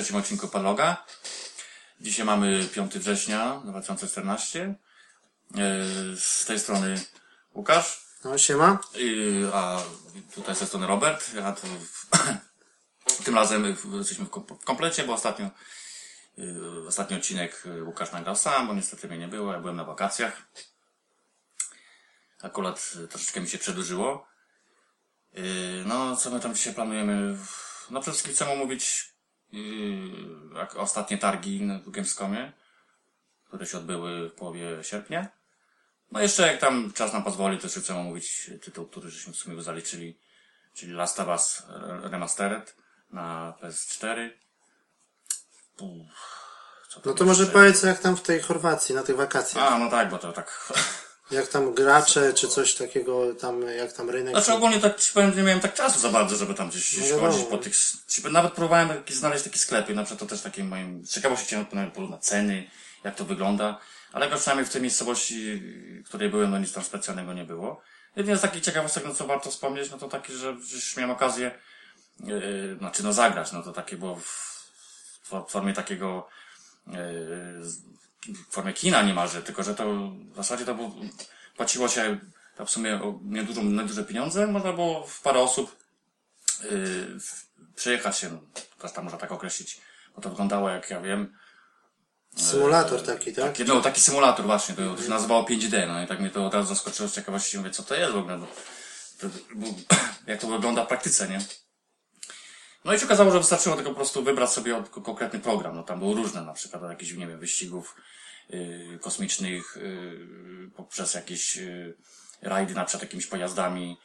trzecim odcinku Podloga. Dzisiaj mamy 5 września 2014. Z tej strony Łukasz. No, siema. A tutaj z tej strony Robert. Tym razem jesteśmy w komplecie, bo ostatni odcinek Łukasz nagrał sam, bo niestety mnie nie było, ja byłem na wakacjach. Akurat troszeczkę mi się przedłużyło. No, co my tam dzisiaj planujemy? No, przede wszystkim chcemy omówić jak ostatnie targi w Gamescomie, które się odbyły w połowie sierpnia. No jeszcze jak tam czas nam pozwoli, to jeszcze chcemy omówić tytuł, który żeśmy w sumie zaliczyli, czyli Last of Us Remastered na PS4. No to może powiedz, jak tam w tej Chorwacji, na tych wakacjach. No tak, bo to tak... Jak tam gracze, czy coś takiego, tam jak tam rynek... Znaczy ogólnie tak ci powiem, nie miałem tak czasu za bardzo, żeby tam gdzieś chodzić po tych... Nawet próbowałem znaleźć takie sklepy, na przykład to też takim moim... Ciekawości chciałem porównać ceny, jak to wygląda, ale jak przynajmniej w tej miejscowości, w której byłem, no nic tam specjalnego nie było. Jedynie z takich ciekawostek, no co warto wspomnieć, no to takie, że już miałem okazję, zagrać, no to takie było w formie takiego, w formie kina niemalże, tylko że to w zasadzie to było, płaciło się to w sumie nieduże pieniądze, można było w parę osób przejechać się, tam można tak określić, bo to wyglądało, jak ja wiem, symulator taki, tak? Taki symulator właśnie, to się nazywało 5D, no i tak mnie to od razu zaskoczyło z ciekawości, mówię, co to jest w ogóle, jak to wygląda w praktyce, nie? No i się okazało, że wystarczyło tylko po prostu wybrać sobie konkretny program, no tam było różne, na przykład od jakichś, nie wiem, wyścigów kosmicznych, poprzez jakieś rajdy na przykład jakimiś pojazdami,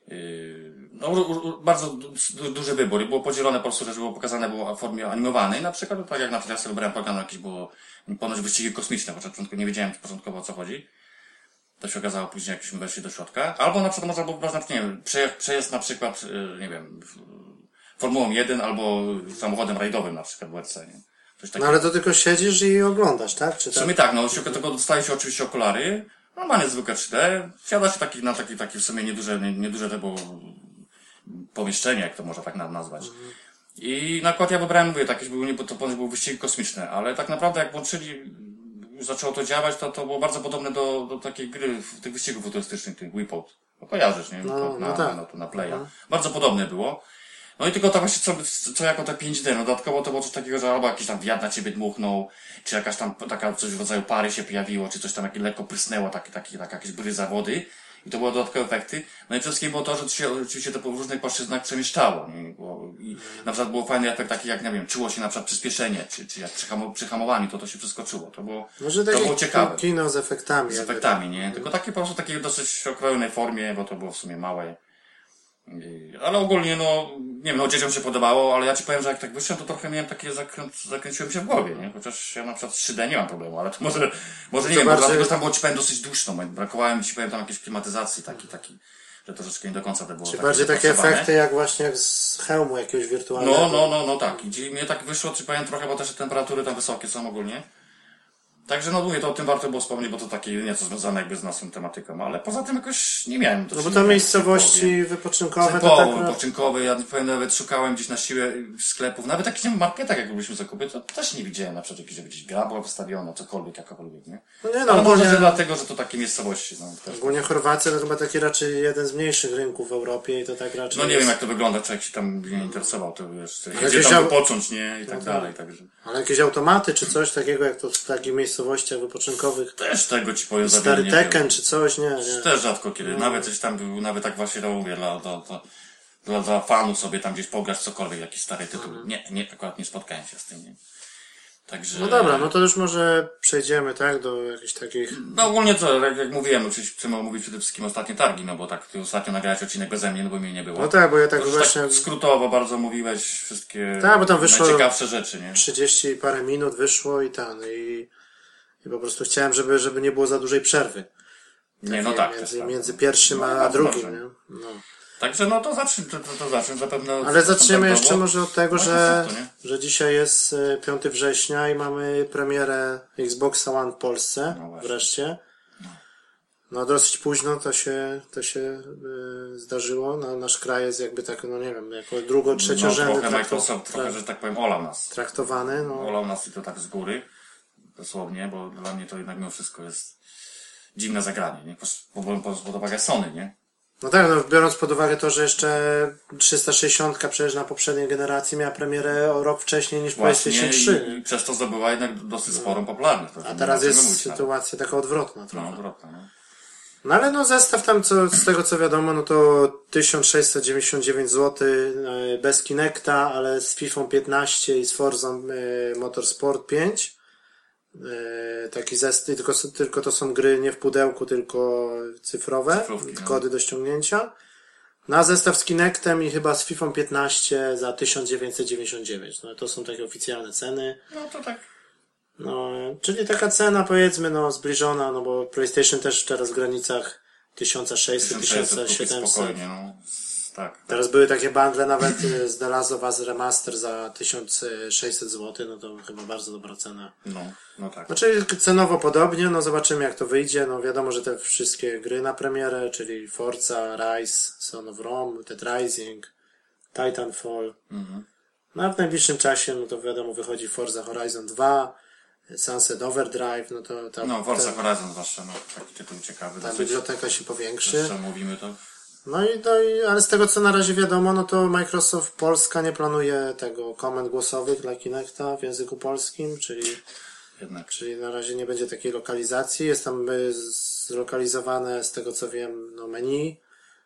bardzo duży wybór i było podzielone po prostu, że było pokazane było w formie animowanej, na przykład, tak jak na przykład ja sobie wybrałem program, jakieś było ponoć wyścigi kosmiczne, bo na początku nie wiedziałem początkowo o co chodzi. To się okazało później, jak już weszli do środka. Albo na przykład można było wybrać, nie wiem, przejazd na przykład, nie wiem, Formułą 1 albo samochodem rajdowym na przykład w WRC, nie? No ale to tylko siedzisz i oglądasz, tak? Czy w sumie tak, no tylko dostaje się oczywiście okulary, normalnie zwykłe 3D, wsiada się na taki w sumie nieduże to było pomieszczenie, jak to można tak nazwać. I na przykład ja wybrałem, mówię, to były wyścigi kosmiczne, ale tak naprawdę jak włączyli, już zaczęło to działać, to było bardzo podobne do takiej gry, tych wyścigów futurystycznych, tych Wipeout. No kojarzysz, nie? Na Playa. Bardzo podobne było. No i tylko to właśnie co jako te 5D, no dodatkowo to było coś takiego, że albo jakiś tam wiatr na ciebie dmuchnął, czy jakaś tam taka coś w rodzaju pary się pojawiło, czy coś tam lekko prysnęło, jakieś bryza wody. I to były dodatkowe efekty. No i przede wszystkim było to, że się oczywiście to po różnych płaszczyznach przemieszczało. Nie? I na przykład był fajny efekt taki, jak nie wiem, czuło się na przykład przyspieszenie, czy jak przy hamowaniu, to się wszystko czuło. To było ciekawe. Kino z efektami. Z efektami, nie? Tylko takie po prostu takiej dosyć okrojonej formie, bo to było w sumie małe. Ale ogólnie, nie wiem, dzieciom się podobało, ale ja ci powiem, że jak tak wyszedłem, to trochę miałem takie zakręciłem się w głowie, nie? Chociaż ja na przykład 3D nie mam problemu, ale to może nie wiem, bo dlatego tam było ci powiem dosyć duszno, brakowało mi ci powiem tam jakiejś klimatyzacji, taki, że troszeczkę nie do końca to było. Czy bardziej takie efekty jak właśnie jak z hełmu jakiegoś wirtualnego. No tak. I mnie tak wyszło, ci powiem trochę, bo też temperatury tam wysokie są ogólnie. Także mówię, to o tym warto było wspomnieć, bo to takie nieco związane jakby z naszą tematyką, ale poza tym jakoś nie miałem. No bo to miejscowości wypoczynkowe. Wypoczynkowe, ja powiem, nawet szukałem gdzieś na siłę sklepów, nawet takich nie wiem, marketach, jak byliśmy zakupy, to też nie widziałem na przykład żeby gdzieś gra była wystawiona, jakakolwiek, nie? Ale może dlatego, że to takie miejscowości. Ogólnie Chorwacja to chyba taki raczej jeden z mniejszych rynków w Europie i to tak raczej. No nie wiem jak to wygląda, czy jak się tam nie interesował, to wiesz, gdzie tam wypocząć, nie? I tak dalej, także. Ale jakieś automaty, czy coś takiego, jak to w takich miejscowościach wypoczynkowych. Też tego ci powiem za Stary Tekken, czy coś, nie. Też rzadko kiedy. Nawet coś tam był, nawet tak właśnie to mówię, dla fanów sobie tam gdzieś pograć cokolwiek, jakiś stary tytuł. Akurat nie spotkałem się z tym, nie. Także... No dobra, no to już może przejdziemy, tak, do jakichś takich... No ogólnie co, jak mówiłem, oczywiście chcemy omówić przede wszystkim ostatnie targi, no bo tak, ty ostatnio nagrałeś odcinek beze mnie, no bo mnie nie było. No tak, bo ja tak właśnie... Tak skrótowo bardzo mówiłeś wszystkie tak, bo tam wyszło najciekawsze rzeczy, nie? 30 parę minut wyszło i po prostu chciałem, żeby nie było za dużej przerwy. Nie, no tak. Między pierwszym a drugim, nie? No. Także to zacznę zapewne. Ale zaczniemy jeszcze może od tego, że dzisiaj jest 5 września i mamy premierę Xboxa One w Polsce, wreszcie. No dosyć późno to się zdarzyło. No, nasz kraj jest jakby tak, no nie wiem, jako trzeciorzędny trochę Microsoft, trochę, że tak powiem, olał nas. traktowany. No. Olał nas i to tak z góry, dosłownie, bo dla mnie to jednak mimo wszystko jest dziwne zagranie, nie? Pod uwagę Sony, nie? No tak, no biorąc pod uwagę to, że jeszcze 360 przecież na poprzedniej generacji miała premierę o rok wcześniej niż PlayStation 3. I przez to zdobyła jednak dosyć sporą popularność. A teraz jest sytuacja taka odwrotna trochę. No, odwrotna, no. No ale no zestaw tam, z tego co wiadomo, no to 1699 zł bez Kinecta, ale z FIFA 15 i z Forza Motorsport 5. Taki zestaw, tylko to są gry nie w pudełku, tylko cyfrowe, kody do ściągnięcia. Na zestaw z Kinectem i chyba z FIFA 15 za 1999. No to są takie oficjalne ceny. No to tak. No, czyli taka cena powiedzmy, no zbliżona, no bo PlayStation też teraz w granicach 1600, 1700. Spokojnie, no. Tak. Teraz były takie bundle nawet z The Last of Us Remaster za 1600 zł, no to chyba bardzo dobra cena. No tak. Znaczy cenowo podobnie, no zobaczymy jak to wyjdzie, no wiadomo, że te wszystkie gry na premierę, czyli Forza, Rise, Son of Rome, Dead Rising, Titanfall. No a w najbliższym czasie, no to wiadomo, wychodzi Forza Horizon 2, Sunset Overdrive, no to Forza Horizon zwłaszcza, no taki tytuł ciekawy. Ta biblioteka się powiększy. Jeszcze mówimy to. Ale z tego co na razie wiadomo, no to Microsoft Polska nie planuje tego komend głosowych dla Kinecta w języku polskim, czyli na razie nie będzie takiej lokalizacji. Jest tam zlokalizowane, z tego co wiem, no menu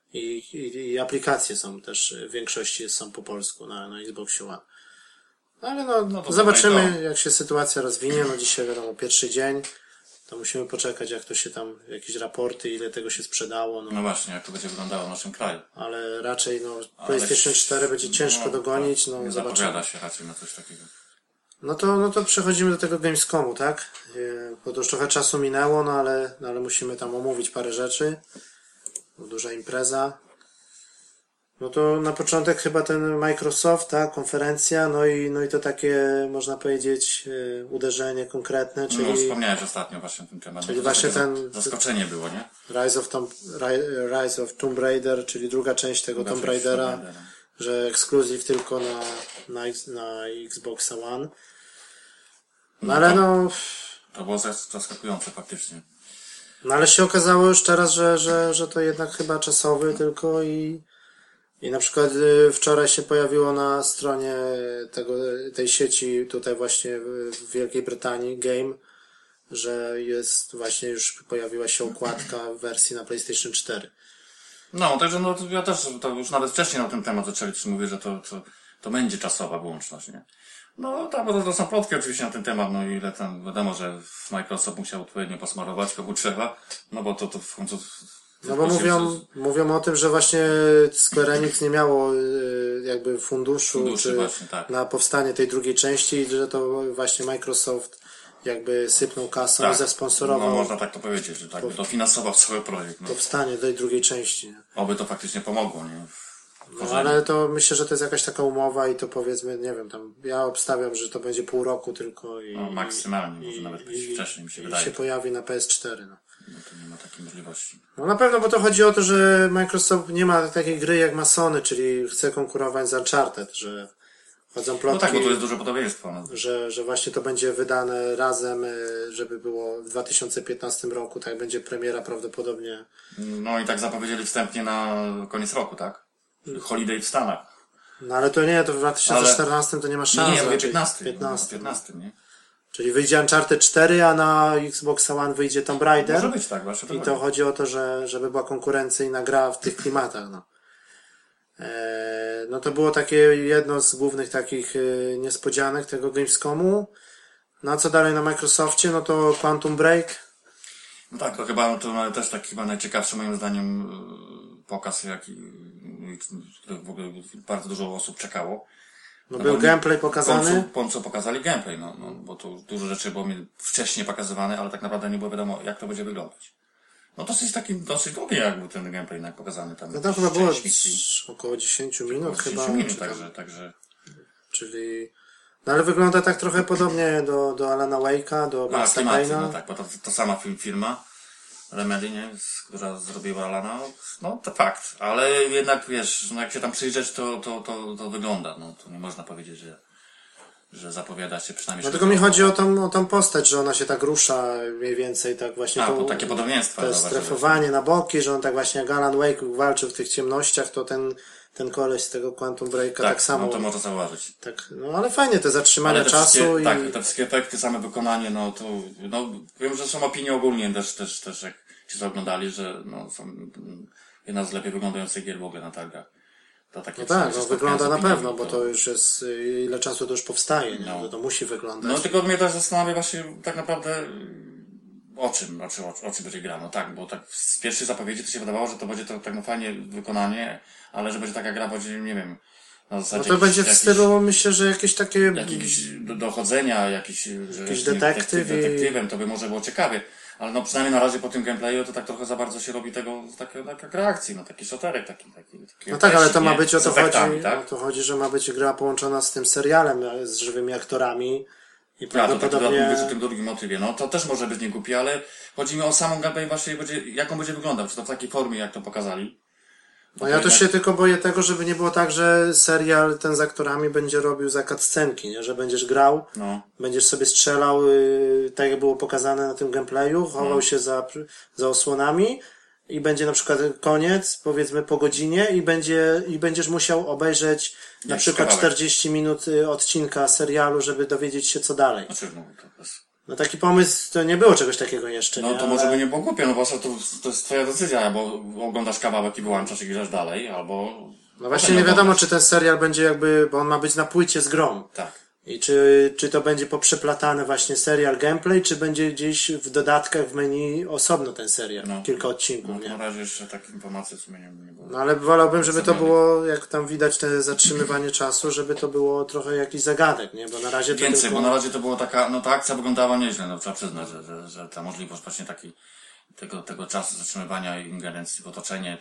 i aplikacje są też, w większości są po polsku na Xboxie One. Ale to zobaczymy, jak się sytuacja rozwinie. No dzisiaj wiadomo, pierwszy dzień. To musimy poczekać, jak to się tam, jakieś raporty, ile tego się sprzedało. No właśnie, jak to będzie wyglądało w naszym kraju. Ale raczej, PlayStation 4 będzie ciężko dogonić, nie zobaczymy. Zapowiada się raczej na coś takiego. No to przechodzimy do tego Gamescomu, tak? Bo to już trochę czasu minęło, ale musimy tam omówić parę rzeczy. Duża impreza. No to na początek chyba ten Microsoft, ta konferencja, no i to takie, można powiedzieć, uderzenie konkretne, czyli... No wspomniałeś ostatnio właśnie o tym temacie. Czyli właśnie zaskoczenie było, nie? Rise of Tomb Raider, czyli druga część tego Tomb Raidera, że ekskluzyw tylko na Xbox One. To było zaskakujące faktycznie. No ale się okazało już teraz, że to jednak chyba czasowy tylko i na przykład wczoraj się pojawiło na stronie tej sieci tutaj właśnie w Wielkiej Brytanii Game, że jest właśnie już pojawiła się okładka w wersji na PlayStation 4. No, także ja też to już nawet wcześniej na ten temat zaczęli, czy mówię, że to będzie czasowa wyłączność, nie? No tak, bo to są plotki oczywiście na ten temat, no ile tam wiadomo, że Microsoft musiał odpowiednio posmarować komu trzeba, no bo to w końcu... No bo mówią o tym, że właśnie Square Enix nie miało jakby funduszu właśnie, tak. na powstanie tej drugiej części i że to właśnie Microsoft jakby sypnął kasą i zasponsorował. No można tak to powiedzieć, że tak by dofinansował cały projekt. No. Powstanie tej drugiej części. Oby to faktycznie pomogło, nie? No, ale to myślę, że to jest jakaś taka umowa i to powiedzmy, nie wiem, tam ja obstawiam, że to będzie pół roku tylko i... No maksymalnie, może nawet być wcześniej, mi się wydaje. I się pojawi na PS4, No to nie ma takiej możliwości. No na pewno, bo to chodzi o to, że Microsoft nie ma takiej gry jak ma Sony, czyli chce konkurować z Uncharted, że chodzą plotki... No tak, bo to jest duże podobieństwo. No. Że właśnie to będzie wydane razem, żeby było w 2015 roku, tak będzie premiera prawdopodobnie. No i tak zapowiedzieli wstępnie na koniec roku, tak? Holiday w Stanach. No ale to nie, to w 2014 to nie ma szans. Nie, mówię 15. 15, nie? Czyli wyjdzie Uncharted 4, a na Xbox One wyjdzie Tomb Raider. Może być tak, właśnie. I to chodzi o to, żeby była konkurencyjna gra w tych klimatach, no. No to było takie jedno z głównych takich niespodzianek tego Gamescomu. No a co dalej na Microsoftie? No to Quantum Break. No tak, to chyba to też tak chyba najciekawszy moim zdaniem pokaz, który w ogóle bardzo dużo osób czekało. No był gameplay pokazany. W końcu pokazali gameplay, bo tu dużo rzeczy było mi wcześniej pokazywane, ale tak naprawdę nie było wiadomo, jak to będzie wyglądać. No dosyć długi jak był ten gameplay pokazany tam. No to chyba było około 10 minut chyba. 10 minut, także. Czyli... No ale wygląda tak trochę podobnie do Alana Wake'a, do Maxa Payne'a. No tak, bo to sama firma. Remedy, nie? Która zrobiła Lana, no to fakt. Ale jednak, wiesz, no jak się tam przyjrzeć, to wygląda. No to nie można powiedzieć, że zapowiada się przynajmniej... No tylko mi chodzi o tą postać, że ona się tak rusza mniej więcej, tak właśnie... bo takie podobieństwa. To strefowanie na boki, że on tak właśnie jak Alan Wake walczył w tych ciemnościach, to ten koleś z tego Quantum Breaka tak samo... no to można zauważyć. Tak, no ale fajnie te zatrzymania czasu i... Tak, te wszystkie efekty, same wykonanie, no to... No, wiem, że są opinie ogólnie też jak ci oglądali, że no, są jedna z lepiej wyglądających gier w ogóle na targach. To takie no tak, no wygląda na pewno, bo to już jest, ile czasu to już powstaje, nie? To musi wyglądać. No tylko mnie też zastanawia właśnie tak naprawdę o czym będzie gra. No tak, bo tak z pierwszej zapowiedzi to się wydawało, że to będzie to tak no fajnie wykonanie, ale że będzie taka gra, będzie, nie wiem, na zasadzie... No to będzie w stylu, myślę, że jakieś takie... Jakieś dochodzenia, jakiś detektywem, to by może było ciekawie. Ale no przynajmniej na razie po tym gameplayu to tak trochę za bardzo się robi tego, taka reakcji, no taki szoterek, taki no tak, ale to ma być, tak? o to chodzi, że ma być gra połączona z tym serialem, z żywymi aktorami i prawdopodobnie... mówisz o tym drugim motywie, no to też może być niegłupie, ale chodzi mi o samą gameplay właśnie, jak on będzie wyglądał, czy to w takiej formie, jak to pokazali. No ja to się tylko boję tego, żeby nie było tak, że serial ten z aktorami będzie robił za cutscenki, nie? Że będziesz grał, będziesz sobie strzelał, tak jak było pokazane na tym gameplayu, chował się za osłonami i będzie na przykład koniec, powiedzmy po godzinie i będziesz musiał obejrzeć na przykład 40 minut odcinka serialu, żeby dowiedzieć się co dalej. No taki pomysł, to nie było czegoś takiego jeszcze, no nie? to może by nie było głupie, no bo to jest twoja decyzja, albo oglądasz kawałek i wyłączasz i grasz dalej, albo... No właśnie nie wiadomo, czy ten serial będzie jakby, bo on ma być na płycie z grą. Tak. I czy to będzie poprzeplatane właśnie serial gameplay, czy będzie gdzieś w dodatkach w menu osobno ten serial, kilka odcinków, nie? Na razie jeszcze takiej informacji w sumie nie było. No ale wolałbym, żeby to było, jak tam widać te zatrzymywanie czasu, żeby to było trochę jakiś zagadek, nie? Bo na razie Więcej, tylko... bo na razie to było taka, no ta akcja wyglądała nieźle, no trzeba przyznać, że ta możliwość właśnie tego czasu zatrzymywania i ingerencji w otoczenie,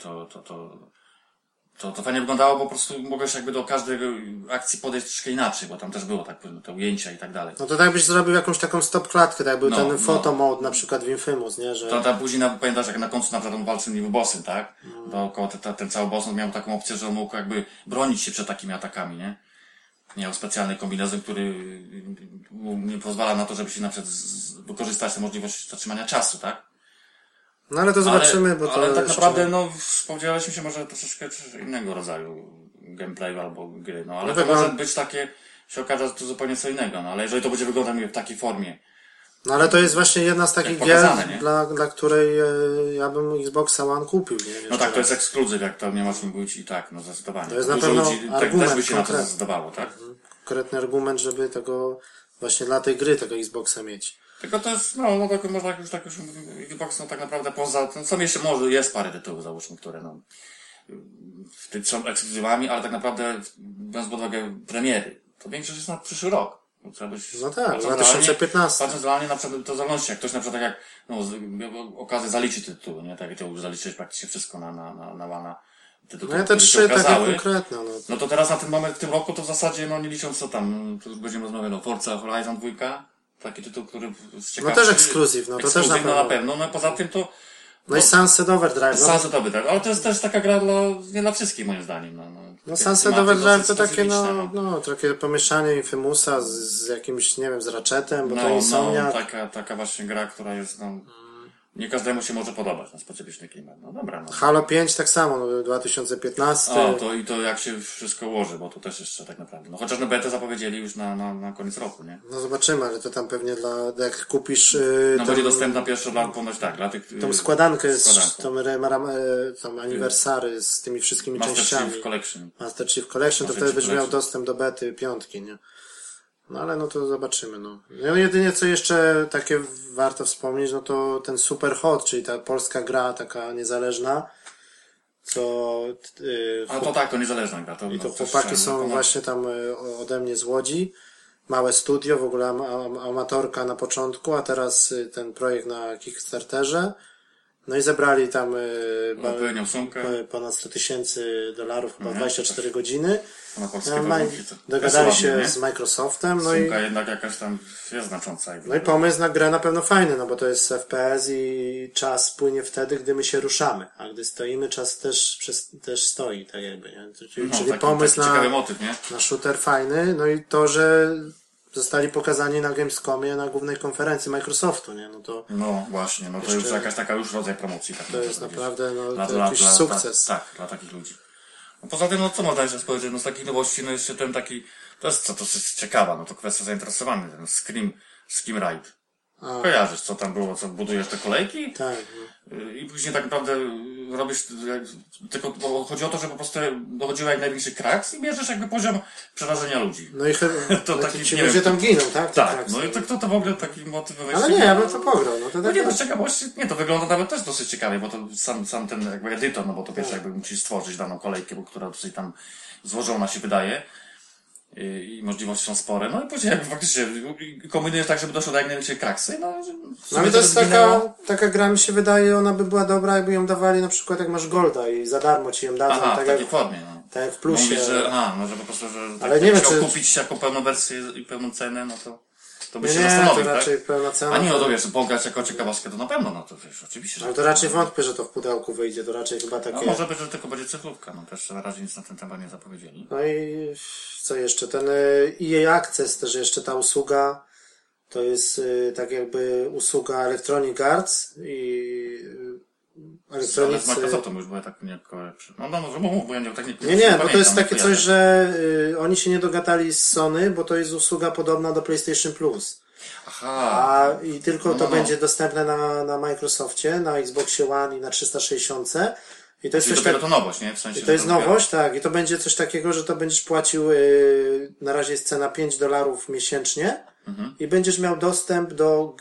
to fajnie wyglądało, bo po prostu mogłeś jakby do każdej akcji podejść troszkę inaczej, bo tam też było tak, te ujęcia i tak dalej. No to tak byś zrobił jakąś taką stop-klatkę, tak był ten photo mode na przykład w Infamous, nie? Że... To tam później, pamiętasz jak na końcu na przykład on walczył niby bossem, tak? Dookoła ten cały boss miał taką opcję, że on mógł jakby bronić się przed takimi atakami, nie? Miał specjalny kombinezon, który nie pozwala na to, żeby się na przykład wykorzystać tę możliwość zatrzymania czasu, tak? No ale to zobaczymy, bo to ale tak jeszcze... naprawdę, spodziewaliśmy się może troszeczkę innego rodzaju gameplayu albo gry, ale no to może być takie, się okaże, że to zupełnie co innego, ale jeżeli to będzie wyglądać w takiej formie. No ale to jest właśnie jedna z takich gier, dla której ja bym Xboxa One kupił, nie? No tak, to jest ekskluzyw, jak to nie ma czym mówić i tak, zdecydowanie. To jest na pewno ludzi argument też by się na to zdecydowało, tak? Konkretny argument, żeby tego, właśnie dla tej gry tego Xboxa mieć. Tylko to jest, tak można już Xbox, tak naprawdę poza, są jeszcze, może jest parę tytułów, załóżmy, które, są ekskluzywami, ale tak naprawdę, biorąc pod uwagę premiery, to większość jest na przyszły rok. No tak, 2015. Patrząc realnie, na przykład, to w zależności, jak ktoś na przykład tak okazję zaliczy tytuły, nie? Tak jak ty już zaliczyłeś praktycznie wszystko na Łana. No ja te trzy takie konkretne, No to teraz na ten moment, w tym roku, to w zasadzie, nie licząc co tam, to już będziemy rozmawiać, Forza Horizon 2, taki tytuł, który z ciekawości... No też ekskluzyw, to też na pewno. No poza tym to... No i Sunset Overdrive. Sunset Overdrive, ale to jest też taka gra nie dla wszystkich, moim zdaniem. No Sunset Overdrive to takie, takie pomieszanie Infamousa z jakimś, nie wiem, z Ratchetem, bo to Insomniac. Taka właśnie gra, która jest, nie każdemu się może podobać na specyficzny klimat. No dobra, Halo 5 tak samo, 2015. I to jak się wszystko ułoży, bo to też jeszcze tak naprawdę. Chociaż betę zapowiedzieli już na koniec roku, nie? No zobaczymy, ale to tam pewnie jak kupisz... będzie dostępna pierwsza ponoć dla tych... Tą składankę, tą aniversary z tymi wszystkimi częściami. Master Chief Collection, to wtedy będziesz miał dostęp do bety 5, nie? No ale to zobaczymy, No jedynie co jeszcze takie warto wspomnieć, to ten Super Hot, czyli ta polska gra taka niezależna, to niezależna gra. I to chłopaki są właśnie tam ode mnie z Łodzi. Małe studio, w ogóle amatorka na początku, a teraz ten projekt na Kickstarterze. No i zebrali tam Odpowiednią sumkę. ponad $100,000, chyba 24 godziny. Na polskie warunki to Dogadali jest się ładnie, nie? z Microsoftem. No Sumka jednak jakaś tam jest znacząca. no i pomysł na grę na pewno fajny, no bo to jest FPS i czas płynie wtedy, gdy my się ruszamy. A gdy stoimy, czas też stoi, tak jakby. Nie? Czyli taki, pomysł taki ciekawy motyw, nie? na shooter fajny. No i to, że zostali pokazani na Gamescomie, na głównej konferencji Microsoftu, nie? No to No właśnie, no to już jakaś taka już rodzaj promocji. Tak to jest naprawdę dla, to jakiś sukces. Tak, dla takich ludzi. No poza tym, no co można jeszcze powiedzieć, no z takich nowości, no jeszcze ten taki, to jest ciekawa, no to kwestia zainteresowania, ten Skim Ride. Kojarzysz, co tam było, co budujesz te kolejki? Tak. I później tak naprawdę robisz, tylko bo chodzi o to, że po prostu dochodziło jak największy kraks i bierzesz jakby poziom przerażenia ludzi. No i To no taki, ci nie ludzie wiem, tam giną, tak? Tak, no i to kto to w ogóle taki motyw wymyślił? Ale nie, ja bym to pograł. No to No tak, nie, to z ciekawości, nie, to wygląda nawet też dosyć ciekawie, bo to sam ten jakby edytor, no bo to pierwsze jakby musisz stworzyć daną kolejkę, bo która dosyć tam złożona się wydaje i możliwości są spore, no i później jakby faktycznie kombinujesz tak, żeby doszło do jak największej kraksy, no. No ale to jest taka gra, mi się wydaje, ona by była dobra, jakby ją dawali na przykład jak masz Golda i za darmo ci ją dadzą, Aha, tak w takiej jak, formie, no. tak jak w plusie. Mówisz, że, no, że po prostu, że Ale tak, nie wiem, chciał czy- kupić jako pełną wersję i pełną cenę, no to by się Nie, to zastanowił, tak? raczej pełna cena. A nie, no to wiesz, pograć jako ciekawostkę to na pewno, no to wiesz, oczywiście, że... Ale to raczej wątpię, że to w pudełku wyjdzie, to raczej chyba takie... No może być, że tylko będzie cyfrówka, no też na razie nic na ten temat nie zapowiedzieli. No i co jeszcze? Ten EA Access też jeszcze ta usługa, to jest tak jakby usługa Electronic Arts i Ale z elektronicy... Microsoftem już były tak niejako lepsze. No może mów, bo ja tak nie Nie, bo to pamiętam, jest nie takie kojarzę. coś, że oni się nie dogadali z Sony, bo to jest usługa podobna do PlayStation Plus. Aha. I tylko to będzie dostępne na Microsoftie, na Xboxie One i na 360. I to jest Czyli coś dopiero to nowość, nie? W sensie, I to jest że dopiero- nowość, tak. I to będzie coś takiego, że to będziesz płacił, na razie jest cena $5 miesięcznie i będziesz miał dostęp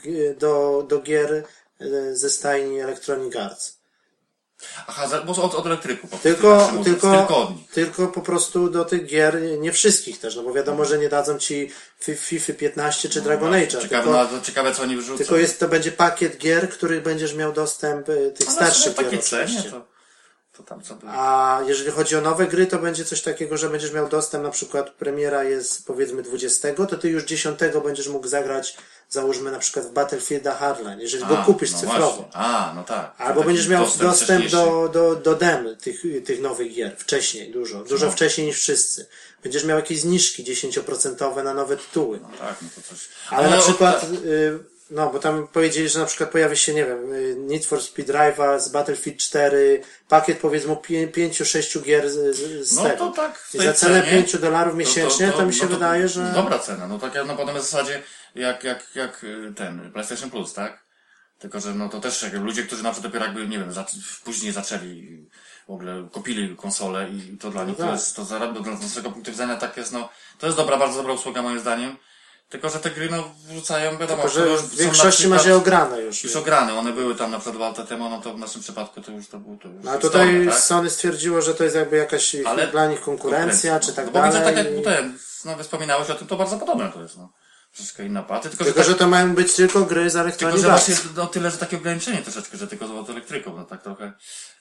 do gier ze stajni Electronic Arts. Aha, bo od elektryków. po prostu, Tylko od nich. tylko po prostu do tych gier, nie wszystkich też, no bo wiadomo, że nie dadzą ci FIFA 15 czy Dragon Age'a. Ciekawe, co oni wyrzucą. Tylko to będzie pakiet gier, których będziesz miał dostęp tych starszych gier. takie oczywiście. cenie, to tam co było. A jeżeli chodzi o nowe gry, to będzie coś takiego, że będziesz miał dostęp, na przykład premiera jest powiedzmy 20, to ty już 10 będziesz mógł zagrać, załóżmy na przykład w Battlefielda Hardline, jeżeli go kupisz cyfrowo. Właśnie. No tak. Albo będziesz miał dostęp wcześniejszy. do dem tych nowych gier, wcześniej, dużo wcześniej niż wszyscy. Będziesz miał jakieś zniżki 10% na nowe tytuły. No tak, no to coś. Ale na przykład, bo tam powiedzieli, że na przykład pojawi się, nie wiem, Need for Speed Drive'a z Battlefield 4, pakiet powiedzmy 5-6 gier z No tego. to tak, w I tej za cenę cenie, $5 miesięcznie, to mi się wydaje, że... Dobra cena, no tak na podobnej zasadzie jak ten PlayStation Plus, tak? Tylko, że no to też jakby ludzie, którzy na przykład dopiero jakby, nie wiem, później zaczęli w ogóle kupili konsolę i to dla nich tak. to jest, to z naszego punktu widzenia tak jest, no, to jest bardzo dobra usługa moim zdaniem. Tylko, że te gry, no, wrzucają, wiadomo, Tylko, że już w są większości na masz przykład- je ograne już. Już ograne, one były tam na przykład 2 lata temu, no to w naszym przypadku to już było to już No a tutaj historia, tak? Sony stwierdziło, że to jest jakby jakaś dla nich konkurencja, czy tak no, dalej. Bo widzę, tak jak no, wspominałeś o tym, to bardzo podobne to jest, no. Troszeczkę inna partia, Tylko, że to mają być tylko gry z tylko, Electronic że Arts. właśnie no, tyle, że takie ograniczenie troszeczkę, że tylko z elektryką, no tak trochę.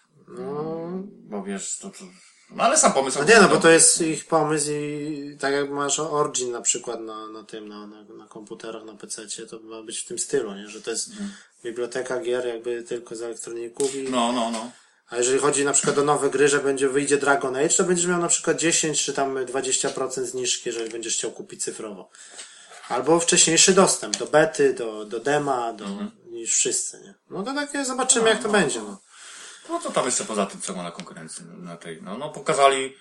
Bo wiesz, to no ale sam pomysł. No nie, no bo to jest ich pomysł i tak jak masz Origin na przykład na komputerach, na PC-cie, to ma być w tym stylu, nie? Że to jest biblioteka gier jakby tylko z elektroników i... No. A jeżeli chodzi na przykład o nowe gry, że wyjdzie Dragon Age, to będziesz miał na przykład 10 czy tam 20% zniżki, jeżeli będziesz chciał kupić cyfrowo. Albo wcześniejszy dostęp do bety, do dema, niż wszyscy, nie? No to takie zobaczymy jak to będzie, no. No to tam jeszcze poza tym, co ma na konkurencji, na tej, no pokazali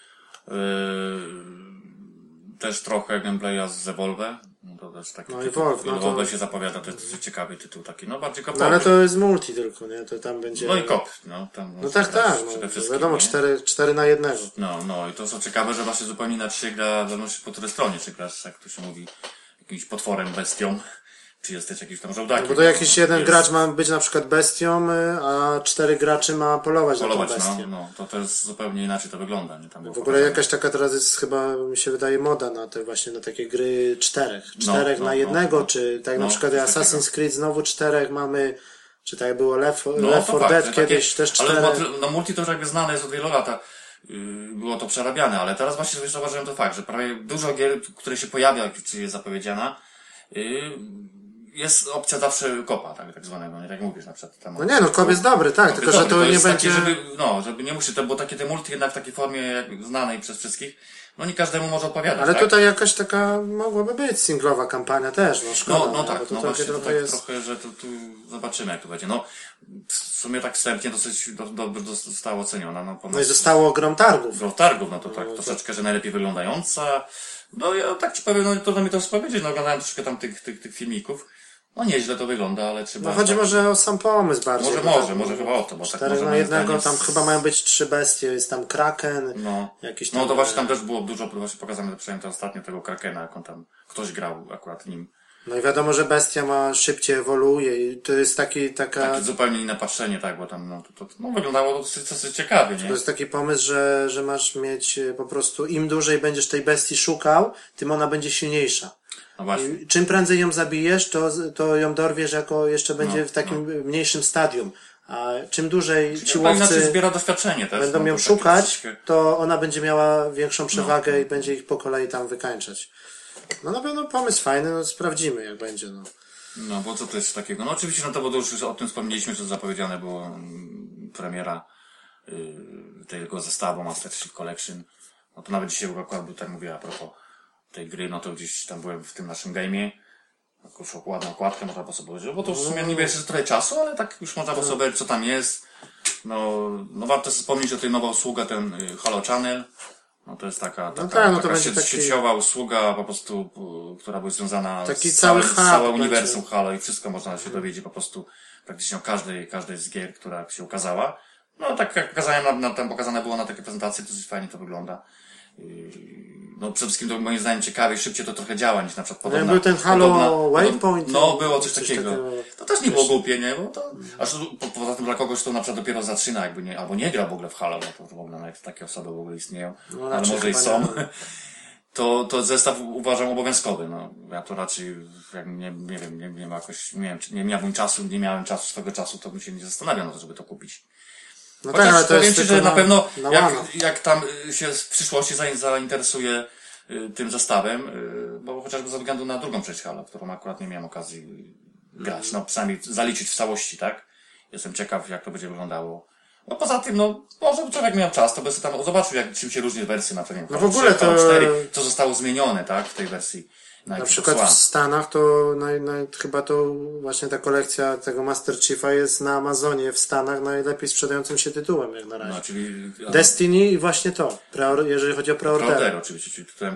też trochę gameplaya z Evolve. No to też taki No, tytuł, Evolve, no to- Evolve się zapowiada, to jest ciekawy tytuł taki, no bardziej kopowy. No ale to jest multi tylko, nie? To tam będzie... No i kop, no tam. No tak, przede no, wszystkim, wiadomo, nie? 4 na 1. No i to co ciekawe, że właśnie zupełnie inaczej się gra, w zależności po której stronie, czy grasz, jak to się mówi, jakimś potworem, bestią, czy jesteś jakiś tam żołdakiem. Bo to jakiś jeden jest- gracz ma być na przykład bestią, a 4 graczy ma polować na tą bestię. no, to jest zupełnie inaczej to wygląda, nie? Tam było W ogóle pokazane. jakaś taka teraz jest chyba, mi się wydaje, moda na te właśnie na takie gry 4 na jednego, czy tak na No, przykład coś Assassin's takiego. Creed znowu 4 mamy, Czy tak jak było Left No, 4 fakt, Dead że kiedyś też 4. Ale no multi to już jakby znane jest od wielu lat, było to przerabiane, ale teraz właśnie sobie zauważyłem to fakt, że prawie dużo gier, które się pojawia, czy jest zapowiedziana, jest opcja zawsze kopa, tak zwanego, nie tak jak mówisz na przykład. Tam, No nie, no kop jest dobry, tak, tylko że to nie jest będzie... Takie, żeby nie musi, to było takie te multi jednak w takiej formie jak znanej przez wszystkich, no nie każdemu może odpowiadać, Ale tak? tutaj jakaś taka mogłaby być singlowa kampania też, no szkoda. No tak, bo to no takie właśnie, to trochę tak jest... trochę, że tu zobaczymy jak to będzie. No, w sumie tak wstępnie dosyć dobrze została oceniona. No i zostało grom targów. Do targów, no to tak, troszeczkę, że najlepiej wyglądająca. No ja tak ci powiem, no trudno mi to powiedzieć, no oglądałem troszkę tam tych filmików. No nieźle to wygląda, ale trzeba... No chodzi może o sam pomysł bardziej. Może chyba o to, bo tak 4 może na moim jednego, zdaniem tam chyba mają być 3 bestie, jest tam Kraken, jakiś tam... No to właśnie tam też było dużo właśnie pokazane, przynajmniej to ostatnio tego Krakena, jak on tam, ktoś grał akurat nim. No i wiadomo, że bestia ma szybciej ewoluuje i to jest takie zupełnie inne patrzenie, tak, bo tam, no wyglądało to dosyć ciekawie, nie? To jest taki pomysł, że masz mieć po prostu, im dłużej będziesz tej bestii szukał, tym ona będzie silniejsza. No właśnie. I czym prędzej ją zabijesz, to ją dorwiesz jako jeszcze będzie w takim mniejszym stadium. A czym dłużej ci Inaczej łowcy zbiera doświadczenie też. będą ją szukać, to ona będzie miała większą przewagę i będzie ich po kolei tam wykańczać. No na pewno pomysł fajny, no sprawdzimy jak będzie. No bo co to jest takiego? No oczywiście, no to bo już o tym wspomnieliśmy, że zapowiedziane było premiera tego zestawu Master Chief Collection. No to nawet dzisiaj akurat tak mówię a propos tej gry, no to gdzieś tam byłem w tym naszym game'ie. Jakąś ładną okładkę można było sobie obejrzeć, bo to w sumie niby jest trochę czasu, ale tak już można było sobie obejrzeć, co tam jest. No warto wspomnieć o tej nowa usługa, ten Halo Channel. No to jest taka sieciowa usługa po prostu, która była związana taki z cały całym uniwersum Halo i wszystko można się dowiedzieć po prostu praktycznie o każdej z gier, która się ukazała. No tak jak pokazałem, tam pokazane było na takiej prezentacji, to dosyć fajnie to wygląda. No przede wszystkim to moim zdaniem ciekawie, szybciej to trochę działa niż na przykład podobna... Był ten Halo Waypoint. No było coś takiego. To też nie było głupie, nie? Bo to, aż poza tym dla kogoś, kto na przykład dopiero zaczyna, albo nie gra w ogóle w Halo, bo to w ogóle nawet takie osoby w ogóle istnieją, ale może i są. To zestaw uważam obowiązkowy, no. Ja to raczej, jak nie wiem, nie ma jakoś, nie miałem czasu, swego czasu, to bym się nie zastanawiał na to, żeby to kupić. No chociaż tak, ale to powiem jest ci, że na pewno jak tam się w przyszłości zainteresuje tym zestawem, bo chociażby ze względu na drugą część Halo, którą akurat nie miałem okazji grać, no przynajmniej zaliczyć w całości, tak? Jestem ciekaw, jak to będzie wyglądało. No poza tym, no może człowiek miał czas, to by sobie tam zobaczył, czym się różni wersje na przykład. No w ogóle to... 4, co zostało zmienione, tak? W tej wersji. Na przykład w Stanach to chyba to właśnie ta kolekcja tego Master Chiefa jest na Amazonie w Stanach najlepiej sprzedającym się tytułem jak na razie. No, czyli Destiny i właśnie to, jeżeli chodzi o preorder. Oczywiście, czyli tytułem,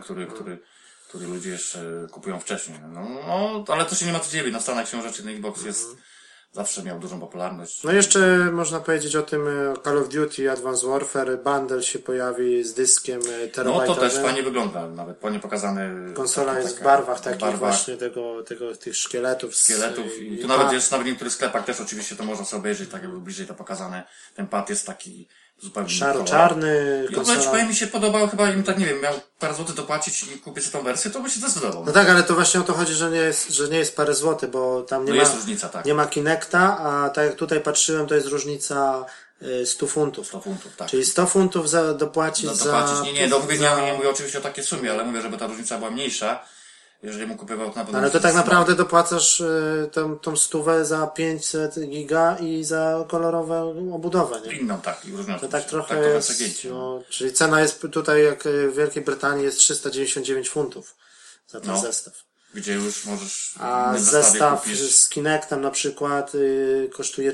który ludzie jeszcze kupują wcześniej. No, ale to się nie ma co dziwić. Na Stanach się rzeczy, ten Xbox jest zawsze miał dużą popularność. No jeszcze można powiedzieć o tym Call of Duty Advanced Warfare, bundle się pojawi z dyskiem terabajtowym. No to też fajnie wygląda, nawet ładnie pokazane. Konsola jest w barwach takich właśnie tych szkieletów. I tu nawet jest w niektórych sklepach też oczywiście to można sobie obejrzeć, tak jakby bliżej to pokazane. Ten pad jest taki zupełnie szaro-czarny. I powiem mi się podobał, chyba im tak nie wiem, miał parę złotych dopłacić i kupić sobie tą wersję, to by się zdecydował. No tak, ale to właśnie o to chodzi, że nie jest parę złotych, bo tam nie ma, jest różnica, tak. Nie ma Kinecta, a tak jak tutaj patrzyłem, to jest różnica 100 funtów. 100 funtów, tak. Czyli 100 funtów dopłacić za... Nie mówię oczywiście o takiej sumie, ale mówię, żeby ta różnica była mniejsza. Jeżeli mu kupywał to na pewno... Ale to tak naprawdę dopłacasz tą stówę za 500 giga i za kolorową obudowę, nie? Inną, tak. I różnią. To tak trochę jest... czyli cena jest tutaj, jak w Wielkiej Brytanii, jest 399 funtów za ten zestaw. Gdzie już możesz... A zestaw z Kinectem na przykład kosztuje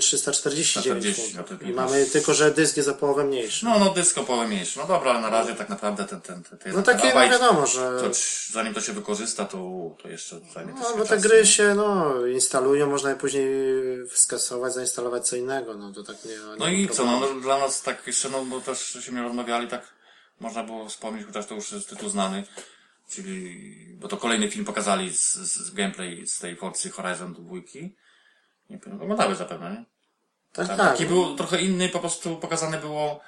349 funtów. I mamy tylko, że dysk jest o połowę mniejszy. No dysk o połowę mniejszy. No dobra, ale na razie tak naprawdę ten no takie, no wiadomo, że... zanim to się wykorzysta, to jeszcze zajmie to bo te gry się, instalują, można je później skasować, zainstalować co innego, to tak nie... No i co, dla nas tak jeszcze, bo też się mnie rozmawiali, tak można było wspomnieć, chociaż to już jest tytuł znany, bo to kolejny film pokazali z gameplay z tej Forcy Horizon 2. Nie wiem, oglądały zapewne, nie? Tak. Taki był trochę inny, po prostu pokazane było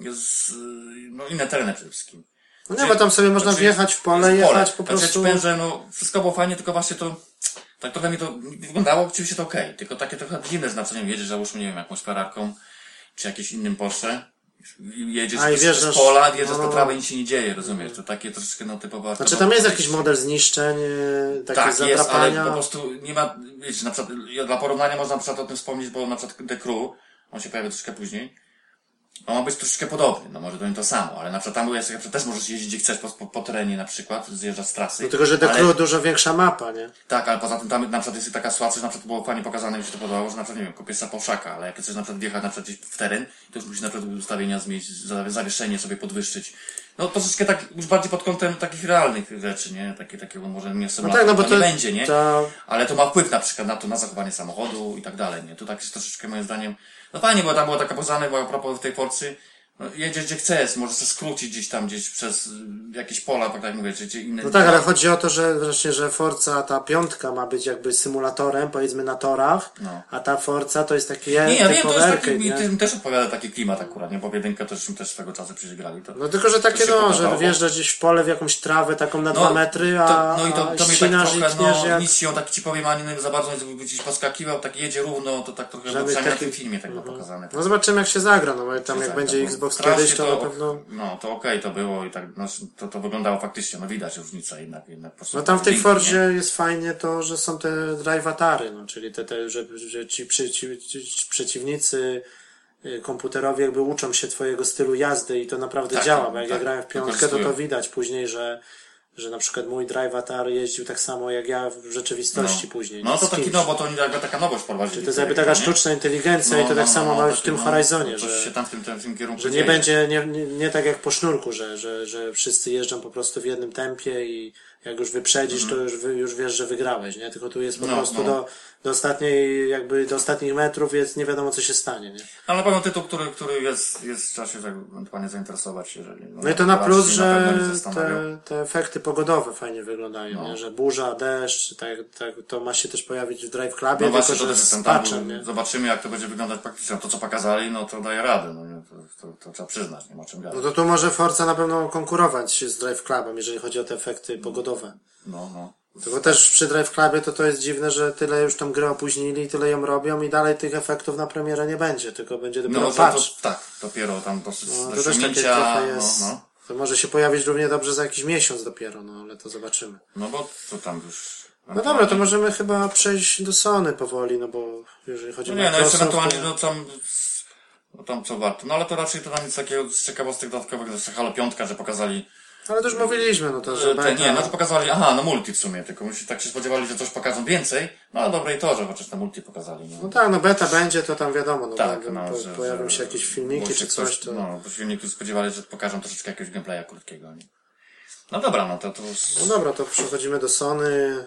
inne tereny przede wszystkim. No nie, bo tam sobie można wjechać w pole, jechać po prostu. Powiem, że wszystko było fajnie, tylko właśnie to Tak trochę mi to wyglądało, oczywiście to okej, tylko takie trochę dziwne znaczenie, jedziesz, załóżmy, nie wiem, jakąś Ferrarką, czy jakimś innym Porsche, jedziesz z pola, wjeżdżasz do trawy i nic się nie dzieje, rozumiesz? To takie troszeczkę typowe. Znaczy tam jest jakiś model zniszczeń, takie tak, zadrapania. jest, ale po prostu nie ma, wiecie, na przykład, dla porównania można na przykład o tym wspomnieć, bo na przykład The Crew, on się pojawia troszkę później, on ma być troszeczkę podobny, no może to nie to samo, ale na przykład tam jest, też możesz jeździć gdzie chcesz po terenie na przykład, zjeżdżać z trasy. No tylko, że The Crew dużo większa mapa, nie? Tak, ale poza tym tam na przykład jest taka sytuacja, że na przykład było fajnie pokazane, mi się to podobało, że na przykład, nie wiem, kupię sobie Porszaka, ale jak chcesz na przykład wjechać na przykład gdzieś w teren, to już musisz na przykład ustawienia zmienić, zawieszenie sobie podwyższyć. No troszeczkę tak, już bardziej pod kątem takich realnych rzeczy, nie? Takiego może nie symulatora, no tak, no bo nie będzie, nie? To... Ale to ma wpływ na przykład na to, na zachowanie samochodu i tak dalej, nie? Tu tak jest troszeczkę moim zdaniem, no fajnie, bo tam było taka pokazane, bo a propos w tej Forcy, no, jedziesz gdzie chcesz, możesz się skrócić gdzieś przez jakieś pola, tak jak mówię, czy gdzie inne. No tak, ale chodzi o to, że właśnie, że Forza, ta 5 ma być jakby symulatorem, powiedzmy na torach, a ta Forza to jest taki nie, ja wiem, to jest taki, nie? tym też odpowiada taki klimat akurat, nie? Bo jedynkę też swego czasu przecież grali. To, no tylko, że takie że wjeżdżasz gdzieś w pole w jakąś trawę taką na 2 metry, a no i to mnie tak trochę, jak... nic się tak ci powiem, ani za bardzo nie gdzieś poskakiwał, tak jedzie równo, to tak trochę, przynajmniej na tym filmie tak było pokazane. Tak. No zobaczymy jak się zagra, no bo tam jak będzie Xbox kiedyś, to na pewno... No, to okej, to było i tak, no, to wyglądało faktycznie, no widać różnicę jednak po prostu. No tam w tej Fordzie jest fajnie to, że są te drive-atary, no, czyli że ci przeciwnicy komputerowi jakby uczą się twojego stylu jazdy i to naprawdę tak, działa, bo jak tak, ja grałem w 5, to widać później, że na przykład mój drive-atar jeździł tak samo jak ja w rzeczywistości później. No to taki, no bo to jakby taka nowość prowadzi. Czyli to jest jakby taka sztuczna inteligencja i to tak samo ma być w tym Horizonie, że się tam w tym kierunku że nie będzie, nie tak jak po sznurku, że wszyscy jeżdżą po prostu w jednym tempie i jak już wyprzedzisz, to już wiesz, że wygrałeś, nie? Tylko tu jest po prostu do ostatnich metrów jest nie wiadomo co się stanie, nie? Ale na pewno tytuł, który trzeba się ewentualnie zainteresować, jeżeli... No i to na plus, że te efekty pogodowe fajnie wyglądają, nie? Że burza, deszcz, tak, to ma się też pojawić w Drive Clubie, no właśnie, tylko że z tam patchem, nie? Zobaczymy jak to będzie wyglądać praktycznie. To co pokazali, no to daje radę, no nie? To trzeba przyznać, nie ma czym gadać. No to tu może Forza na pewno konkurować z Drive Clubem, jeżeli chodzi o te efekty pogodowe. No. Tylko też przy Drive Clubie to jest dziwne, że tyle już tam gry opóźnili, tyle ją robią i dalej tych efektów na premierę nie będzie, tylko będzie dopiero patch. Tak, dopiero tam dosyć to też takie trochę jest. To może się pojawić równie dobrze za jakiś miesiąc dopiero, no ale to zobaczymy. No bo to tam już... No dobra, to możemy chyba przejść do Sony powoli, no bo jeżeli chodzi o Microsoft... jeszcze ewentualnie tam co warto. No ale to raczej to tam nic takiego z ciekawostek dodatkowych, że Halo 5, że pokazali... Ale to już mówiliśmy, no to, że to pokazali, multi w sumie, tylko my się tak się spodziewali, że coś pokażą więcej, no ale dobre i to, że chociaż na multi pokazali. No tak, no beta będzie, to tam wiadomo, no tak, pojawią się jakieś filmiki czy coś, to... No, bo filmiki spodziewali, że pokażą troszeczkę jakiegoś gameplaya krótkiego. Nie? No dobra, no to... No dobra, to przechodzimy do Sony.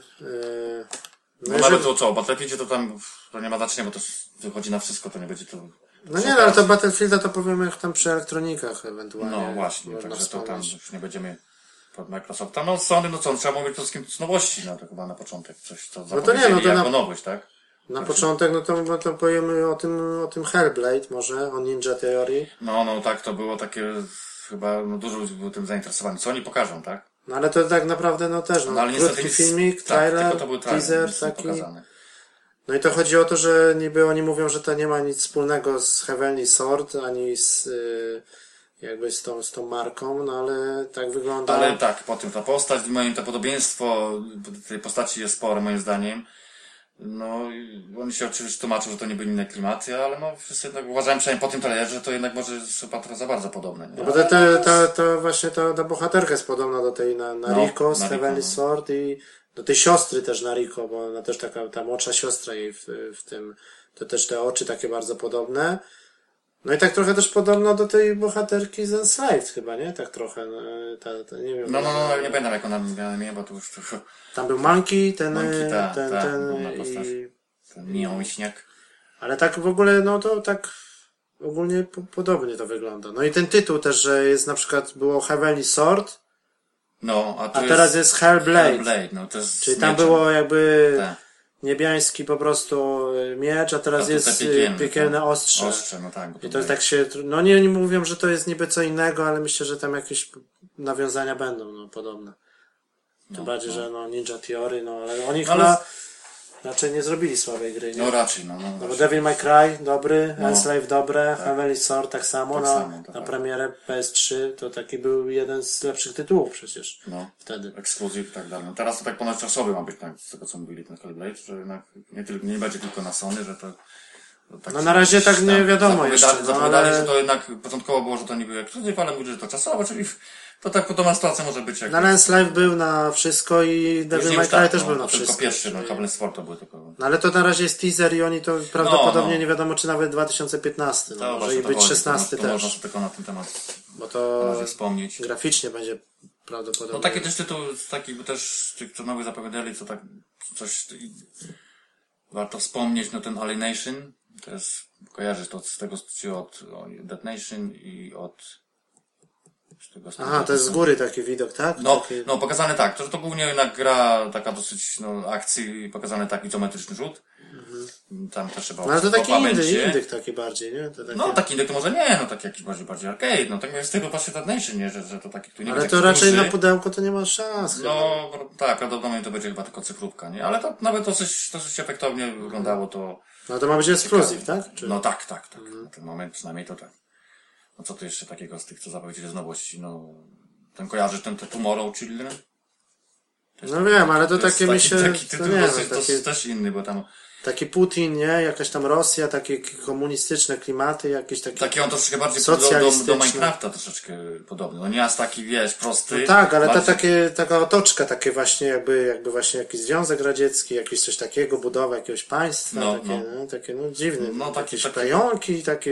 No nawet to co, Battlefieldzie to tam to nie ma znaczenia, bo to wychodzi na wszystko, to nie będzie to... No nie, ale to Battlefielda to powiemy jak tam przy elektronikach ewentualnie. No właśnie, także to tam już nie będziemy pod Microsofta. No Sony, trzeba mówić przede wszystkim z nowości, no to chyba na początek coś, co zapowiedzieli jako nowość, tak? Na początek, to powiemy o tym Hellblade może, o Ninja Theory. No tak, to było takie, chyba dużo ludzi było tym zainteresowanych. Co oni pokażą, tak? No ale to tak naprawdę, też, ale krótki filmik, trailer, to był teaser taki. No i to chodzi o to, że niby oni mówią, że to nie ma nic wspólnego z Heavenly Sword, ani z z tą marką, no ale tak wygląda. Ale tak, po tym ta postać, moim to podobieństwo tej postaci jest spore moim zdaniem. No, oni się oczywiście tłumaczą, że to nie były inne klimaty, ale wszyscy jednak uważają przynajmniej po tym trailerze, że to jednak może chyba trochę za bardzo podobne. Nie? No bo właśnie ta bohaterka jest podobna do tej Nariko z Heavenly Sword i do tej siostry też Nariko, bo ona też ta młodsza siostra jej w tym, to też te oczy takie bardzo podobne. No i tak trochę też podobno do tej bohaterki z Enslaved chyba, nie? Tak trochę, nie wiem. Nie pamiętam jak ona miała imię, bo to już... Tam był Monkey, ten miłośniak. Ale tak w ogóle, to tak ogólnie podobnie to wygląda. No i ten tytuł też, że jest na przykład było Heavenly Sword, a teraz jest Hellblade. Czyli tam było jakby... Niebiański po prostu miecz, a teraz jest piekielne ostrze. I to jest tak się, nie mówią, że to jest niby co innego, ale myślę, że tam jakieś nawiązania będą, podobne. Tym bardziej, że Ninja Theory, ale oni chyba, raczej nie zrobili słabej gry, nie? No raczej, no No bo właśnie. Devil May Cry dobry, No. Enslave dobre, Heavenly Sword tak samo, Tak na, samo, tak. na premierę PS3 to taki był jeden z lepszych tytułów przecież No. wtedy. Ekskluzyw i tak dalej. No teraz to tak ponadczasowy ma być, tak, z tego co mówili ten Hellblade, że jednak nie będzie tylko na Sony, że to tak No na razie tak nie wiadomo jeszcze, no, zapowiadali, ale- że to jednak początkowo było, że to niby ekskluzyw, ale mówili, że to czasowo, czyli to tak podobna sytuacja może być jak... No ale Enslave był na wszystko i Devil May Cry też był na to tylko wszystko. pierwszy, no czyli- Heavenly Sword to był tylko... No ale to na razie jest teaser i oni to prawdopodobnie no. nie wiadomo czy nawet 2015, no To może właśnie i to być chodzi, 16 to można też, sobie tylko na ten temat bo na to razie wspomnieć. graficznie będzie prawdopodobnie. No taki też tytuł, taki by też, tych co nowych zapowiadali, co tak, coś warto wspomnieć, no ten Alienation, to jest, kojarzysz to z tego od Dead Nation i od z tego Aha, to jest z góry taki widok, tak? No, Taki... no pokazane tak, to głównie jednak gra taka dosyć, no, akcji, pokazany tak izometryczny rzut. Tam też trzeba No ale to taki pamięcie. indyk taki bardziej, nie? To takie... No, taki indyk to może nie, no taki jakiś bardziej arcade, no tak jak z tego właśnie Dead Nation, nie, że to taki tu nie Ale będzie to taki raczej duży. na pudełko to nie ma szans. chyba. No, tak, prawdopodobnie to będzie chyba tylko cyfrówka, nie? Ale to nawet dosyć efektownie wyglądało to. No to ma być ekskluzyw, tak? Czy... No tak. Na ten moment przynajmniej to tak. No co tu jeszcze takiego z tych, co zapowiedzieli z nowości, no... Ten kojarzysz ten Tomorrow Children? To jest No wiem, ale to jest takie mi się... Taki to tytuł nie dosyć, wiem, to takie, jest też inny, bo tam... taki Putin, nie? Jakaś tam Rosja, takie komunistyczne klimaty, jakieś takie... Taki on troszeczkę bardziej do Socjalistyczne. Minecrafta troszeczkę podobny. No nie aż taki, wiesz, prosty. No tak, ale bardziej... taka otoczka, takie właśnie jakby właśnie jakiś Związek Radziecki, jakieś coś takiego, budowa jakiegoś państwa, No, takie, no. no, takie no dziwne, No, jakieś taki- pająki, takie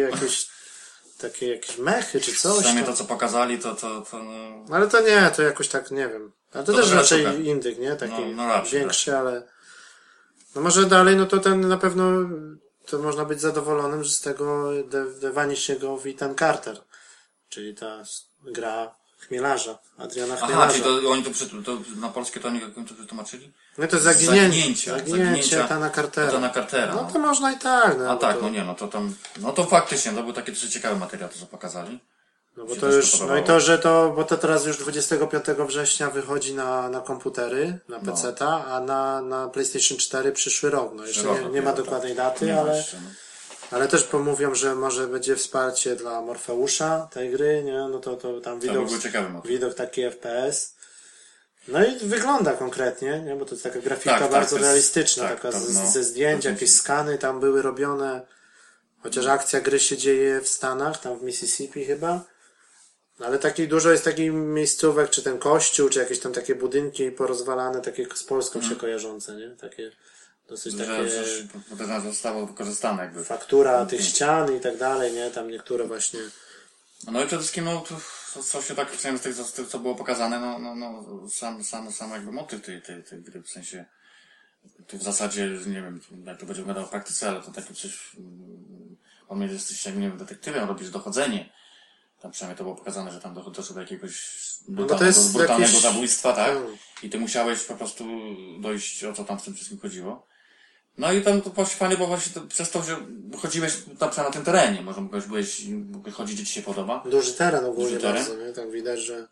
jakieś mechy czy coś. Przynajmniej tam. to, co pokazali, to no... Ale to nie, to jakoś tak, nie wiem. Ale to To też trochę raczej super. indyk, nie? Taki No raczej, większy, ale... No może dalej, no to ten na pewno... To można być zadowolonym, że z tego The Vanishing of Ethan Carter. Czyli ta gra Chmielarza, Adriana Aha, Chmielarza. czyli to oni to na polskie to oni jak to przetłumaczyli? No to Zaginięcia Etana Cartera. Etana Cartera. No to można i tak, no. A bo tak, to, no nie, no to tam, no to faktycznie, to był taki dosyć ciekawy materiał, to co pokazali. no bo się to też już, no podobało. i to, że to, bo to teraz już 25 września wychodzi na komputery, na PC-ta, a na PlayStation 4 przyszły rok. No jeszcze Rok nie ma dopiero, dokładnej daty, Nie ma ale, jeszcze, no. ale też pomówią, że może będzie wsparcie dla Morfeusza tej gry, nie? No to tam To był ciekawy motyw. widok taki FPS. No i wygląda konkretnie, nie? Bo to jest taka grafika Tak, bardzo to jest- realistyczna, tak, taka to, no, ze zdjęć, to- jakieś skany tam były robione. Chociaż akcja gry się dzieje w Stanach, tam w Mississippi chyba. No ale takich dużo jest takich miejscówek, czy ten kościół, czy jakieś tam takie budynki porozwalane, takie z Polską się kojarzące, nie? Takie dosyć takie Że to zostało wykorzystane jakby. faktura tych ścian i tak dalej, nie? Tam niektóre właśnie. No i przede wszystkim, no, to co się tak, przynajmniej z tych, co było pokazane, no, sam jakby motyw tej gry, w sensie, tu w zasadzie, nie wiem, jak to będzie wyglądało w praktyce, ale to takie coś, on jesteś, jak nie wiem, detektywem, robisz dochodzenie. Tam przynajmniej to było pokazane, że tam doszło do jakiegoś bo to jest brutalnego jakiś- zabójstwa, tak? Mm. I ty musiałeś po prostu dojść, o co tam w tym wszystkim chodziło. No i tam to właśnie fajnie, bo właśnie to, przez to, że chodziłeś tam na tym terenie, może mogłeś chodzić, gdzie ci się podoba. Duży teren ogólnie Duży teren. bardzo, nie? Tak widać, że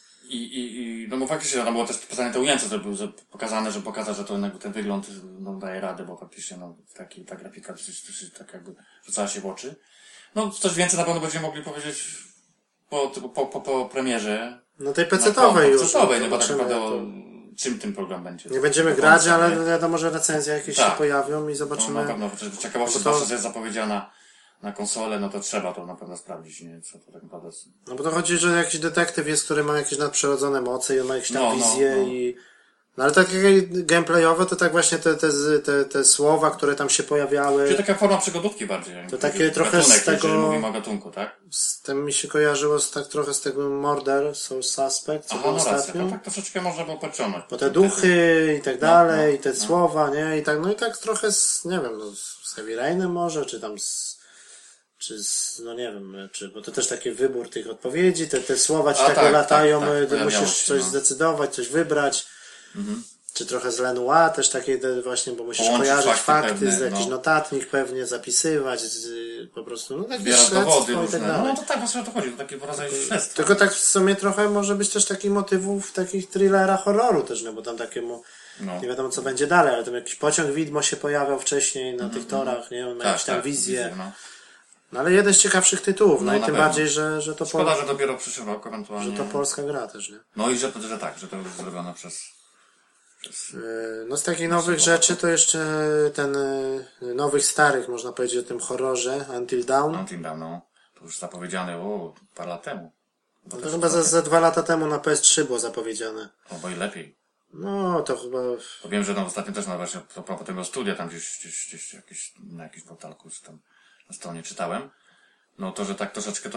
No bo faktycznie tam było też pokazane te ujęcie, że pokazane, że pokazać, że to jakby ten wygląd no, daje radę, bo faktycznie no, ta grafika dosyć tak jakby rzucała się w oczy. No coś więcej na pewno będziemy mogli powiedzieć po premierze. no tej PC-towej już. PC-towej, nie bo tak zobaczymy, naprawdę jak to- czym ten program będzie. Nie będziemy Do grać, końca, ale nie? wiadomo, że recenzje jakieś Tak. się pojawią i No zobaczymy. na pewno, chociażby ciekawość Bo to- zawsze, że jest zapowiedziana na konsolę, no to trzeba to na pewno sprawdzić, nie? Co to tak naprawdę jest. No bo to chodzi, że jakiś detektyw jest, który ma jakieś nadprzyrodzone moce i on ma jakieś tam No, wizje no. i... No ale takie gameplayowe to tak właśnie te słowa, które tam się pojawiały, Czyli taka forma przygodówki bardziej. To takie trochę z gatunek, tego- jeżeli mówimy o gatunku, tak? z tym mi się kojarzyło tak trochę z tego Murder, Soul Suspect, co Aha, było no racja, ostatnio. to tak troszeczkę można było podciągnąć. Bo te duchy i tak dalej, no, i te słowa, nie? I tak, no i tak trochę z, nie wiem, no, z Heavy Rainem może, czy tam no nie wiem, bo to też taki wybór tych odpowiedzi, te słowa ci A, tak tak, latają, tak, ty pojawiało musisz się, coś no. zdecydować, coś wybrać. Czy trochę z Lenoir, też takie właśnie, bo musisz Połączyć kojarzyć fakty fakty, pewne, jakiś no. notatnik pewnie, zapisywać, po prostu, no takie Zbierać dowody śledztwo i tak różne. dalej. No to tak, właśnie o to chodzi, to takie rodzaj śledztwa. Tylko tak w sumie trochę może być też takich motywów w takich thrillerach horroru też, no bo tam No. Nie wiadomo co będzie dalej, ale tam jakiś pociąg widmo się pojawiał wcześniej na tych torach, nie? On ma jakieś tam wizje. No. No ale jeden z ciekawszych tytułów, no i na tym pewno. bardziej, że to Szkoda, że dopiero przyszły rok ewentualnie. że to polska gra też, nie? No i że tak, że to już zrobione przez... No z takich nowych rzeczy to jeszcze ten nowych starych, można powiedzieć o tym horrorze Until Dawn. Until Dawn, no. To już zapowiedziane, parę lat temu. No to chyba za 2 lata temu na PS3 było zapowiedziane. Bo i lepiej. No to chyba... Bo wiem, że no ostatnio też właśnie a propos tego studia tam gdzieś na jakimś portalku czy tam na stronie czytałem. No to, że tak troszeczkę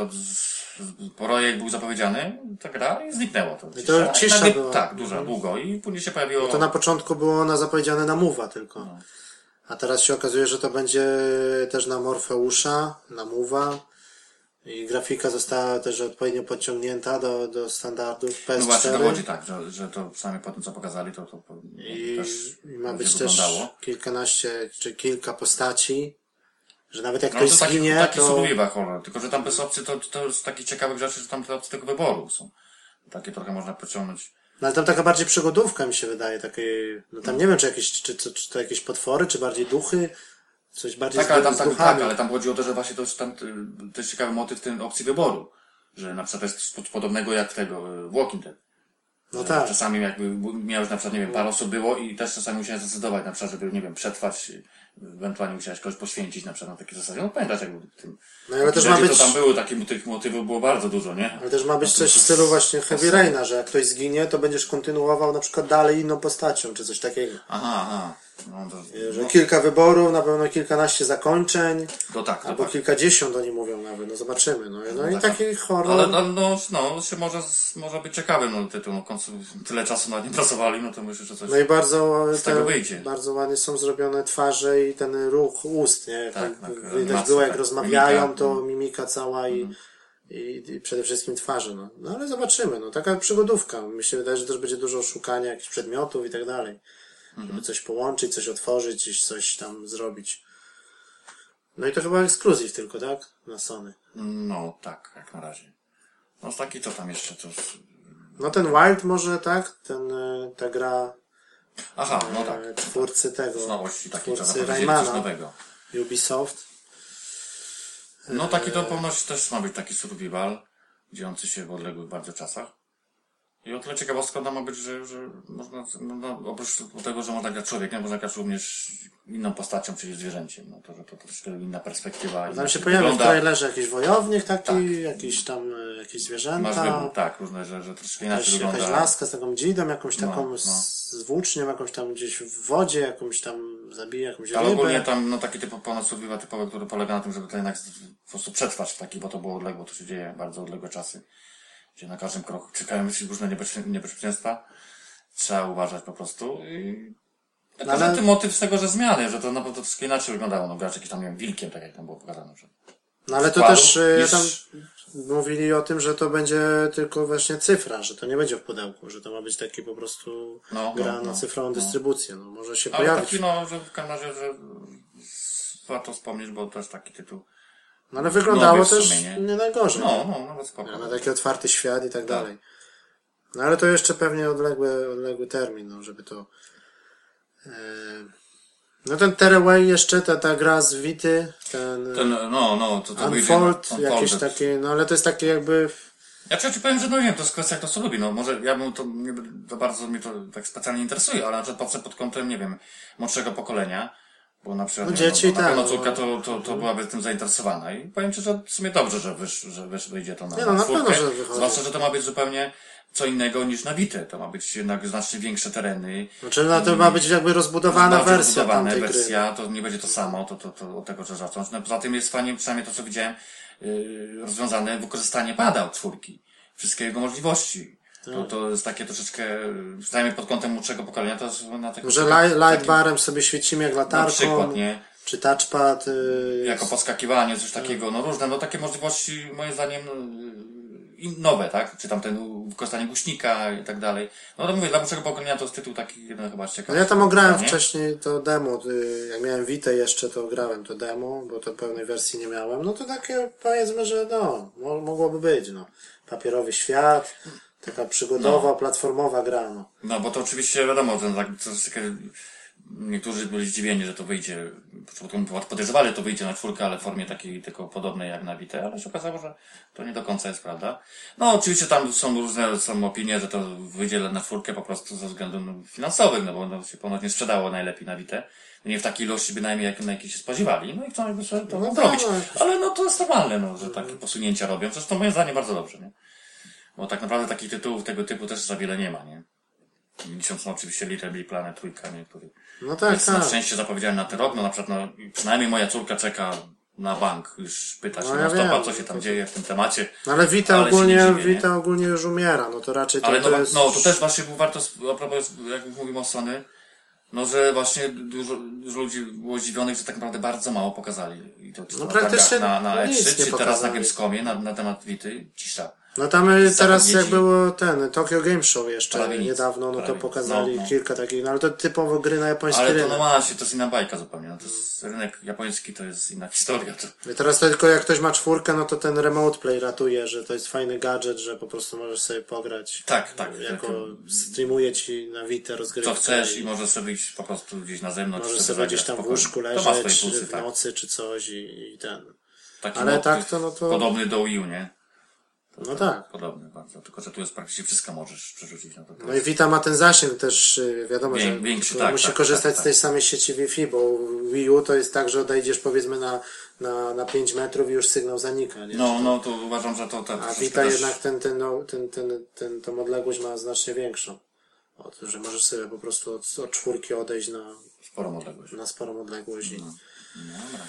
projekt był zapowiedziany, ta gra i zniknęło to. to cisza nagle, była. Tak, duża, długo i później się pojawiło... To na początku było ona zapowiedziane na Move'a tylko. No. A teraz się okazuje, że to będzie też na Morfeusza, na Move'a. I grafika została też odpowiednio podciągnięta do standardów PS4. No właśnie, dowodzi tak, że to przynajmniej po tym, co pokazali, to też I ma być wyglądało. też kilkanaście czy kilka postaci, że nawet jak No ktoś to zginie, taki to... survival horror, tylko że tam bez opcji to z takich ciekawych rzeczy, że tam te opcje tego wyboru są. Takie trochę można pociągnąć. No ale tam taka bardziej przygodówka mi się wydaje, takiej, no tam nie wiem, czy to jakieś potwory, czy bardziej duchy, coś bardziej Tak, ale tam, z duchami. ale tam chodziło o to, że właśnie to jest tam też ciekawy motyw w tym opcji wyboru. Że na przykład to jest coś podobnego jak tego Walking Dead. No Że tak. czasami jakby miałeś na przykład, nie wiem, parę osób było i też czasami musiałeś zdecydować na przykład, żeby, nie wiem, przetrwać, ewentualnie musiałeś kogoś poświęcić na przykład na takie zasadzie. No pamiętasz jakby w tym. No ale też ma Rzeczy, być... to tam były tych motywów było bardzo dużo, nie? Ale też ma być coś w stylu właśnie Heavy Raina, że jak ktoś zginie, to będziesz kontynuował na przykład dalej inną postacią, czy coś takiego. Aha. No, Że kilka wyborów, na pewno kilkanaście zakończeń, to tak, to albo tak. kilkadziesiąt oni mówią nawet, no zobaczymy. No i tak. taki horror. Ale no, się może być ciekawym no, tytuł. No, w końcu tyle czasu nad nim pracowali, no to myślę, że coś No i bardzo, z tego wyjdzie. bardzo ładnie są zrobione twarze i ten ruch ust, nie? Tak, Widać było jak tak. rozmawiają, Mimika. to mimika cała i przede wszystkim twarze, no. No ale zobaczymy, no taka przygodówka. Mi się wydaje, że też będzie dużo szukania jakichś przedmiotów i tak dalej. Żeby coś połączyć, coś otworzyć, gdzieś coś tam zrobić. No i to chyba ekskluzyw tylko, tak? Na Sony. No tak, jak na razie. No taki to tam jeszcze to... No ten Wild może, tak? Ta gra Aha, no tak. twórcy tego, Z nowości takiej, trzeba twórcy powiedzieć, coś Raymana, nowego. Ubisoft. No taki to ponoć też ma być taki survival, dziejący się w odległych bardzo czasach. I o tyle ciekawostka ma być, że można, oprócz tego, że można grać człowiekiem, można grać również inną postacią, czyli zwierzęciem. No to, że to troszkę inna perspektywa. Tam się pojawia w trailerze jakiś wojownik taki, jakiś tam, jakieś zwierzęta. Masz wybór, tak, różne, że troszkę inaczej wygląda. Jakaś laska z taką dzidą, jakąś taką no. z włócznią, jakąś tam gdzieś w wodzie, jakąś tam zabija jakąś Ale rybę. ogólnie tam, no taki ponad survival typowy, który polega na tym, żeby to jednak po prostu przetrwać w taki, bo to było odległe, to się dzieje bardzo odległe czasy. Gdzie na każdym kroku czekają różne niebezpieczeństwa. Trzeba uważać po prostu. Tylko, że ten motyw z tego, że zmiany, że to na pewno troszkę inaczej wyglądało. No gracz jakiś tam, nie wiem, wilkiem, tak jak tam było pokazane. Że No ale to też tam mówili o tym, że to będzie tylko właśnie cyfra, że to nie będzie w pudełku, że to ma być taki po prostu gra na cyfrową dystrybucję. No może się ale pojawić. taki, że w każdym razie, że warto wspomnieć, bo też taki tytuł. No ale wyglądało nowy w też sumie, nie najgorzej. Nawet spoko. Na taki otwarty świat i tak dalej. No ale to jeszcze pewnie odległy termin, no żeby to... No ten Tearaway jeszcze, ta gra z Vity, to Unfold, jakieś takie, no ale to jest takie jakby... Ja ci powiem, że no nie wiem, to jest kwestia, kto co lubi. No może ja bym to, nie za bardzo mnie to tak specjalnie interesuje, ale na przykład patrzę pod kątem, nie wiem, młodszego pokolenia, bo na przykład dzieci, na pewno córka to byłaby tym zainteresowana i powiem ci, że w sumie dobrze, że wyjdzie to na pewno, że wychodzi. Zwłaszcza, że to ma być zupełnie co innego niż na Vita. To ma być jednak znacznie większe tereny. Znaczy to ma być jakby rozbudowana wersja tamtej wersja, gry. to nie będzie to samo, to od tego trzeba zacząć. No, poza tym jest fajnie, przynajmniej to co widziałem, rozwiązane wykorzystanie pada od czwórki. Wszystkie jego możliwości. To jest takie troszeczkę, przynajmniej pod kątem młodszego pokolenia, to jest na takim... Że lightbarem sobie świecimy jak latarką. Na przykład, nie? Czy touchpad. Jako podskakiwanie, coś takiego, no różne, no takie możliwości, moim zdaniem, nowe, tak? Czy tam ten wykorzystanie głośnika i tak dalej. No to mówię, dla młodszego pokolenia to jest tytuł taki jeden chyba ciekawy. No ja tam ograłem wcześniej to demo, jak miałem Vita jeszcze, to grałem to demo, bo to pełnej wersji nie miałem. No to takie, powiedzmy, że mogłoby być, no. Papierowy świat, Taka przygodowa, platformowa gra, no. No bo to oczywiście wiadomo, niektórzy byli zdziwieni, że to wyjdzie. Podejrzewali, że to wyjdzie na 4, ale w formie takiej tylko podobnej jak na Vita, ale się okazało, że to nie do końca jest prawda. No oczywiście tam są różne opinie, że to wyjdzie na 4 po prostu ze względów finansowych, no bo ono się ponoć nie sprzedało najlepiej na Vita. Nie w takiej ilości bynajmniej, na jakiej się spodziewali. No i chcą jakby sobie to zrobić. Ale no to jest normalne, no, że takie posunięcia robią. Zresztą moim zdaniem bardzo dobrze, nie? Bo tak naprawdę takich tytułów tego typu też za wiele nie ma, nie? Licząc no, oczywiście Little Big Planet 3, nie? Który No tak, jest na szczęście zapowiedziany na ten rok. No na przykład, no, przynajmniej moja córka czeka na bank. Już pyta się ja stopa, wiem, co się tam dzieje w tym temacie. No ale Vita Ale się nie ogólnie, dziwię, nie? Vita ogólnie już umiera, no to raczej Ale to no, jest... no to też właśnie warto, a propos, jak mówimy o Sony, no że właśnie dużo ludzi było zdziwionych, że tak naprawdę bardzo mało pokazali. I to No praktycznie na nic E3, nie czy teraz na pokazali. Gamescomie, na temat Vity, cisza. No tam teraz jak zapowiedzi. było ten Tokyo Game Show jeszcze Prawie nic. niedawno, no to Prawie. pokazali No. kilka takich, no ale to typowo gry na japoński Ale to rynek. no właśnie, to jest inna bajka zupełnie. No to jest rynek japoński, to jest inna historia. To... I teraz to tylko jak ktoś ma 4, no to ten remote play ratuje, że to jest fajny gadżet, że po prostu możesz sobie pograć. Tak. Jako streamuje ci na Vita rozgrywkę. Co chcesz i możesz sobie iść po prostu gdzieś na zewnątrz. Możesz sobie sobie gdzieś zagrać tam w spokojnie. łóżku To ma swoje leżeć, plusy, w tak. nocy czy coś i ten. Taki Ale mod tak jest to no to... podobny do Wii U, nie? No tak. Podobny bardzo, tylko że tu jest praktycznie wszystko możesz przerzucić na to. No i Vita ma ten zasięg też, wiadomo, że Większy, tylko tak, musi tak, korzystać tak, z tej samej sieci Wi-Fi, bo Wii U to jest tak, że odejdziesz powiedzmy na 5 metrów i już sygnał zanika, nie? No to uważam, że to A Vita jednak tą odległość ma znacznie większą. Że możesz sobie po prostu od 4 odejść sporą odległość. na sporą odległość. No dobra.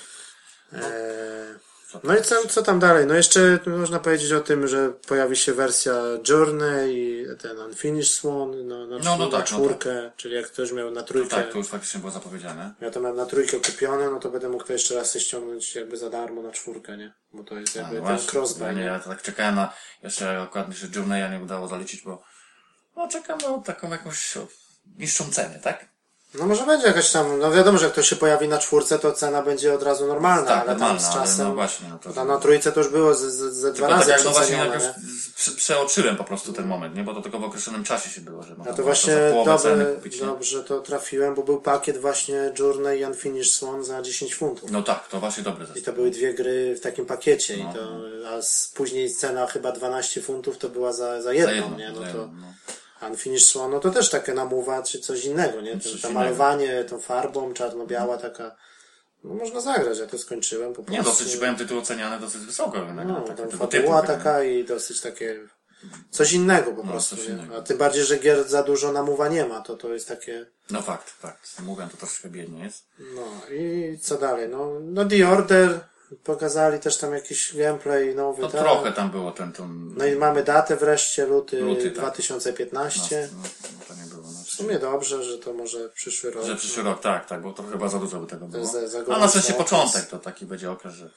No i co tam dalej? No jeszcze można powiedzieć o tym, że pojawi się wersja Journey i ten Unfinished Swan na 4, czyli jak ktoś miał na 3. Tak, to już faktycznie było zapowiedziane. Ja to miałem na 3 kupione, no to będę mógł to jeszcze raz sobie ściągnąć jakby za darmo na 4, nie? Bo to jest jakby ten crossbuy. Ja tak czekałem na, jeszcze akurat mi się Journey'a nie udało zaliczyć, bo no czekam na taką jakąś niższą cenę, tak? No może będzie jakaś tam, no wiadomo, że jak to się pojawi na 4, to cena będzie od razu normalna, Tak, ale normalna, tam z czasem, ale no właśnie, no to... tam na 3 to już było ze 2 Tylko razy tak jak no właśnie przecenione, jakoś nie? przeoczyłem po prostu ten moment, nie? Bo to tylko w określonym czasie się było, że można No to było właśnie za połowę ceny kupić, nie? dobrze to trafiłem, bo był pakiet właśnie Journey i Unfinished Swan za 10 funtów. No tak, to właśnie dobre I zestaw. to były 2 gry w takim pakiecie No, i to, później cena chyba 12 funtów to była za jedną, nie? No za to jedną, no. Unfinished Swan, no to też takie namuwa, czy coś innego, nie? Coś To innego. malowanie tą farbą, czarno-biała taka, no można zagrać, ja to skończyłem po prostu. Nie, dosyć byłem tytuł oceniany dosyć wysoko. No, tak, tam tego typu. fabuła tak, taka i dosyć takie, coś innego po prostu, coś nie? innego. A tym bardziej, że gier za dużo namuwa nie ma, to jest takie... No fakt. Mówię, to troszkę biednie jest. No i co dalej? No The Order pokazali też tam jakiś gameplay nowy. No tak? trochę tam było ten... No i mamy datę wreszcie, luty tak. 2015. No, to nie było. No, W sumie dobrze, że to może przyszły rok. że przyszły rok, tak, bo to chyba za dużo by tego było. za A gorąco na szczęście okres. początek to taki będzie okres, że...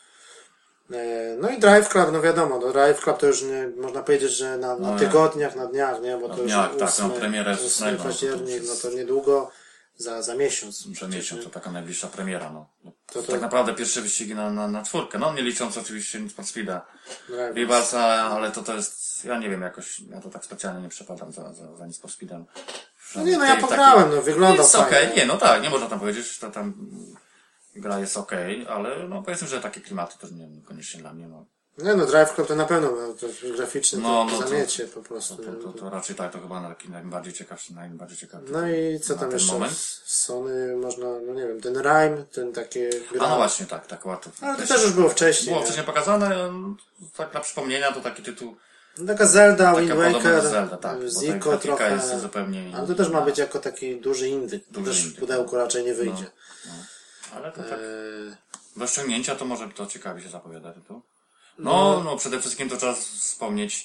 No i Drive Club, no wiadomo, no Drive Club to już nie, można powiedzieć, że na tygodniach, na dniach, nie? Bo to już dniach, tak, 8, no, premierę 8 no, październik, no to niedługo, za miesiąc. Że miesiąc to taka najbliższa premiera, no. To- Tak naprawdę pierwsze wyścigi na 4. No nie licząc oczywiście Need for Speeda. Drive. Vivasa, ale to jest, ja nie wiem, jakoś, ja to tak specjalnie nie przepadam za Need for Speedem. No nie, no ja pograłem, no wygląda Jest fajnie. okej, nie, no tak, nie można tam powiedzieć, że tam gra jest okej, ale no powiedzmy, że takie klimaty to niekoniecznie dla mnie, no. Nie no, Drive Club to na pewno, no, to graficznie No, to no to- zamiecie po prostu. To raczej tak, to chyba najbardziej ciekawszy. No i co na tam ten jeszcze? moment. Z Sony można, no nie wiem, ten Rime, ten takie gra. A no właśnie, tak łatwo. Ale to też już było wcześniej. Było nie? wcześniej pokazane, tak na przypomnienia, to taki tytuł. Taka Zelda, Taka Wind podobna Waker, do Zelda, tak, bo ta Zico grafika trochę. jest zupełnie Ale to też ma inna. być jako taki duży indyk. To Duży też w indyk, pudełku raczej nie wyjdzie. Ale to tak. Eee, Do ściągnięcia to może to ciekawie się zapowiada tytuł. No przede wszystkim to trzeba wspomnieć,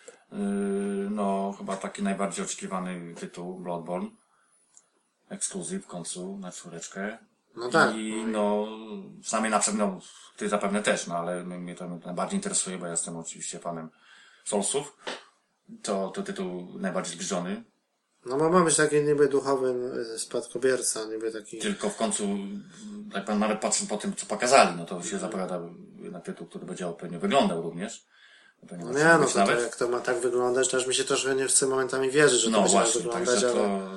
no chyba taki najbardziej oczekiwany tytuł, Bloodborne. Ekskluzyw w końcu na 4. No tak. I no, przynajmniej na przykład, no, ty zapewne też, no ale mnie to najbardziej interesuje, bo ja jestem oczywiście fanem Soulsów. To tytuł najbardziej zbliżony. No ma być taki niby duchowy spadkobierca, niby taki... Tylko w końcu, jak pan nawet patrzy po tym, co pokazali, no to się zapowiada na tytuł, który będzie pewnie wyglądał również. To nie ma Nie, czym no być to, nawet. jak to ma tak wyglądać, też mi się troszkę nie chce momentami wierzyć, że to No będzie tak właśnie, wyglądać, także ale... to...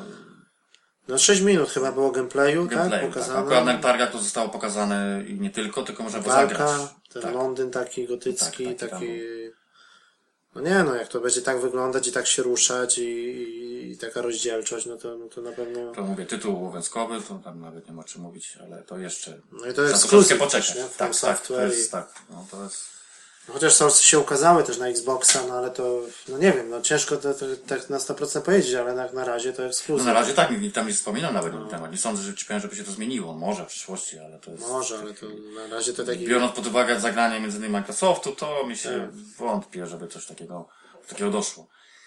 No 6 minut chyba było gameplayu, tak? Gameplayu, tak. Pokazane. Akurat na targach to zostało pokazane i nie tylko, tylko można było zagrać. Walka, ten Tak. Londyn taki gotycki, Tak, taki taki... No nie no, jak to będzie tak wyglądać i tak się ruszać i taka rozdzielczość, no to na pewno... To mówię, tytuł obowiązkowy, to tam nawet nie ma o czym mówić, ale to jeszcze... No i to jest trzeba troszkę ekskluzyw poczekać. też, nie? Tak, From to Software jest, tak. No, to jest... No chociaż Source się ukazały też na Xboxa, no ale to, no nie wiem, no ciężko to tak na 100% powiedzieć, ale na razie to No ekskluzyw. na razie tak, nikt tam nie wspominał nawet na ten temat. Nie sądzę, że ci powiem, żeby się to zmieniło. Może w przyszłości, ale to jest... Może, ale to na razie to taki... Biorąc pod uwagę zagranie między innymi Microsoftu, to mi się wątpię, żeby coś takiego doszło.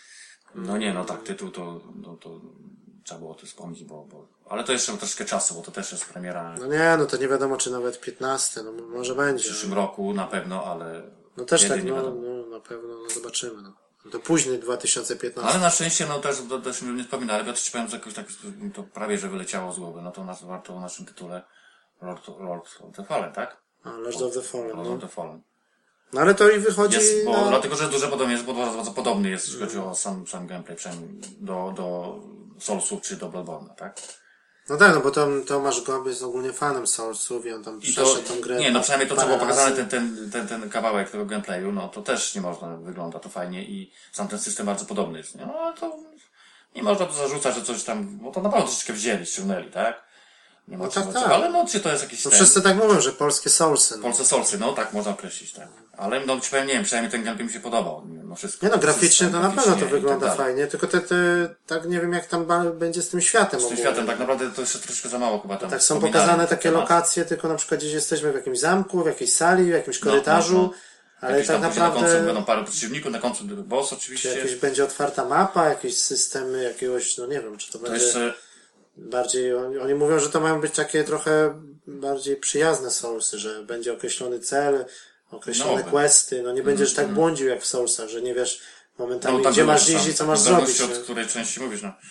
No nie, no tak, tytuł to trzeba było to wspomnieć, ale to jeszcze troszkę czasu, bo to też jest premiera No nie, no to nie wiadomo, czy nawet 15, no może w będzie. przyszłym roku na pewno, ale No też kiedy, tak, nie no wiadomo. na pewno, no zobaczymy, no. To późny 2015. Ale na szczęście, no też nie wspominali, bo ja też ci powiem, że jakoś tak to prawie, że wyleciało z głowy, no to warto o naszym tytule Lord of the Fallen, tak? A, Lord of the Fallen, Lord no. of the Fallen. No ale to i wychodzi Jest, bo na... dlatego, że duże podobnie jest, bo bardzo podobny jest, jeśli chodzi o sam gameplay, przynajmniej do Soulsów czy do Bloodborne'a, tak? No tak, no bo Tomasz Gob jest ogólnie fanem Soulsów i on tam I to, przeszedł tą grę. nie, no przynajmniej to, co parę było pokazane, razy. ten kawałek tego gameplayu, no to też nie można, wygląda to fajnie i sam ten system bardzo podobny jest, nie? No ale to nie można tu zarzucać, że coś tam, bo to naprawdę troszeczkę wzięli, ściągnęli, tak? Nie ma No czym tak, oczekiwać. tak. Ale no, czy to jest jakiś No ten... wszyscy tak mówią, że polskie Soulsy. No. Polsce Soulsy, no tak można określić, tak. Ale no ci powiem, nie wiem, przynajmniej ten gameplay mi się podobał. No wszystko. Nie no, graficznie System, to na pewno graficznie to i tak wygląda dalej. fajnie, tylko tak nie wiem jak tam będzie z tym światem Z tym ogólnie. światem tak naprawdę to jeszcze troszkę za mało chyba tam. Tak są wspominali pokazane na ten takie temat. lokacje, tylko na przykład gdzieś jesteśmy w jakimś zamku, w jakiejś sali, w jakimś korytarzu, ale Jakieś tak tam później na końcu naprawdę będą parę przeciwników, na końcu boss czy oczywiście. jakieś będzie otwarta mapa, jakieś systemy jakiegoś, no nie wiem, czy to To będzie jeszcze... bardziej, oni mówią, że to mają być takie trochę bardziej przyjazne Soulsy, że będzie określony cel, określone No, questy, no nie będziesz tak błądził jak w Soulsach, że nie wiesz momentami, tak gdzie było masz czasami, iść i co tak, masz w zrobić. zależności Nie? od której części mówisz, no.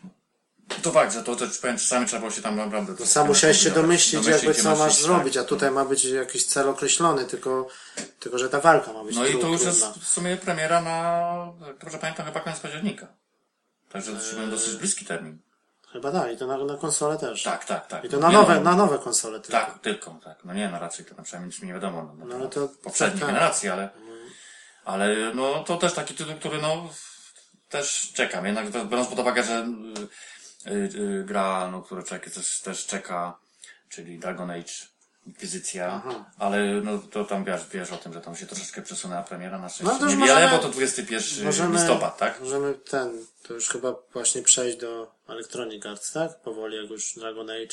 To fakt, że to też powiem, czasami trzeba było się tam naprawdę... No sam musiałeś się domyślić jakby gdzie co masz iść, zrobić, tak. a tutaj ma być jakiś cel określony, tylko że ta walka ma być No i to już jest trudna. w sumie premiera na, jak dobrze pamiętam, chyba koniec października. Także to się dosyć bliski termin. Chyba tak, i to na konsolę też. Tak. I to na Nie, nowe, no, na nowe konsole tylko. Tak, tylko, tak. No nie, no raczej to przynajmniej nic mi nie wiadomo. No, ale to- poprzedniej tak. generacji, ale no to też taki tytuł, który no też czekam. Jednak biorąc pod uwagę, że gra, no, która też czeka, czyli Dragon Age Inkwizycja, ale no to tam wiesz o tym, że tam się troszeczkę przesunęła premiera na szczęście. No to już Niewiele, możemy- bo to 21 listopad, tak? Możemy to już chyba właśnie przejść do Electronic Arts, tak? Powoli, jak już Dragon Age.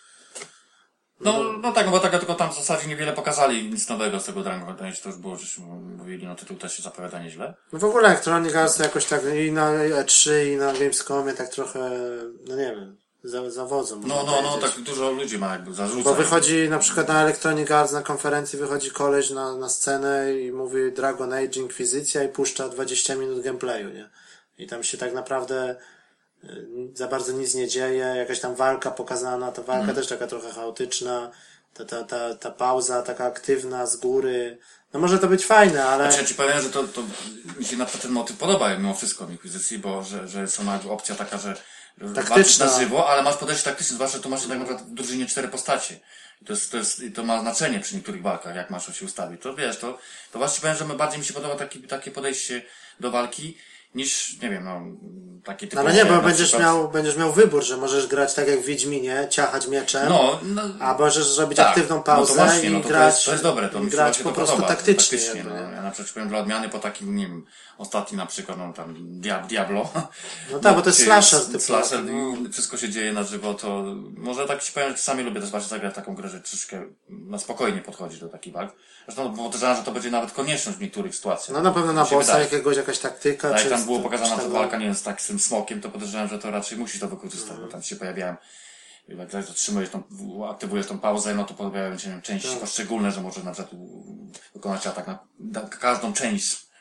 No tak, no bo tak, tylko tam w zasadzie niewiele pokazali nic nowego z tego Dragon Age, to już było, żeśmy mówili, no tytuł też się zapowiada nieźle. No w ogóle Electronic Arts jakoś tak i na E3 i na Gamescomie tak trochę, no nie wiem, zawodzą. można No, powiedzieć. tak dużo ludzi ma jakby zarzucać. Bo wychodzi na przykład na Electronic Arts na konferencji wychodzi koleś na scenę i mówi Dragon Age Inkwizycja i puszcza 20 minut gameplayu, nie? I tam się tak naprawdę za bardzo nic nie dzieje, jakaś tam walka pokazana, ta walka też taka trochę chaotyczna, ta pauza taka aktywna z góry. No może to być fajne, ale... Znaczy, ja ci powiem, że to mi się na przykład ten motyw podoba mimo wszystko w Inkwizycji, bo że są jakby opcja taka, że walczysz na żywo, ale masz podejście taktyczne, zwłaszcza tu masz tak naprawdę w drużynie 4 postacie. I to ma znaczenie przy niektórych walkach, jak masz się ustawić. To wiesz, to właśnie powiem, że bardziej mi się podoba takie podejście do walki, niż, nie wiem, no, takie No typowe. ale nie, bo na będziesz miał wybór, że możesz grać tak jak w Wiedźminie, ciachać mieczem, no, a możesz zrobić tak, aktywną pauzę no to właśnie, i no to grać, to jest dobre, to i mi się grać właśnie po to prostu podoba, taktycznie. jakby, no. nie? Ja na przykład powiem dla odmiany po takim, nie wiem, ostatni na przykład, no tam Diablo. No tak, bo to jest Gdzie slasher typu. Slasher No. i wszystko się dzieje na żywo, to może tak ci powiem, że czasami lubię też właśnie zagrać taką grę, że troszeczkę na spokojnie podchodzi do takich walk. Zresztą podejrzewam, że to będzie nawet konieczność w niektórych sytuacjach. No na pewno na Mi się bossa wydaje. jakiegoś jakaś taktyka. Tak, czy jak tam było pokazana czy ta tam- walka, nie wiem, z tym smokiem, to podejrzewam, że to raczej musi to wykorzystać, bo tam się pojawiałem, jak zatrzymujesz aktywujesz tą pauzę, no to pojawiają się części poszczególne, że możesz na przykład wykonać atak na każdą część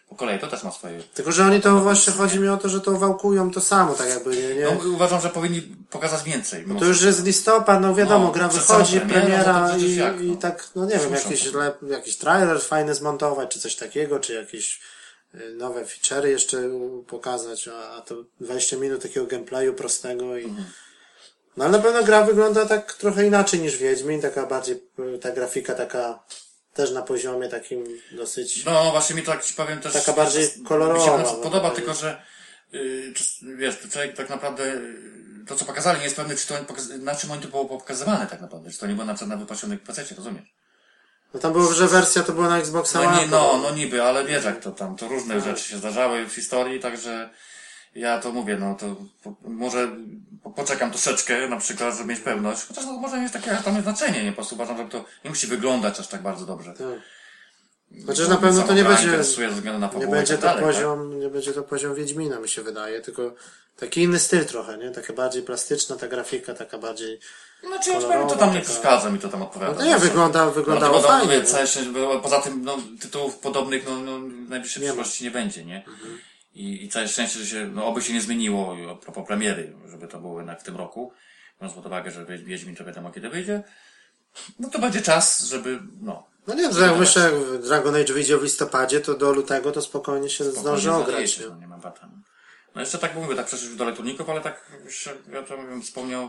po kolei, to też ma swoje... Tylko, że oni to właśnie, chodzi mi o to, że to wałkują to samo, tak jakby, nie? No, uważam, że powinni pokazać więcej. To już jest listopad, no wiadomo, gra przed wychodzi, samą premierą, premiera no to przecież jak, i no. tak, no nie wiem, jakiś trailer fajny zmontować, czy coś takiego, czy jakieś nowe feature'y jeszcze pokazać, a to 20 minut takiego gameplayu prostego i... No ale na pewno gra wygląda tak trochę inaczej niż Wiedźmin, taka bardziej, ta grafika taka też na poziomie takim dosyć... No właśnie mi tak ci powiem też... Taka bardziej kolorowa. Mi się na przykład podoba, tylko że wiesz, człowiek tak naprawdę to co pokazali nie jest pewne, czy to na czym oni to było pokazywane tak naprawdę, czy to nie było na przykład na wypasionych pececie, rozumiesz? No tam było, że wersja to była na Xboxa No, One. no niby, ale wiesz jak to tam, to różne rzeczy się zdarzały w historii, także ja to mówię, no to może poczekam troszeczkę na przykład, żeby mieć pewność, chociaż no, może mieć takie tam znaczenie, nie po prostu uważam, że to nie musi wyglądać aż tak bardzo dobrze. Tak. Chociaż na pewno to nie będzie, interesuje ze względu na nie fabułę będzie i tak to dalej, poziom, nie będzie to poziom Wiedźmina, mi się wydaje, tylko taki inny styl trochę, nie? Taka bardziej plastyczna ta grafika, taka bardziej tak? Znaczy, ja powiem, to tam nie przeszkadza, mi to tam odpowiada. No nie, wyglądało no, fajnie. Mówię, bo poza tym, no, tytułów podobnych, no w najbliższej Nie ma. przyszłości nie będzie, nie? I całe szczęście, że się, no oby się nie zmieniło a propos premiery, żeby to było jednak w tym roku, biorąc pod uwagę, że Wiedźmin to wiadomo kiedy wyjdzie, no to będzie czas, żeby, no. No nie, że jak myślę, jak Dragon Age wyjdzie w listopadzie, to do lutego to spokojnie się zdąży ograć. No, nie mam bata. No jeszcze tak mówię, tak przeszliśmy do elektroników, ale tak się, ja to bym wspomniał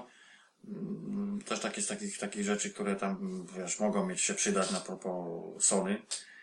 też takich rzeczy, które tam, wiesz, mogą mieć się przydać na propos Sony,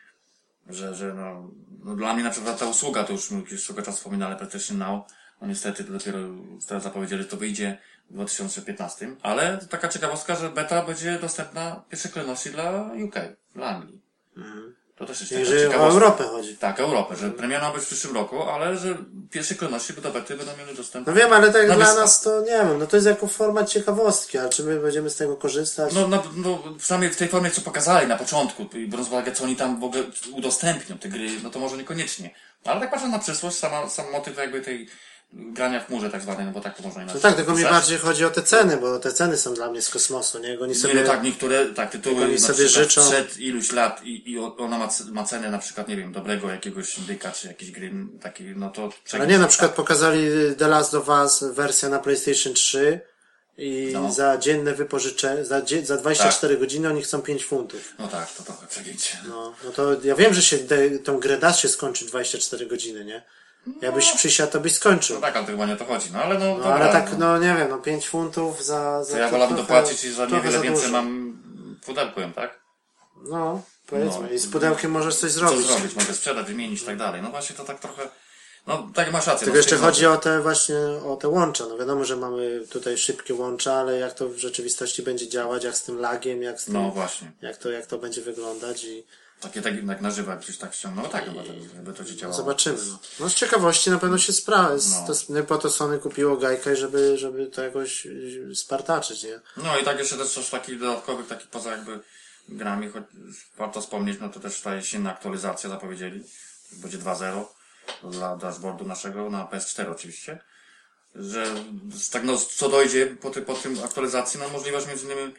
że no dla mnie na przykład ta usługa, to już długo czas wspominałem, PlayStation Now, no niestety to dopiero teraz zapowiedzieli, że to wyjdzie w 2015, ale taka ciekawostka, że beta będzie dostępna w pierwszej kolejności dla UK, dla Anglii. To też jest taka Jeżeli o ciekawostka. Europę chodzi. Tak, Europę, że premiera ma być w przyszłym roku, ale że w pierwszej kolejności do bety będą mieli dostęp. No wiem, ale tak na dla wyspach. nas to nie wiem, no to jest jako format ciekawostki, ale czy my będziemy z tego korzystać? No przynajmniej w tej formie, co pokazali na początku, i biorąc pod uwagę, co oni tam w ogóle udostępnią, te gry, no to może niekoniecznie. Ale tak patrzę na przyszłość, sam motyw jakby tej grania w chmurze tak zwanej, no bo tak to można inaczej No tak, tylko mi opisać. bardziej chodzi o te ceny, bo te ceny są dla mnie z kosmosu, nie? Oni sobie... Nie, tak, niektóre tytuły oni na sobie przykład życzą. przed iluś lat i ona ma cenę na przykład, nie wiem, dobrego jakiegoś indyka, czy jakiejś gry takiej, no to... Ale nie, na przykład pokazali The Last of Us wersja na PlayStation 3 i za dzienne wypożyczenie, za 24 godziny oni chcą 5 funtów. No tak, to trochę przegięcie. No to ja wiem, że się tą grę da się skończyć 24 godziny, nie? Jakbyś przysiadł, to byś skończył. No tak, ale to chyba nie o to chodzi, no ale no No dobra, ale tak, no nie wiem, no 5 funtów to ja to wolałbym trochę- dopłacić i za trochę niewiele więcej dużo. mam pudełkiem, tak? No, powiedzmy. No. I z pudełkiem możesz coś Co zrobić. zrobić? Mogę sprzedać, wymienić i tak dalej. No właśnie to tak trochę, no tak masz rację. Tylko no, jeszcze z tej chodzi o te właśnie, o te łącza. No wiadomo, że mamy tutaj szybkie łącza, ale jak to w rzeczywistości będzie działać, jak z tym lagiem, jak z tym, No właśnie. jak to będzie wyglądać i Takie tak jak na żywo, jak gdzieś tak ściągnął, no tak, żeby to ci działało. zobaczymy. No. No z ciekawości na pewno się sprawi. No. Po to Sony kupiło Gajkę, żeby to jakoś spartaczyć, nie? No i tak jeszcze też coś takich dodatkowych, takich poza jakby grami, choć warto wspomnieć, no to też ta silna aktualizacja zapowiedzieli. Będzie 2.0 dla dashboardu naszego, na PS4 oczywiście. Że tak no, co dojdzie po tym aktualizacji, no możliwość między innymi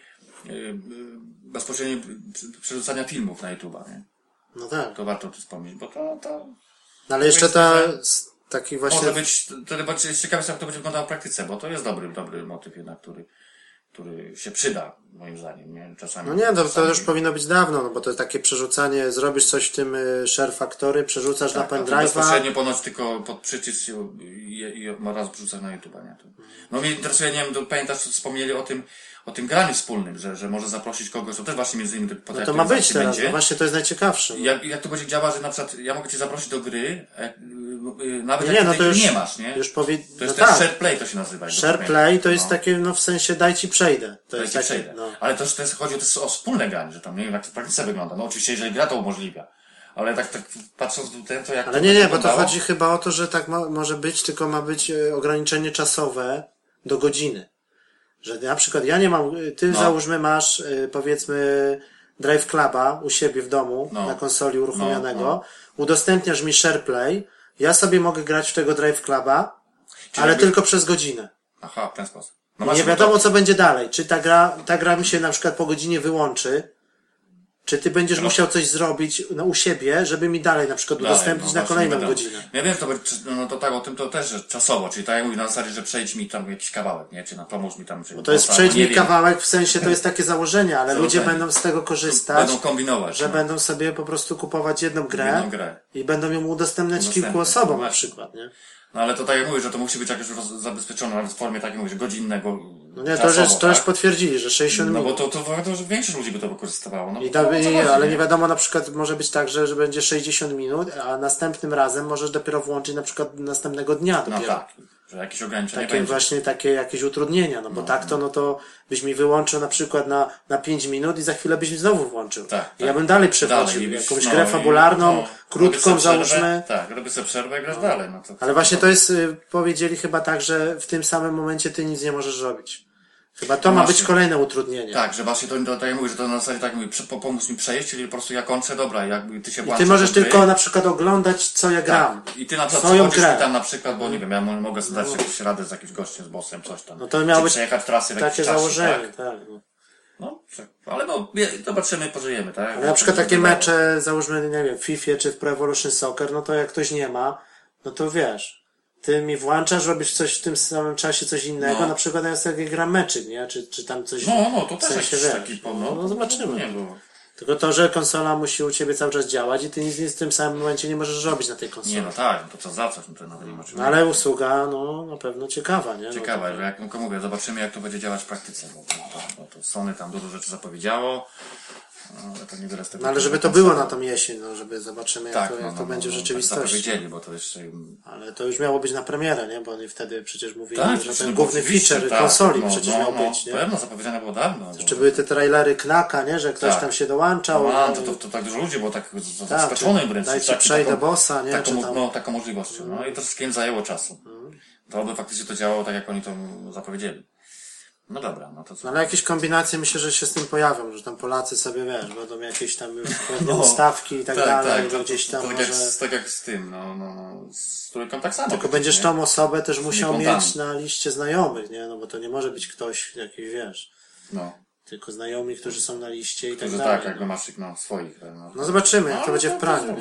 bezpośrednio przerzucania filmów na YouTube'a, nie? No tak. To warto tu wspomnieć, bo to No ale jeszcze taki właśnie... może być, wtedy będzie ciekawe, jak to będzie wyglądało w praktyce, bo to jest dobry motyw jednak, który się przyda, moim zdaniem, nie? Czasami. No nie, to już powinno być dawno, no bo to jest takie przerzucanie, zrobisz coś w tym Share Factory, przerzucasz Tak, na a to pendrive'a. bezpośrednio ponoć tylko pod przycisk i od razu wrzucać na YouTube, nie? No mnie interesuje, nie wiem, pamiętasz, co wspomnieli o tym graniu wspólnym, że może zaprosić kogoś, to też właśnie między innymi No to ma być teraz, no właśnie to jest najciekawsze. No. Jak to będzie działać, że na przykład ja mogę cię zaprosić do gry, nawet Nie, jak no tej to gry już, nie masz, nie? Już To no jest tak. ten share play, to się nazywa. Share play to jest No. takie, no w sensie daj ci przejdę. To To jest jest takie, przejdę. no. Ale to też chodzi o wspólne granie, że tam nie wiem jak to w praktyce wygląda. No oczywiście jeżeli gra to umożliwia. Ale tak patrząc w ten, to jak Ale to nie, bo to wyglądało? chodzi chyba o to, że tak może być, tylko ma być ograniczenie czasowe do godziny. Że na przykład ja nie mam, ty załóżmy masz powiedzmy Drive Cluba u siebie w domu na konsoli uruchomionego, udostępniasz mi SharePlay, ja sobie mogę grać w tego Drive Cluba, ale tylko przez godzinę. Aha, w ten sposób. No I nie właśnie, wiadomo co będzie dalej. Czy ta gra mi się na przykład po godzinie wyłączy, czy ty będziesz musiał coś zrobić u siebie, żeby mi dalej na przykład udostępnić na kolejną godzinę. Ja wiem, no to tak, o tym to też że czasowo, czyli tak jak mówię, na zasadzie, że przejdź mi tam jakiś kawałek, nie? Czy pomóż mi tam. Czy to jest przejdź mi kawałek, w sensie to jest takie założenie, ale ludzie będą z tego korzystać. Będą kombinować. Że będą sobie po prostu kupować jedną grę i będą ją udostępniać kilku osobom na przykład, nie? No ale to tak jak mówisz, że to musi być jakoś zabezpieczone, nawet w formie takiej mówisz, godzinnego. No nie, to już potwierdzili, że 60 minut. No bo to większość ludzi by to wykorzystywało. No, ale nie wiadomo, na przykład może być tak, że będzie 60 minut, a następnym razem możesz dopiero włączyć na przykład następnego dnia dopiero. No tak, że jakieś ograniczenia będzie. Właśnie takie jakieś utrudnienia, no bo no to byś mi wyłączył na przykład na 5 minut i za chwilę byś mi znowu włączył. Tak. Ja bym dalej przechodził jakąś grę fabularną, krótką załóżmy. Tak, robię sobie przerwę i grasz dalej. No ale właśnie to jest, powiedzieli chyba tak, że w tym samym momencie ty nic nie możesz robić. Chyba to ma być kolejne utrudnienie. Tak, że właśnie to tak jak mówisz, że to na zasadzie tak mówi, pomóż mi przejść, czyli po prostu ja kończę, dobra, jakby ty się włączasz. I ty możesz tylko na przykład oglądać, co ja gram. Tak. I ty na przykład przechodzisz mi tam na przykład, bo nie wiem, ja mogę sobie dać jakąś radę z jakimś gościem, z bossem, coś tam. No to miało być przejechać trasy w takie założenie, tak. No, ale zobaczymy, pożyjemy, tak? Ale na przykład takie mecze, załóżmy, nie wiem, w FIFA czy w Pro Evolution Soccer, no to jak ktoś nie ma, no to wiesz, ty mi włączasz, robisz coś w tym samym czasie, coś innego, na przykład ja sobie gram meczyk, nie? Czy tam coś... No, to w też sensie, jakiś taki no zobaczymy. Nie było. Tylko to, że konsola musi u ciebie cały czas działać i ty nic w tym samym momencie nie możesz robić na tej konsoli. Nie, no tak, to co za coś, no to nawet nie ma czym. No ale usługa, no na pewno ciekawa, nie? Ciekawa, że jak tylko mówię, zobaczymy jak to będzie działać w praktyce, bo to Sony tam dużo rzeczy zapowiedziało, ale to niewiele z tego... No ale żeby to było na tą jesień, no żeby zobaczymy jak to będzie w rzeczywistości. Tak zapowiedzieli, bo to jeszcze... Ale to już miało być na premierę, nie? Bo oni wtedy przecież mówili, tak, że ten główny feature konsoli przecież miał być, nie? Pewno, zapowiedziane było dawno. Jeszcze były te trailery Knaka, nie? Że ktoś tam się dołączał. To tak dużo ludzi było tak zaskoczony wręcz. Dajcie przejdę bossa, nie? Taką możliwością. No i to wszystkim zajęło czasu. To by faktycznie to działało tak, jak oni to zapowiedzieli. No dobra, no to co? Ale jakieś kombinacje myślę, że się z tym pojawią, że tam Polacy sobie, wiesz, będą jakieś tam pewne ustawki i tak dalej, to, gdzieś tam tak jak z tym, z trójką tak samo. Tylko będziesz tą osobę też musiał mieć na liście znajomych, nie? No bo to nie może być ktoś jakiś, wiesz, tylko znajomi, którzy są na liście i tak dalej. Tak, jakby masz swoich. No zobaczymy, jak to będzie w praniu.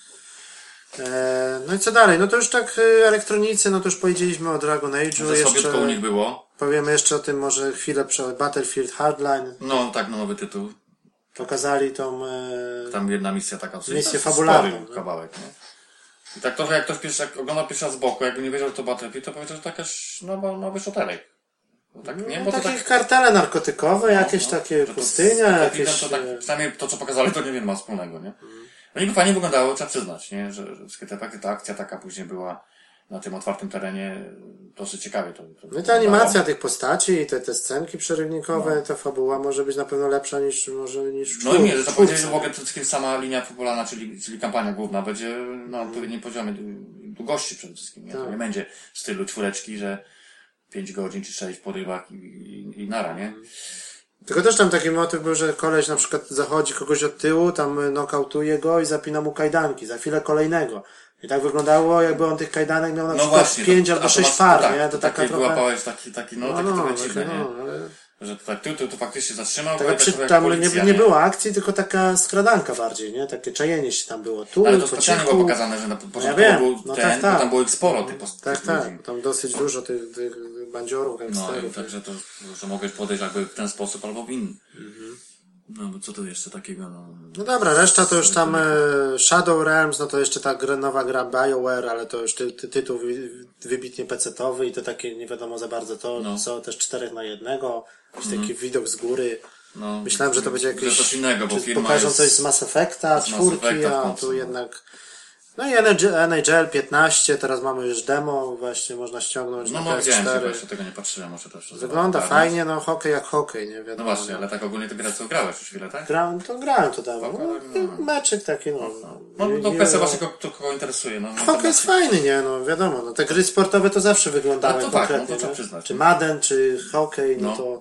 No i co dalej? No to już tak elektronicy, no to już powiedzieliśmy o Dragon Age'u. Jeszcze u nich było. Powiemy jeszcze o tym może chwilę przed Battlefield Hardline. No tak, nowy tytuł. Pokazali tą... Tam jedna misja taka. Misję fabularną. Kawałek, nie? I tak trochę jak ktoś jak ogląda pierwszy raz z boku, jakby nie wiedział, że to Battlefield, to powiedział, że to jakaś nowy szotelek. Tak, nie? Bo takie to tak... kartele narkotykowe, jakieś takie pustynia, jakieś... To tak, przynajmniej to, co pokazali, to niewiele ma wspólnego, nie? No niby fajnie wyglądało, trzeba przyznać, nie? Że ta akcja taka później była na tym otwartym terenie dosyć ciekawie to no i ta animacja tych postaci i te scenki przerywnikowe, ta fabuła może być na pewno lepsza niż No i nie, że powiedzieli, że w ogóle przede wszystkim sama linia fabularna, czyli kampania główna będzie na odpowiednim poziomie długości przede wszystkim, nie? To nie będzie w stylu czwóreczki, że 5 godzin czy 6 po rybach i nara, nie? Tylko też tam taki motyw był, że koleś na przykład zachodzi kogoś od tyłu, tam nokautuje go i zapina mu kajdanki, za chwilę kolejnego. I tak wyglądało, jakby on tych kajdanek miał na przykład 5 albo 6 par, nie? To taka trochę... Wyłapałeś taki trochę dziwne, nie? Że to tak tu faktycznie zatrzymał. Tam nie było akcji, tylko taka skradanka bardziej, nie? Takie czajenie się tam było. Tu, ale to specjalnie było pokazane, że na początku był ten, bo tam było ich sporo tych tak, tam dosyć dużo tych bandziorów, gangsterów. No i także to, że mogłeś podejść jakby w ten sposób albo w inny. No bo co to jeszcze takiego? No dobra, reszta to już tam Shadow Realms, no to jeszcze ta nowa gra BioWare, ale to już tytuł wybitnie pecetowy i to takie nie wiadomo za bardzo to, co też 4:1, jakiś taki widok z góry. No, myślałem, że to będzie jakieś... coś innego, bo firma pokażą coś z Mass Effecta, 4, a tu jednak... No i NHL 15, teraz mamy już demo, właśnie można ściągnąć na PS4. Jeszcze tego nie patrzyłem, może też. Wygląda fajnie, no hokej jak hokej, nie wiadomo. No właśnie, ale tak ogólnie to grałeś już chwilę, tak? Grałem to demo. Meczyk taki, No kwestia właśnie kogo interesuje. Hokej jest fajny, nie? No wiadomo, no te gry sportowe to zawsze wyglądały konkretnie. To trzeba przyznać. Czy Madden, czy hokej, no to...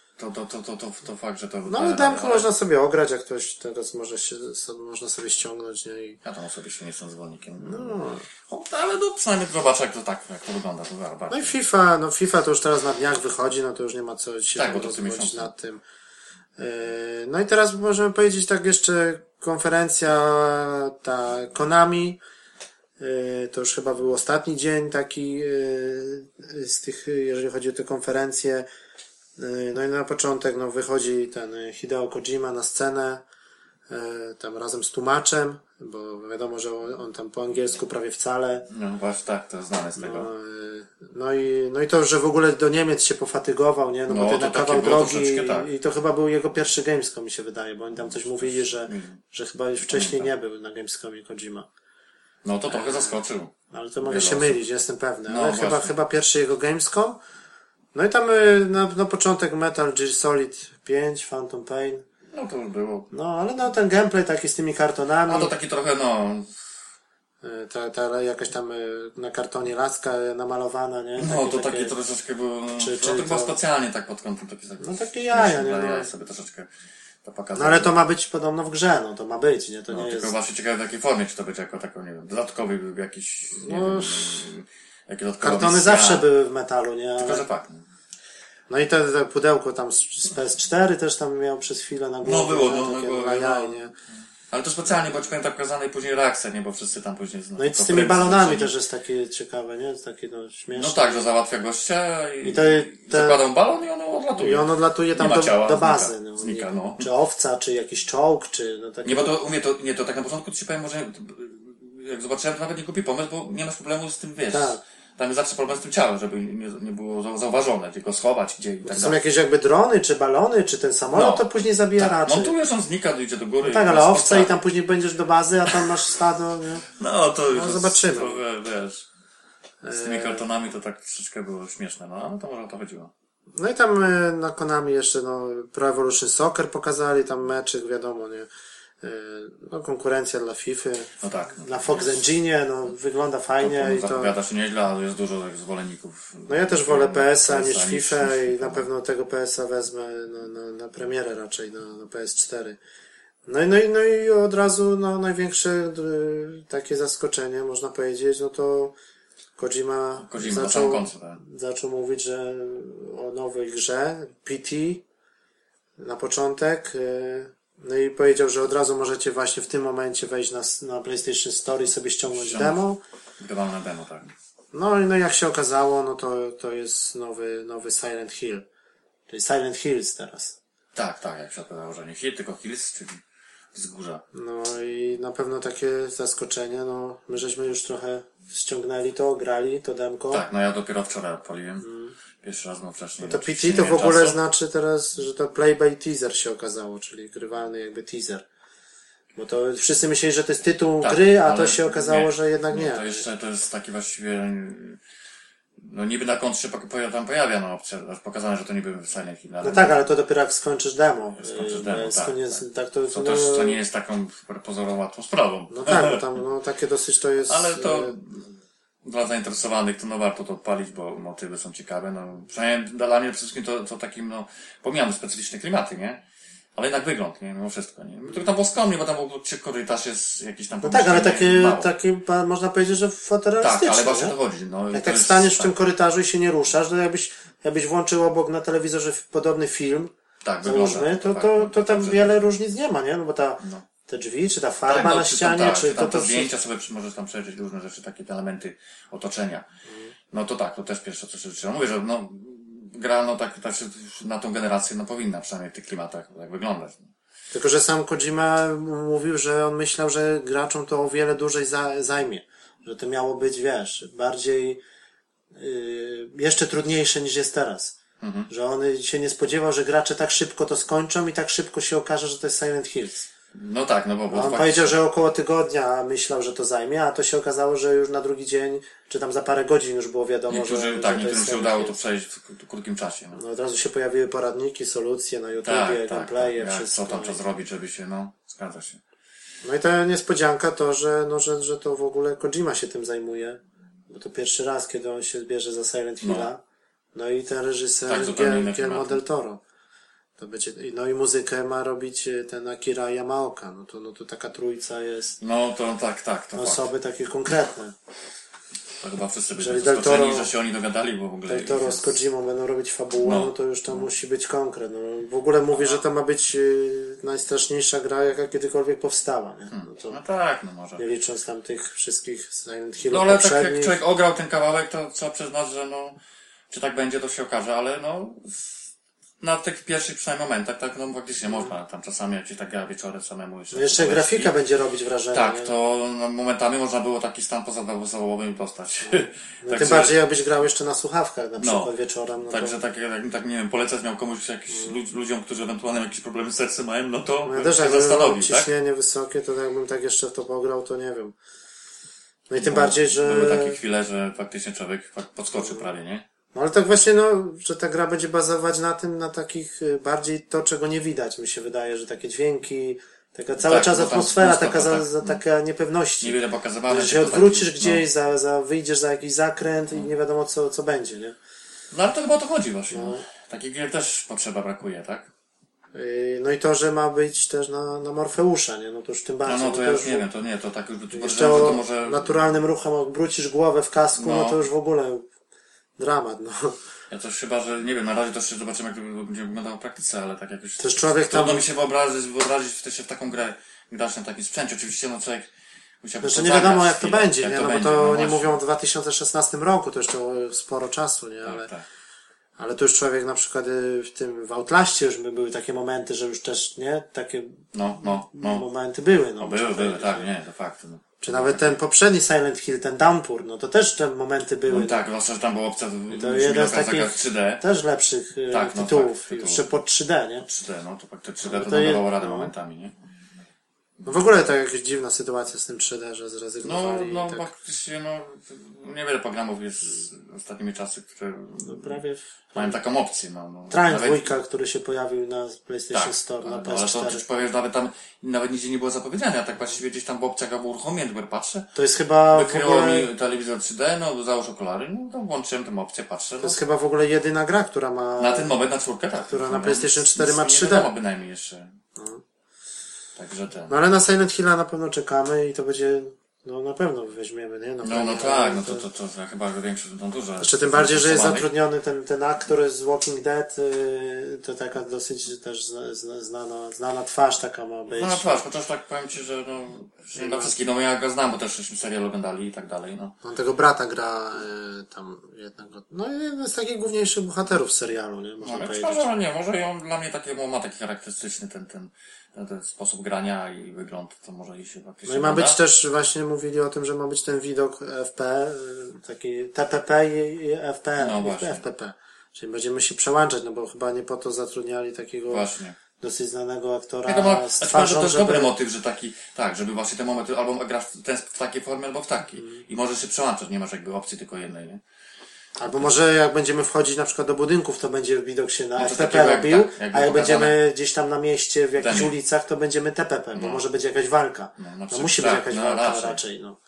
To fakt, że to... No i demko można sobie ograć, jak ktoś teraz można sobie ściągnąć, nie? Ja tam osobiście nie jestem zwolennikiem. Ale przynajmniej zobacz, jak to wygląda. To no i FIFA to już teraz na dniach wychodzi, no to już nie ma co się rozwodzić nad tym. No i teraz możemy powiedzieć tak jeszcze konferencja ta Konami. To już chyba był ostatni dzień taki z tych, jeżeli chodzi o te konferencje. No i na początek wychodzi ten Hideo Kojima na scenę tam razem z tłumaczem, bo wiadomo, że on tam po angielsku prawie wcale. No właśnie tak, to jest znane z tego. No i to, że w ogóle do Niemiec się pofatygował, nie? No bo to na kawał drogi tak. I to chyba był jego pierwszy Gamescom, mi się wydaje, bo oni tam coś mówili, że chyba już wcześniej nie był na Gamescomie Kojima. No to trochę zaskoczył. Ale to mogę się mylić, jestem pewny. No, ale chyba pierwszy jego Gamescom. No i tam na początek Metal Gear Solid 5, Phantom Pain. No to już było. No, ale ten gameplay taki z tymi kartonami. No to taki trochę, Ta jakaś tam na kartonie laska namalowana, nie? No to taki troszeczkę było, to było specjalnie tak pod kątem taki. No takie jaja, nie? Ja sobie troszeczkę to pokazałem. No ale to ma być podobno w grze, no to ma być, nie? To nie tylko jest... właśnie ciekawe w jakiej formie, czy to będzie jako taką, nie wiem, dodatkowy jakiś, nie wiem, jaki dodatkowy kartony zawsze były w metalu, nie? Tylko, że tak. No i te pudełko tam z PS4 też tam miał przez chwilę na głowie. No było, nie? Ale to specjalnie, bo ci powiem tak pokazane i później reakcja, nie? Bo wszyscy tam później... No i z tymi balonami też jest takie ciekawe, nie? Takie śmieszne. No tak, że załatwia gościa i zakładam balon i on odlatuje. I on odlatuje tam do bazy. Znika, no. Czy owca, czy jakiś czołg, czy... No takie... Nie, bo to tak na początku ci powiem, może jak zobaczyłem, to nawet nie kupi pomysł, bo nie masz problemu z tym, wiesz. Tak. Tam jest zawsze problem z tym ciałem, żeby nie było zauważone, tylko schować gdzie i tak dalej. Są jakieś jakby drony, czy balony, czy ten samolot, to później zabija raczej. Montujesz, on znika, idzie do góry. No tak, ale owca i tam później będziesz do bazy, a tam masz stado, nie? No to już zobaczymy. Trochę, wiesz, z tymi kartonami to tak troszeczkę było śmieszne, no ale to może o to chodziło. No i tam na Konami jeszcze Pro Evolution Soccer pokazali, tam meczyk, wiadomo, nie? Konkurencja dla FIFA. No tak. Na Fox Engine, wygląda fajnie. Zapowiada się nieźle, ale jest dużo zwolenników. No ja też wolę PS-a niż FIFA i na pewno tego PS-a wezmę na premierę raczej, na PS4. No i od razu największe takie zaskoczenie, można powiedzieć, to Kojima zaczął mówić, że o nowej grze, PT, na początek. No i powiedział, że od razu możecie właśnie w tym momencie wejść na PlayStation Store i sobie ściągnąć demo. Grywalne demo, tak. No jak się okazało, to jest nowy Silent Hill. Czyli Silent Hills teraz. Tak, jak się okazało, że nie Hill, tylko Hills, czyli wzgórza. No i na pewno takie zaskoczenie, my żeśmy już trochę ściągnęli to, grali to demko. Tak, ja dopiero wczoraj odpaliłem. Pierwszy raz, wcześniej. No to PT to w ogóle znaczy teraz, że to play by teaser się okazało, czyli grywalny jakby teaser. Bo to wszyscy myśleli, że to jest tytuł gry, a to się okazało, że jednak nie. To jest taki właściwie, niby na końcu się tam pojawia opcja, pokazane, że to niby Silent Hill. No tak, ale to dopiero jak skończysz demo. To nie jest taką pozorową łatwą sprawą. No tak, bo tam takie dosyć to jest... Ale to dla zainteresowanych to warto to odpalić, bo motywy są ciekawe. Przynajmniej dla mnie przede wszystkim to takim, pomijam specyficzne klimaty, nie? Ale jednak wygląd, nie? Mimo wszystko, nie? To tam było skromnie, bo tam korytarz jest jakiś tam... No tak, ale takie można powiedzieć, że fotorealistyczne. Tak, ale właśnie to chodzi. Jak staniesz w tym korytarzu i się nie ruszasz, to jakbyś włączył obok na telewizorze podobny film, załóżmy, to tam wiele różnic nie ma, nie? No bo te drzwi, czy ta farba na ścianie, czy to zdjęcia sobie możesz tam przejrzeć różne rzeczy, takie elementy otoczenia. To też pierwsze co się trzeba. Mówię, że gra tak na tą generację powinna przynajmniej w tych klimatach tak wyglądać. Tylko, że sam Kojima mówił, że on myślał, że graczom to o wiele dłużej zajmie. Że to miało być, bardziej jeszcze trudniejsze niż jest teraz. Że on się nie spodziewał, że gracze tak szybko to skończą i tak szybko się okaże, że to jest Silent Hills. No tak, bo on powiedział, że około tygodnia myślał, że to zajmie, a to się okazało, że już na drugi dzień, czy tam za parę godzin już było wiadomo, że niektórym się udało to przejść w krótkim czasie. Od razu się pojawiły poradniki, solucje na YouTubie, gameplaye, wszystko. Co tam trzeba zrobić, żeby się, zgadza się. No i ta niespodzianka to, że to w ogóle Kojima się tym zajmuje, bo to pierwszy raz, kiedy on się bierze za Silent Hilla. No i ten reżyser Guillermo del Toro. To będzie, i muzykę ma robić ten Akira Yamaoka. To taka trójca jest. To tak. To osoby takie konkretne. To chyba wszyscy byli Jeżeli Del zaskoczeni, Toro- że się oni dogadali, bo w ogóle... Del Toro z Kojimą będą robić fabułę, No. no to już tam musi być konkret. No, w ogóle mówi, że to ma być najstraszniejsza gra, jaka kiedykolwiek powstała. Nie? No to, No tak, no może. nie licząc tam tych wszystkich Silent Hill No ale tak poprzednich. jak człowiek ograł ten kawałek, to trzeba przyznać, że no, czy tak będzie, to się okaże, ale no, na tych pierwszych przynajmniej momentach, tak, no faktycznie można tam czasami jakieś tak gra wieczorem samemu jeszcze. No jeszcze grafika będzie robić wrażenie. Tak, nie? to no, momentami można było taki stan pozawołowy dostać. No, Także- tym bardziej jakbyś grał jeszcze na słuchawkach na przykład wieczorem. No Także to... tak nie wiem, polecać miał komuś jakiś ludziom, którzy ewentualnie jakieś problemy z sercem mają, no to No ja bym też się jak bym zastanowił, miał tak? ciśnienie wysokie, to jakbym tak jeszcze w to pograł, to nie wiem. No i tym bardziej, że... Były takie chwile, że faktycznie człowiek podskoczył prawie, nie? No ale tak właśnie, no, że ta gra będzie bazować na tym, na takich bardziej to, czego nie widać, mi się wydaje, że takie dźwięki, taka cały Tak, czas bo tam atmosfera, non-stop, taka, tak. taka niepewności. Niewiele pokazywane. Że się tylko odwrócisz taki, gdzieś, wyjdziesz za jakiś zakręt i nie wiadomo co będzie, nie? No ale to chyba o to chodzi właśnie. No. Takich gier też potrzeba brakuje, tak? No i to, że ma być też na Morfeusza, nie? No to już tym bardziej. No to ja to już nie wiem, to nie, to tak już Jeszcze podejrzewam, że to może... naturalnym ruchem obrócisz głowę w kasku, no No. to już w ogóle dramat, no. Ja też chyba, że nie wiem, na razie też zobaczymy, jak to będzie wyglądało w praktyce, ale tak jakoś... Też człowiek tam... Trudno mi się wyobrazić też się w taką grę grać na takim sprzęcie. Oczywiście, no człowiek musiałby Znaczy to nie wiadomo zagrać jak to chwilę, będzie, jak nie? No bo będzie, to nie właśnie. mówią o 2016 roku, to jeszcze sporo czasu, nie? Ale, Tak. ale to już człowiek na przykład w Outlaście już były takie momenty, że już też, nie? Takie No. momenty były, no. Były, tak, nie, to fakt. No. Czy nawet ten poprzedni Silent Hill, ten Downpour, no to też te momenty były. No tak, zwłaszcza, że tam było opcja To jeden z zagrać takich 3D. też lepszych Tak, no tytułów, tak, jeszcze pod 3D, nie? 3D, no to fakt, te 3D No to to nam je- dawało radę no. momentami, nie? No w ogóle tak jakaś dziwna sytuacja z tym 3D, że No, zrezygnowali. no i tak, faktycznie, no, niewiele programów jest ostatnimi czasy, które prawie mają taką opcję, no. Train Nawet- 2, który się pojawił na PlayStation tak, Store, na ale to PS4. już powiesz, nawet nigdzie nie było zapowiedziane, a tak właściwie gdzieś tam w opcjach albo uruchomiłem, tylko patrzę, To jest chyba w wykryło ogóle, mi telewizor 3D, no załóż okulary, no to włączyłem tę opcję, patrzę, to no, jest chyba w ogóle jedyna gra, która ma... na ten moment na czwórkę, tak. Która na No, PlayStation 4 ma nic 3D. Nie wiadomo bynajmniej jeszcze. Także ten. No ale na Silent Hilla na pewno czekamy i to będzie, no na pewno weźmiemy, nie? No tak, no to chyba większe, no duże. Jeszcze tym bardziej, że jest zastosowanych. zatrudniony ten aktor z Walking Dead, to taka dosyć też znana twarz taka ma być. No na twarz, chociaż tak powiem Ci, że no, że nie dla wszystkich, no ja go znam, bo też żeśmy serial oglądali i tak dalej, no. On tego brata gra tam jednego, no jeden z takich główniejszych bohaterów serialu, nie? Można No powiedzieć. może nie, może i on dla mnie ma taki charakterystyczny ten sposób grania i wygląd, to może i się faktycznie No i ma uda. być też, właśnie mówili o tym, że ma być ten widok FP, taki TPP i FP, No właśnie. FPP. Czyli będziemy się przełączać, no bo chyba nie po to zatrudniali takiego Właśnie. dosyć znanego aktora Wiadomo, z to twarzą, jest żeby... dobry motyw, że taki, tak, żeby właśnie te momenty, albo grasz w takiej formie, albo w takiej. I możesz się przełączać, nie masz jakby opcji tylko jednej, nie? Albo może jak będziemy wchodzić na przykład do budynków, to będzie widok się na No to FTP takiego jak- robił, tak, jakby a jak pokazane. będziemy gdzieś tam na mieście, w jakichś Ten- ulicach, to będziemy TPP, bo może być jakaś walka. na No przykład, musi być tak, jakaś no walka raczej, no.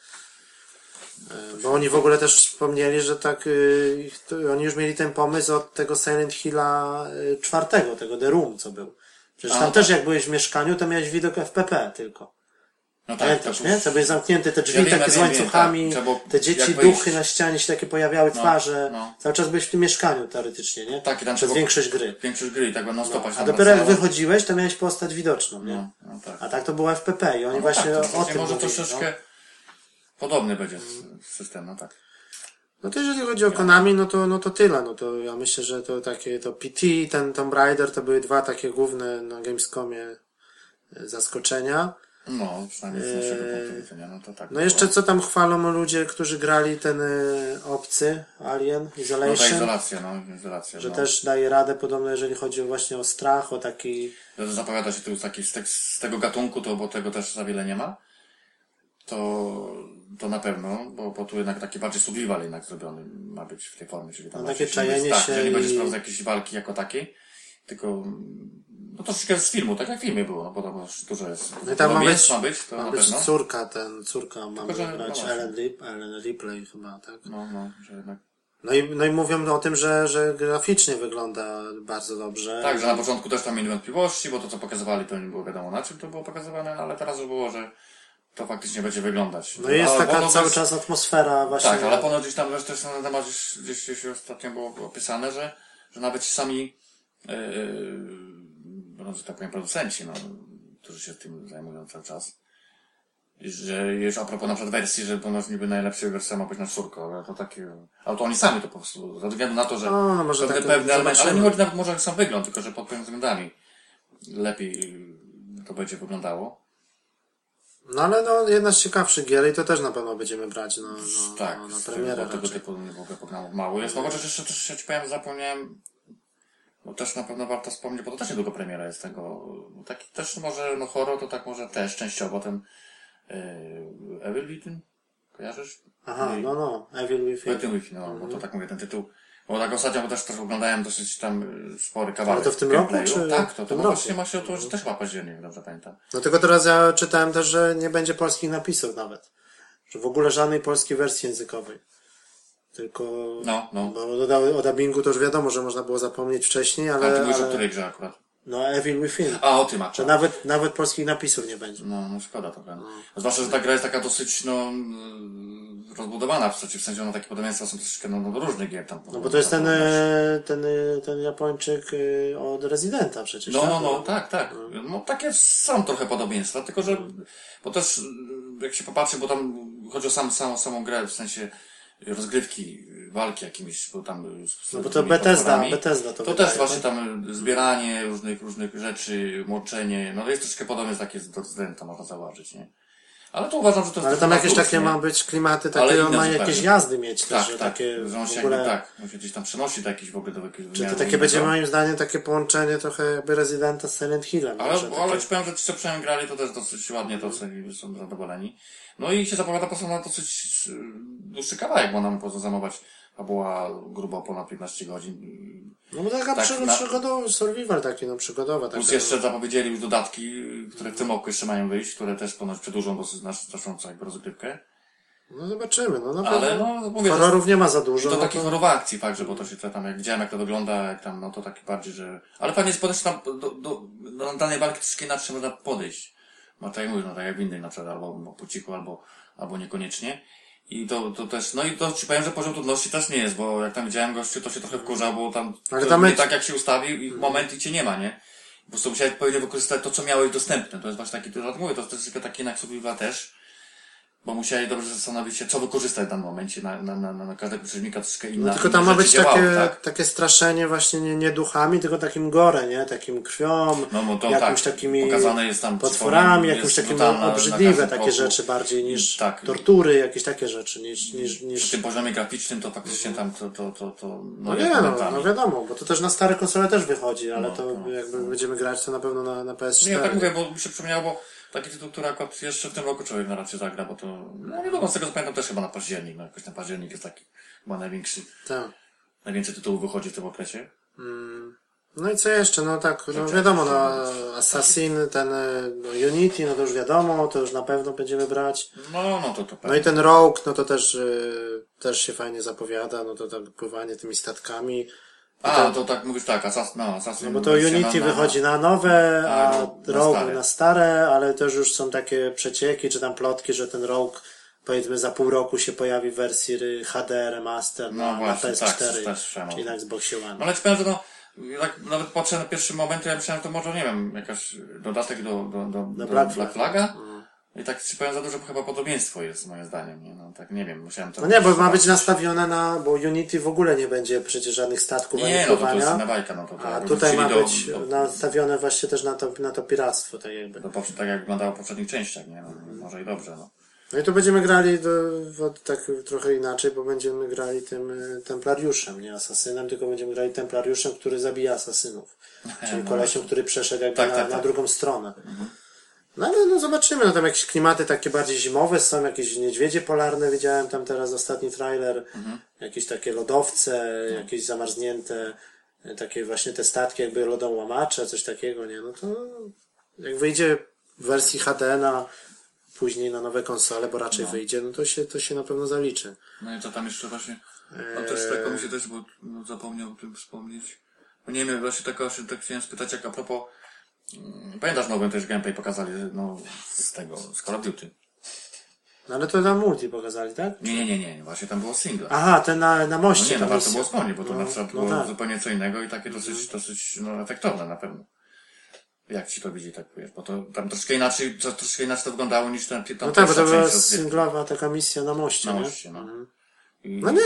Bo oni w ogóle też wspomnieli, że tak, oni już mieli ten pomysł od tego Silent Hilla 4, tego The Room, co był. Przecież tam no też jak byłeś w mieszkaniu, to miałeś widok FPP tylko. No tak, Pamiętasz, to nie? To były zamknięte te drzwi Ja wiem, takie z ja wiem, łańcuchami, tak. Trzeba- te dzieci, jak wejść- duchy na ścianie się takie pojawiały, twarze. no. Cały czas byłeś w tym mieszkaniu teoretycznie, nie? Tak, i tam Przez trzeba- większość gry. większość gry i tak non stopa się A tam dopiero jak wracało. wychodziłeś, to miałeś postać widoczną, nie? No tak. A tak to było FPP i oni No właśnie tak, to o właśnie tym może mówili, troszeczkę podobny będzie system, no tak. No to jeżeli chodzi o Konami, no to tyle. No to ja myślę, że to takie, to PT, ten Tomb Raider to były dwa takie główne na Gamescomie zaskoczenia. No, przynajmniej z naszego punktu widzenia, no to tak. No jeszcze co tam chwalą ludzie, którzy grali ten Obcy, Alien, No ta Isolation, izolacja, że no. też daje radę podobno, jeżeli chodzi właśnie o strach, o taki... Że zapowiada się tu z tego gatunku, to bo tego też za wiele nie ma. To na pewno, bo tu jednak taki bardziej survival jednak zrobiony ma być w tej formie, czyli tam No takie właśnie czajenie tak, się że nie będziesz i- sprawdzał jakiejś walki jako takiej, tylko no troszeczkę z filmu, tak jak w filmie było, no bo to dużo jest. No i tam ma być, to ma na być pewno. córka ma Tylko, że- grać no właśnie. Ellen Ripley chyba, tak? No, że jednak. No i mówią o tym, że graficznie wygląda bardzo dobrze. Tak, że na początku też tam mieli wątpliwości, bo to co pokazywali to nie było wiadomo na czym to było pokazywane, ale teraz już było, że to faktycznie będzie wyglądać. No i jest Ale taka ponoć cały jest- czas atmosfera właśnie. Tak, ale ponoć gdzieś tam też na temat gdzieś ostatnio było opisane, że nawet ci sami no, że tak powiem producenci, no, którzy się tym zajmują cały czas. I że już a propos na przykład wersji, że ponoć niby najlepsza wersja ma być na 4, ale to takie... Ale to oni sami to po prostu, ze względu na to, że No, może pewne elementy, ale zobaczymy. nie chodzi nawet może o sam wygląd, tylko że pod pewnymi względami lepiej to będzie wyglądało. No ale no, jedna z ciekawszych gier i to też na pewno będziemy brać Tak, na z premierę tego raczej. typu w ogóle programów mało jest. No chociaż jeszcze też się ci powiem, zapomniałem, bo też na pewno warto wspomnieć, bo to też niedługo premiera jest tego, taki też może, no horror to tak może też częściowo ten Evil Within, kojarzysz? Aha, no, Evil Within. Within Within, no, bo to tak mówię, ten tytuł. Bo tak ostatnio też oglądałem dosyć tam spory kawałek. Ale to w tym roku, gameplayu. czy Tak, w to tym no roku? właśnie ma się to, że też chyba październik, dobrze pamiętam. No tylko teraz ja czytałem też, że nie będzie polskich napisów nawet. Że w ogóle żadnej polskiej wersji językowej. Tylko... No. Bo o dubbingu to już wiadomo, że można było zapomnieć wcześniej, A ale... ty mówisz o ale... której grze akurat? No Evil Within. A, o tym Że akurat. nawet polskich napisów nie będzie. No szkoda trochę. Zwłaszcza, że ta gra jest taka dosyć, rozbudowana w sensie, takie podobieństwa są troszeczkę, do różnych gier tam. No bo to jest ten Japończyk od Residenta przecież. Tak. No takie są trochę podobieństwa, tylko że, bo też, jak się popatrzy, bo tam chodzi o samą grę, w sensie rozgrywki, walki jakimiś, bo tam... No bo to Bethesda to To wydaje, też właśnie tak? tam zbieranie różnych rzeczy, łączenie, no jest troszkę podobne takie do Residenta, można zauważyć, nie? Ale to uważam, że to jest... Ale tam trochę jakieś plus, takie nie? ma być klimaty, Ale takie inne on ma zupełnie. jakieś jazdy mieć też, Tak, że tak, takie że on w się ogóle... jakby, tak, on się gdzieś tam przenosi do jakichś w ogóle do jakiegoś Czy to wymiaru takie innego. będzie moim zdaniem takie połączenie trochę jakby Residenta z Silent Hillem. Ale, że ale takie... ci powiem, że ci, co przynajmniej grali, to też dosyć ładnie to ocenili, są zadowoleni. No i się zapowiada po prostu na dosyć dłuższy kawałek, bo nam pozwala zajmować, a była grubo ponad 15 godzin. No bo taka tak, przygodowy, survival taki, przygodowa. Plus taka, jeszcze zapowiedzieli już dodatki, które w tym roku jeszcze mają wyjść, które też ponoć przedłużą dosyć znacząco jakby rozgrywkę. No zobaczymy, Ale no, mówię, horrorów nie ma za dużo. to no takich horrorowych akcji fakt, że bo to się tam, jak widziałem jak to wygląda, jak tam, no to taki bardziej, że... Ale fajnie jest podejść tam do danej walki troszkę inaczej można podejść. No tak jak mówię, tak jak w innej na przykład, albo po cichu, albo niekoniecznie. I to też, no i to ci powiem, że poziom trudności też nie jest, bo jak tam widziałem gościu, to się trochę wkurzał, bo tam, Ale to tam nie jest- tak jak się ustawił i moment i cię nie ma, nie? Po prostu musiałeś odpowiednio wykorzystać to, co miałeś dostępne. To jest właśnie taki, to mówię, to jest troszeczkę taki jednak survival też. Bo musieli dobrze zastanowić się, co wykorzystać w danym momencie na każdego przeciwnika troszkę inna. No tylko tam ma rzeczy być działały, tak? takie straszenie właśnie nie duchami, tylko takim gore, nie? Takim krwią, No bo to jakimś tak, takimi pokazane jest tam potworami, jest jakimś takim brutalna na obrzydliwe każdym takie kroku. rzeczy bardziej niż Tak. tortury, jakieś takie rzeczy, Przy niż... tym poziomie graficznym to faktycznie tam No jest nie, momentami. no wiadomo, bo to też na stare konsole też wychodzi, ale No, to no, jakby będziemy grać to na pewno na PS4. Nie, tak mówię, bo mi się przypomniało, bo taki tytuł, który akurat jeszcze w tym roku człowiek na razie zagra, bo to, no wiadomo, z tego co pamiętam też chyba na październik, no jakoś ten październik jest taki chyba Tak. najwięcej tytułów wychodzi w tym okresie. No i co jeszcze? No tak, no wiadomo, no Assassin, ten no Unity, no to już wiadomo, to już na pewno będziemy brać. No to No pewnie. i ten Rogue, no to też się fajnie zapowiada, no to tam pływanie tymi statkami. A, to tak mówisz tak, Assassin. No bo to Unity wychodzi na nowe, a na Rogue stare. na stare, ale też już są takie przecieki, czy tam plotki, że ten Rogue powiedzmy za pół roku się pojawi w wersji HD remaster No na właśnie, PS4, tak, też słyszałem o czyli tym. na Xboxie One. No ale ci powiem, że jak nawet patrzę na pierwszy moment, to ja myślałem, że to może, nie wiem, jakaś dodatek do Black Flaga. I tak ci powiem, za duże chyba podobieństwo jest, moim zdaniem, nie? No tak, nie wiem, musiałem to... No nie, bo ma być nastawione bo Unity w ogóle nie będzie przecież żadnych statków ani Nie, no to jest pływania. inna bajka, no to A jakby tutaj ma wrócili być nastawione właśnie też na to piractwo, tak jakby. tak jak wyglądało w poprzednich częściach, nie? No, może i dobrze, no. No i tu będziemy grali tak trochę inaczej, bo będziemy grali tym Templariuszem, nie Asasynem, tylko będziemy grali Templariuszem, który zabija Asasynów. Czyli kolesiem, który przeszedł jakby Tak, na drugą stronę. No ale no zobaczymy, no tam jakieś klimaty takie bardziej zimowe są, jakieś niedźwiedzie polarne, widziałem tam teraz ostatni trailer, jakieś takie lodowce, jakieś zamarznięte, takie właśnie te statki jakby lodołamacze, coś takiego, nie? No to jak wyjdzie w wersji HD później na nowe konsole, bo raczej wyjdzie, no to się na pewno zaliczy. No i to tam jeszcze właśnie, no też tak mi się też, bo zapomniał o tym wspomnieć. Bo nie wiem, właśnie tak chciałem spytać, jak a propos, pamiętasz nowy też gameplay pokazali, no, z Call of Duty. No ale to na multi pokazali, tak? Nie, właśnie tam było single. Aha, ten na moście. No nie, ta warto misja. było wspomnieć, bo to na przykład no było tak. zupełnie co innego i takie dosyć efektowne na pewno. Jak ci to widzi, tak wiesz, bo to tam troszkę inaczej to wyglądało niż tam No tak, bo to była część rozgrywki. singlowa taka misja na moście, Na nie? moście, no. I... No nie,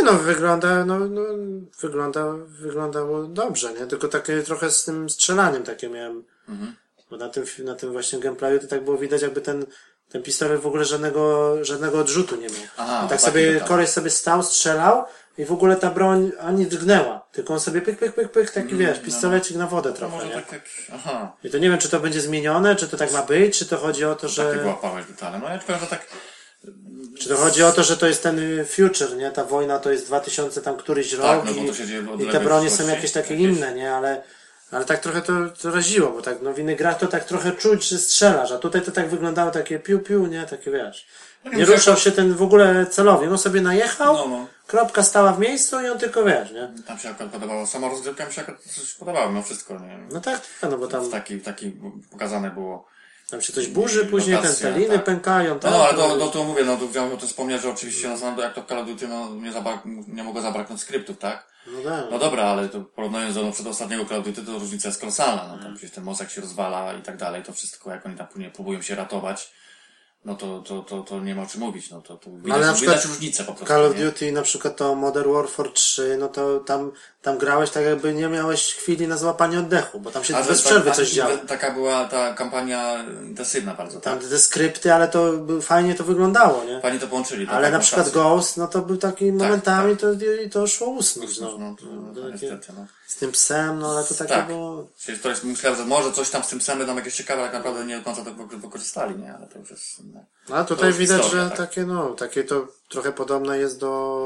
wyglądało dobrze, nie? Tylko takie trochę z tym strzelaniem takie miałem. Bo na tym właśnie gameplayu to tak było widać, jakby ten pistolet w ogóle żadnego odrzutu nie miał. Aha, I tak no sobie tak. koleś sobie stał, strzelał i w ogóle ta broń ani drgnęła. Tylko on sobie pyk, taki wiesz, pistolecik na wodę To trochę, może nie? tak jak... Aha. I to nie wiem, czy to będzie zmienione, czy to tak ma być, czy to chodzi o to, Takie że... wyłapałeś detale. No ja ci powiem, że tak... Czy to chodzi o to, że to jest ten future, nie? Ta wojna to jest 2000 tam któryś rok no bo to się dzieje w i te odległej bronie są przyszłości, jakieś takie jakieś. inne, nie? Ale tak trochę to raziło, bo tak, no w innych grach to tak trochę czuć, że strzelasz, a tutaj to tak wyglądało takie piu, nie? Takie wiesz. Nie ruszał się ten w ogóle celownik, on sobie najechał, No. kropka stała w miejscu i on tylko wiesz, nie? Tam się akurat podobało. Sama rozgrywka mi się akurat coś podobało, no wszystko, nie? No tak, no bo tam Taki pokazane było. się coś burzy, później Lokacja, te liny tak. pękają, tak? No, ale to mówię, no to chciałem o tym wspomnieć, że oczywiście jak to w Call of Duty, no nie mogło zabraknąć skryptów, tak? No tak. No dobra, ale to porównując do przedostatniego Call of Duty, to różnica jest kolosalna, no tam przecież ten mostek się rozwala i tak dalej, to wszystko, jak oni tam później próbują się ratować, no to nie ma o czym mówić, no to widać, ale na przykład widać różnicę po prostu. Call of nie? Duty, na przykład to Modern Warfare 3, no to tam grałeś tak jakby nie miałeś chwili na złapanie oddechu, bo tam się bez przerwy coś działo. Taka była ta kampania intensywna bardzo, tak? Tam te skrypty, ale to fajnie to wyglądało, nie? Fajnie to połączyli. Ale na przykład rację. Ghost, no to był taki momentami, to szło usnąć, no. No, niestety, no. Z tym psem, no ale to takie Tak. było... Czyli to jest, myślałem, że może coś tam z tym psem będą jakieś ciekawe, ale tak naprawdę nie do końca to wykorzystali, nie? Ale to już jest inne. No, a To tutaj już widać, historia, że tak. takie to trochę podobne jest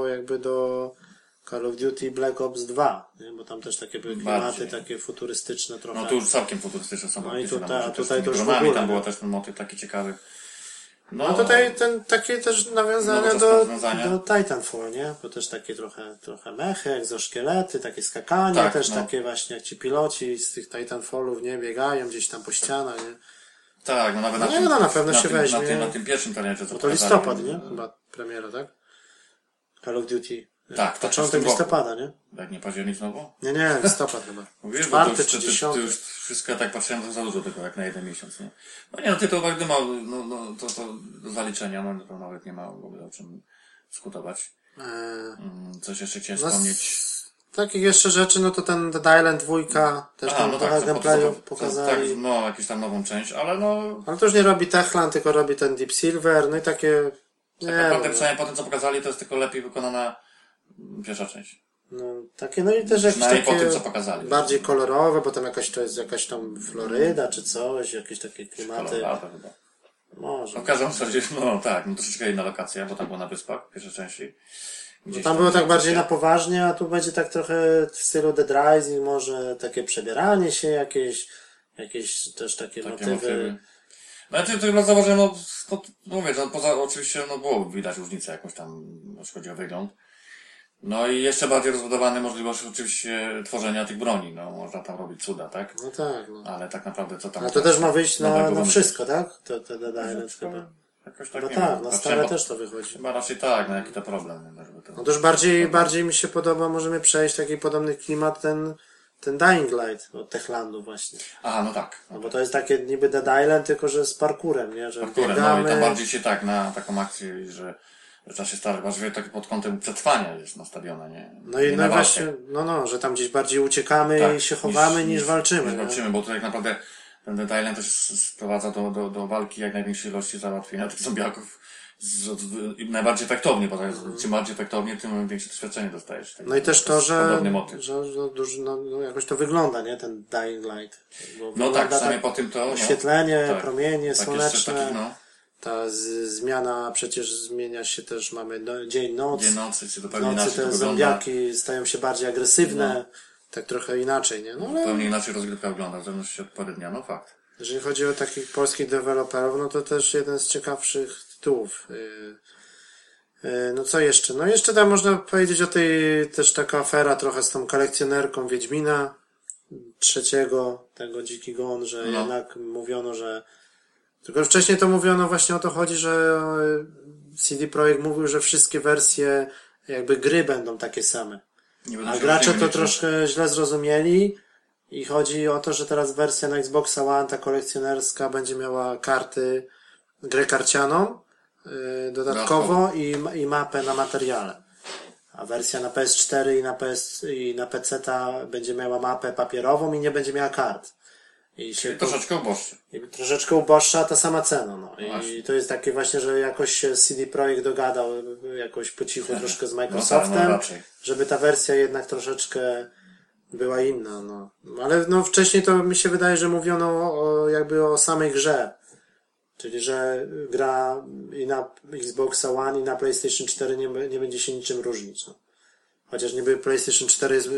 do Call of Duty Black Ops 2, nie? Bo tam też takie były klimaty, Bardziej. takie futurystyczne trochę. No tu już całkiem futurystyczne są. No i faktycznie, tutaj- może a też tutaj z to już w dronami, ogóle, tam było nie? też ten motyw taki ciekawy. No tutaj takie też nawiązania Nowoczesne rozwiązania. do Titanfall, nie? Bo też takie trochę mechy, egzoszkielety, takie skakanie, Tak, też no. takie właśnie jak ci piloci z tych Titanfallów, nie? Biegają gdzieś tam po ścianach, nie? Tak, no nawet No nie, no na pewno się weźmie. Na tym pierwszym trailerze, co Bo to pokazali, listopad, nie? Chyba premiera, tak? Call of Duty. Tak, Początek w tym roku. listopada, nie? Jak nie październik znowu? Nie, listopad chyba. Mówisz, bo to Czwarty już, czy to dziesiąty. już wszystko ja tak patrzyłem, to za dużo tego, jak na jeden miesiąc, nie? No nie, no tytuł ma, to do zaliczenia, no to nawet nie ma w ogóle o czym dyskutować. Coś jeszcze chciałem wspomnieć. Takich jeszcze rzeczy, no to ten Dead Island 2 też tam trochę gameplayu pokazali. Tak, no, jakąś tam nową część, ale no, Ale to już nie robi Techland, tylko robi ten Deep Silver, no i takie... tak naprawdę przynajmniej po tym, co pokazali, to jest tylko lepiej wykonana pierwsza część. No, takie, no i też jakieś Przynajmniej po takie tym, co pokazali. bardziej kolorowe, bo tam to jest jakaś tam Floryda czy coś, jakieś takie klimaty. Kolorado chyba. Może. No w każdym razie, no tak, no troszeczkę inna lokacja, bo tam była na wyspach w pierwszej części. Gdzieś Tam było tak gdzieś bardziej się- na poważnie, a tu będzie tak trochę w stylu Dead Rising, może takie przebieranie się jakieś też takie motywy. No ja tylko zauważyłem, mówię, że poza, oczywiście, było widać różnicę jakąś tam, jeśli chodzi o wygląd. No i jeszcze bardziej rozbudowane możliwość oczywiście tworzenia tych broni, no można tam robić cuda, tak? No tak, no. Ale tak naprawdę co tam... A to też ma wyjść nowego na wymyślić? wszystko, tak? To Dead Island chyba. Jakoś tak, No nie tak, wiem, na patrzyłem, stare bo- też to wychodzi. Chyba raczej tak, no jaki to problem. Nie? Żeby to... No też bardziej mi się podoba, możemy przejść taki podobny klimat, ten Dying Light od Techlandu właśnie. Aha, no tak. No bo to jest takie niby Dead Island, tylko że z parkurem, nie? Że Parkurem, no biegamy. i tam bardziej się tak, na taką akcję, że trzeba się starać, właściwie tak pod kątem przetrwania jest nastawiona, nie? No i Nie na walkę. właśnie, że tam gdzieś bardziej uciekamy Tak, i się chowamy niż walczymy. Niż nie? walczymy, bo to tak naprawdę ten Dead Island też sprowadza do walki jak największej ilości załatwienia tych zombiaków i najbardziej efektownie, bo to jest, czym bardziej efektownie, tym większe doświadczenie dostajesz. Tak, No i też to, jest że podobny motyw. jakoś to wygląda, nie? Ten Dying Light. Bo No wygląda tak, przynajmniej po tym to... oświetlenie, tak, promienie tak, słoneczne. jeszcze takich, Ta zmiana, przecież zmienia się też, mamy dzień, noc. Dzień, nocy, czy W zupełnie nocy inaczej to te wygląda. zombiaki stają się bardziej agresywne. Tak trochę inaczej, nie? No ale Zupełnie inaczej rozgrywka wygląda, w zależności od pory dnia, no fakt. jeżeli chodzi o takich polskich deweloperów, no to też jeden z ciekawszych tytułów. No co jeszcze? No jeszcze tam można powiedzieć o tej, też taka afera trochę z tą kolekcjonerką Wiedźmina trzeciego, tego Dziki Gon, że jednak mówiono, że tylko wcześniej to mówiono właśnie o to chodzi, że CD Projekt mówił, że wszystkie wersje jakby gry będą takie same. Nie będą A się gracze różniły to niczym. troszkę źle zrozumieli i chodzi o to, że teraz wersja na Xboxa One, ta kolekcjonerska, będzie miała grę karcianą dodatkowo i mapę na materiale. A wersja na PS4 i na PC-ta będzie miała mapę papierową i nie będzie miała kart. I się Troszeczkę uboższe. i troszeczkę uboższa, ta sama cena. No. Właśnie. I to jest takie właśnie, że jakoś się CD Projekt dogadał jakoś po cichu troszkę z No Microsoftem, tak, no raczej. żeby ta wersja jednak troszeczkę była inna. No. Ale no, wcześniej to mi się wydaje, że mówiono jakby o samej grze. Czyli, że gra i na Xboxa One i na PlayStation 4 nie będzie się niczym różnić. No. Chociaż niby PlayStation 4 jest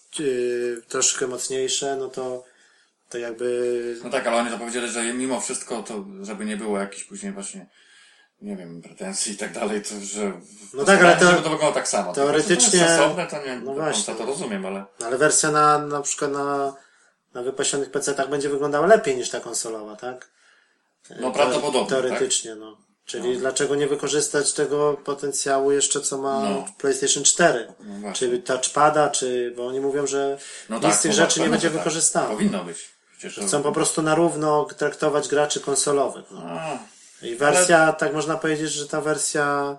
troszkę mocniejsze, no to jakby... No tak, ale oni zapowiedzieli, że mimo wszystko to, żeby nie było jakichś później właśnie, nie wiem, pretensji i tak dalej, to że... No tak, ale to... żeby to wyglądało tak samo. Teoretycznie... To jest sensowne, to nie No do właśnie. końca to rozumiem, ale... Ale wersja na przykład na wypasionych PC-tach będzie wyglądała lepiej niż ta konsolowa, tak? No prawdopodobnie, teoretycznie, no. Czyli dlaczego nie wykorzystać tego potencjału jeszcze, co ma PlayStation 4? No właśnie. Czy touchpada, bo oni mówią, że No nic z tych rzeczy nie będzie wykorzystane. Powinno być. Przecież to... Chcą po prostu na równo traktować graczy konsolowych. No. A, I wersja, tak można powiedzieć, że ta wersja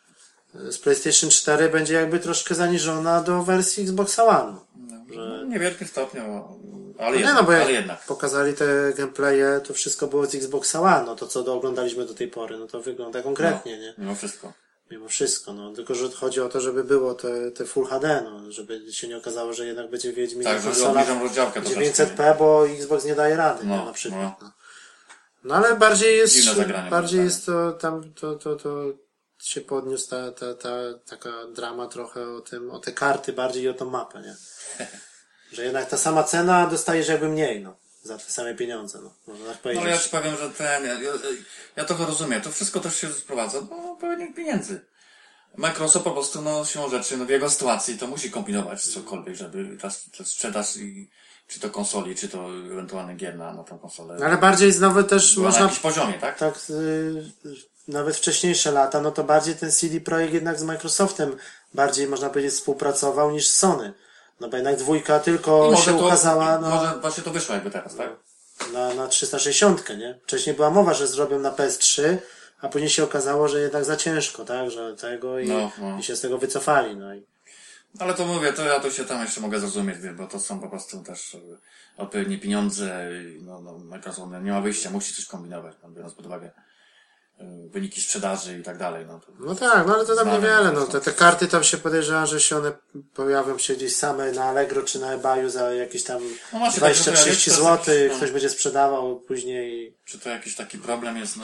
z PlayStation 4 będzie jakby troszkę zaniżona do wersji Xboxa One. no, w niewielkim stopniu, ale, No nie, jednak, no bo jak ale jednak. pokazali te gameplaye, to wszystko było z Xboxa One, no to co oglądaliśmy do tej pory, no to wygląda konkretnie, nie? Mimo wszystko. Mimo wszystko, no. Tylko, że chodzi o to, żeby było te Full HD, no. Żeby się nie okazało, że jednak będzie wiedzieć Tak, że konsola obniżam rozdziałkę troszeczkę. 900p, bo Xbox nie daje rady, No, nie? Na przykład. no. No ale bardziej jest, Dziwne zagranie, bardziej moim jest to tam, to się podniósł taka drama trochę o te karty bardziej i o tą mapę, nie? Że jednak ta sama cena dostajesz jakby mniej, no. Za te same pieniądze, no. Można tak powiedzieć. No ja ci powiem, że ja to rozumiem. To wszystko też się sprowadza do pewnych pieniędzy. Microsoft po prostu, no siłą rzeczy, no w jego sytuacji to musi kombinować cokolwiek, żeby ta sprzedaż czy to konsoli, czy to ewentualnie gier na tą konsolę. No ale bardziej znowu też była na można jakimś poziomie, tak? tak nawet wcześniejsze lata, no to bardziej ten CD Projekt jednak z Microsoftem bardziej można powiedzieć współpracował niż z Sony. No bo jednak dwójka tylko I się ukazała może właśnie to wyszło jakby teraz, tak? na 360, nie? Wcześniej była mowa, że zrobią na PS3, a później się okazało, że jednak za ciężko, tak? Że tego i się z tego wycofali, no i... Ale to mówię, to ja to się tam jeszcze mogę zrozumieć, bo to są po prostu też odpowiednie pieniądze, Microsoft nie ma wyjścia, musi coś kombinować, biorąc pod uwagę wyniki sprzedaży i tak dalej. No tak, no ale to tam znane niewiele, no. zresztą. Te karty tam się podejrzewa, że się one pojawią się gdzieś same na Allegro czy na eBayu za jakieś tam No właśnie, tak, 20-30 to zł, jest- ktoś będzie sprzedawał później. Czy to jakiś taki problem jest,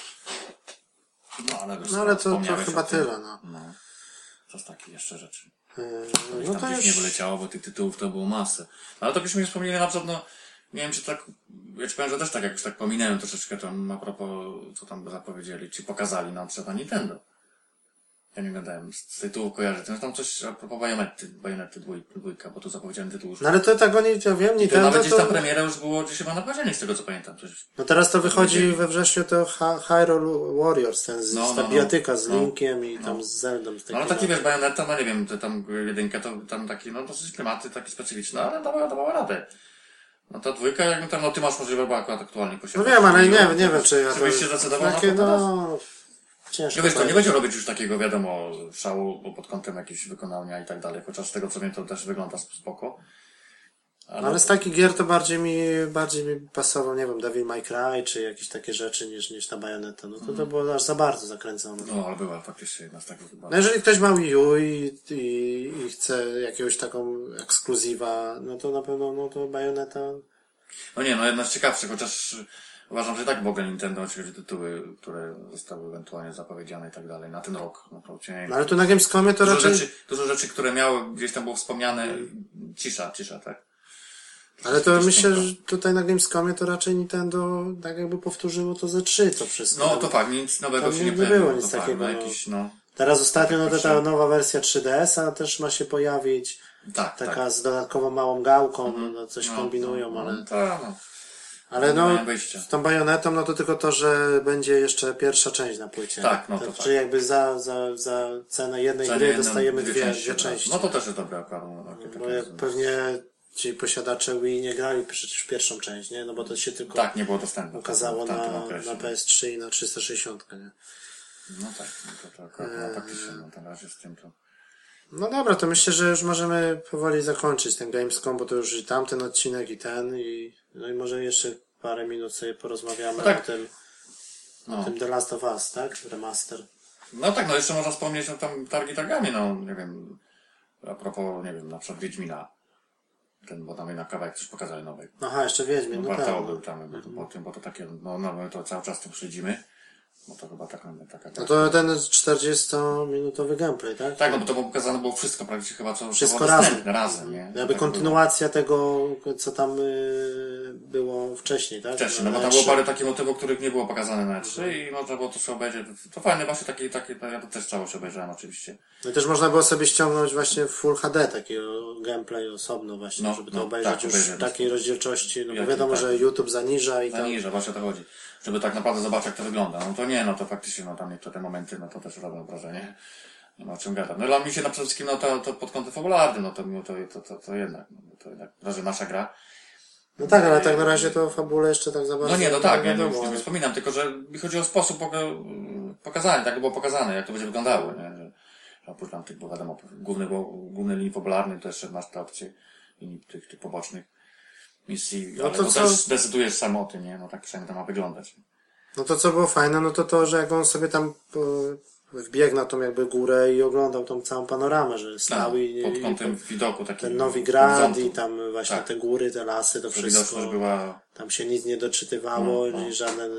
ale wiesz, No ale to wspomniałeś chyba o tym. tyle, no. To z takich jeszcze rzeczy. No Tam to gdzieś już... nie wyleciało, bo tych tytułów to było masę. Ale to byśmy wspomnieli na przykład, nie wiem czy tak, ja ci powiem, że też tak jakoś tak pominąłem troszeczkę tam a propos, co tam zapowiedzieli, czy pokazali na przykład na Nintendo. Ja nie gadałem, z tytułu kojarzę. To tam coś a propos Bajonety dwójka, bo tu zapowiedziałem tytuł już. No ale to tak oni, ja wiem, To Nintendo nawet gdzieś tam to... premiera już było gdzieś chyba na październik, z tego co pamiętam. Coś. No teraz to wychodzi we wrześniu to Hyrule Warriors, ta bijatyka z Linkiem i tam z Zeldą. Z No ale taki wiesz, Bajoneta, no nie wiem, to tam jedynka to tam taki, dosyć klimaty, taki specyficzny, ale dawała radę. No ta dwójka, jakby tam, ty masz możliwe, bo akurat aktualnie No posiadasz. wiem, ale nie wiem, czy ja to... Żebyś się zdecydował takie, na to teraz? no... Ciężko Ja wiesz, to nie powiedzieć. będzie robić już takiego, wiadomo, szału bo pod kątem jakiegoś wykonania i tak dalej, chociaż z tego co wiem, to też wygląda spoko. Ale z takich gier to bardziej mi pasował, nie wiem, Devil May Cry, czy jakieś takie rzeczy niż ta Bayonetta. No to było aż za bardzo zakręcone. No, ale była faktycznie jedna z takich chyba. No jeżeli ktoś ma Wii U i chce jakiegoś taką ekskluzywa, no to na pewno, no to Bayonetta... No nie, jedna z ciekawszych, chociaż uważam, że i tak w ogóle Nintendo, oczywiście tytuły, które zostały ewentualnie zapowiedziane i tak dalej, na ten rok. No ale tu na Gamescomie to raczej... Dużo rzeczy, które miały, gdzieś tam było wspomniane, cisza, tak? Ale to myślę, że tutaj na Gamescomie to raczej Nintendo tak jakby powtórzyło to ze 3 to wszystko. No to fakt, nic nowego Tam się nie nie było pojawiło. nic to takiego, fakt, no. jakiś, Teraz ostatnio ta nowa wersja 3DS-a też ma się pojawić. tak, Taka tak. z dodatkową małą gałką, coś kombinują, ale... Ale nie no, mają wyjścia. z tą bajonetą, no to tylko to, że będzie jeszcze pierwsza część na płycie. Tak, no to to tak. Czyli jakby za cenę jednej gry dostajemy dwie części. No to też jest dobre akurat. Bo jak pewnie ci posiadacze Wii nie grali przecież w pierwszą część, nie? No bo to się tylko tak, nie było dostępne. ukazało w tamtym okresie. na PS3 i na 360, nie? No tak, no to akurat no, faktycznie, no na razie z tym to... No dobra, to myślę, że już możemy powoli zakończyć ten Gamescom, bo to już i tamten odcinek, i ten, no i może jeszcze parę minut sobie porozmawiamy no tak. o tym The Last of Us, tak? Remaster. No tak, no jeszcze można wspomnieć o tam targami, no nie wiem, a propos, nie wiem, na przykład Wiedźmina. Bo tam na kawałek coś pokazali nowy. Aha, jeszcze Wiedźmin, no tak. był tam, bo to takie, no my to cały czas tym śledzimy. Bo to chyba taka... No to ten 40-minutowy gameplay, tak? Tak, no bo to pokazane było wszystko, praktycznie chyba co wszystko razem, nie? Jakby kontynuacja tego, co tam było wcześniej, tak? Wcześniej, no bo tam było parę takich motywów, których nie było pokazane na E3 i można było to sobie obejrzeć. To fajne właśnie takie, ja to też całość obejrzałem oczywiście. No i też można było sobie ściągnąć właśnie w Full HD takiego gameplay osobno właśnie, żeby to obejrzeć tak, już w takiej rozdzielczości, no bo wiadomo, że YouTube zaniża i Zaniża, właśnie o to chodzi. Żeby tak naprawdę zobaczyć, jak to wygląda. No to nie, no to faktycznie, no tam niektóre momenty, no to też robią wrażenie. Nie ma o czym gadać. No dla mnie się na przede wszystkim, no to pod kątem fabularnym, no to jednak, że nasza gra. No tak, ale tak na razie to fabule jeszcze tak za bardzo. No nie, no tak, ja nie wspominam, tylko że mi chodzi o sposób pokazania, tak było pokazane, jak to będzie wyglądało, nie? Że oprócz tam tych, bo wiadomo, głównej linii fabularnej to jeszcze masz te opcje linii tych pobocznych misji, no ale to też decydujesz sam o tym, nie? No tak przynajmniej to ma wyglądać. No to co było fajne, no to, że jak on sobie tam wbiegł na tą jakby górę i oglądał tą całą panoramę, że stał pod kątem widoku takiego. Ten Nowigrad i tam właśnie te góry, te lasy, to wszystko. Była... Tam się nic nie doczytywało, i żaden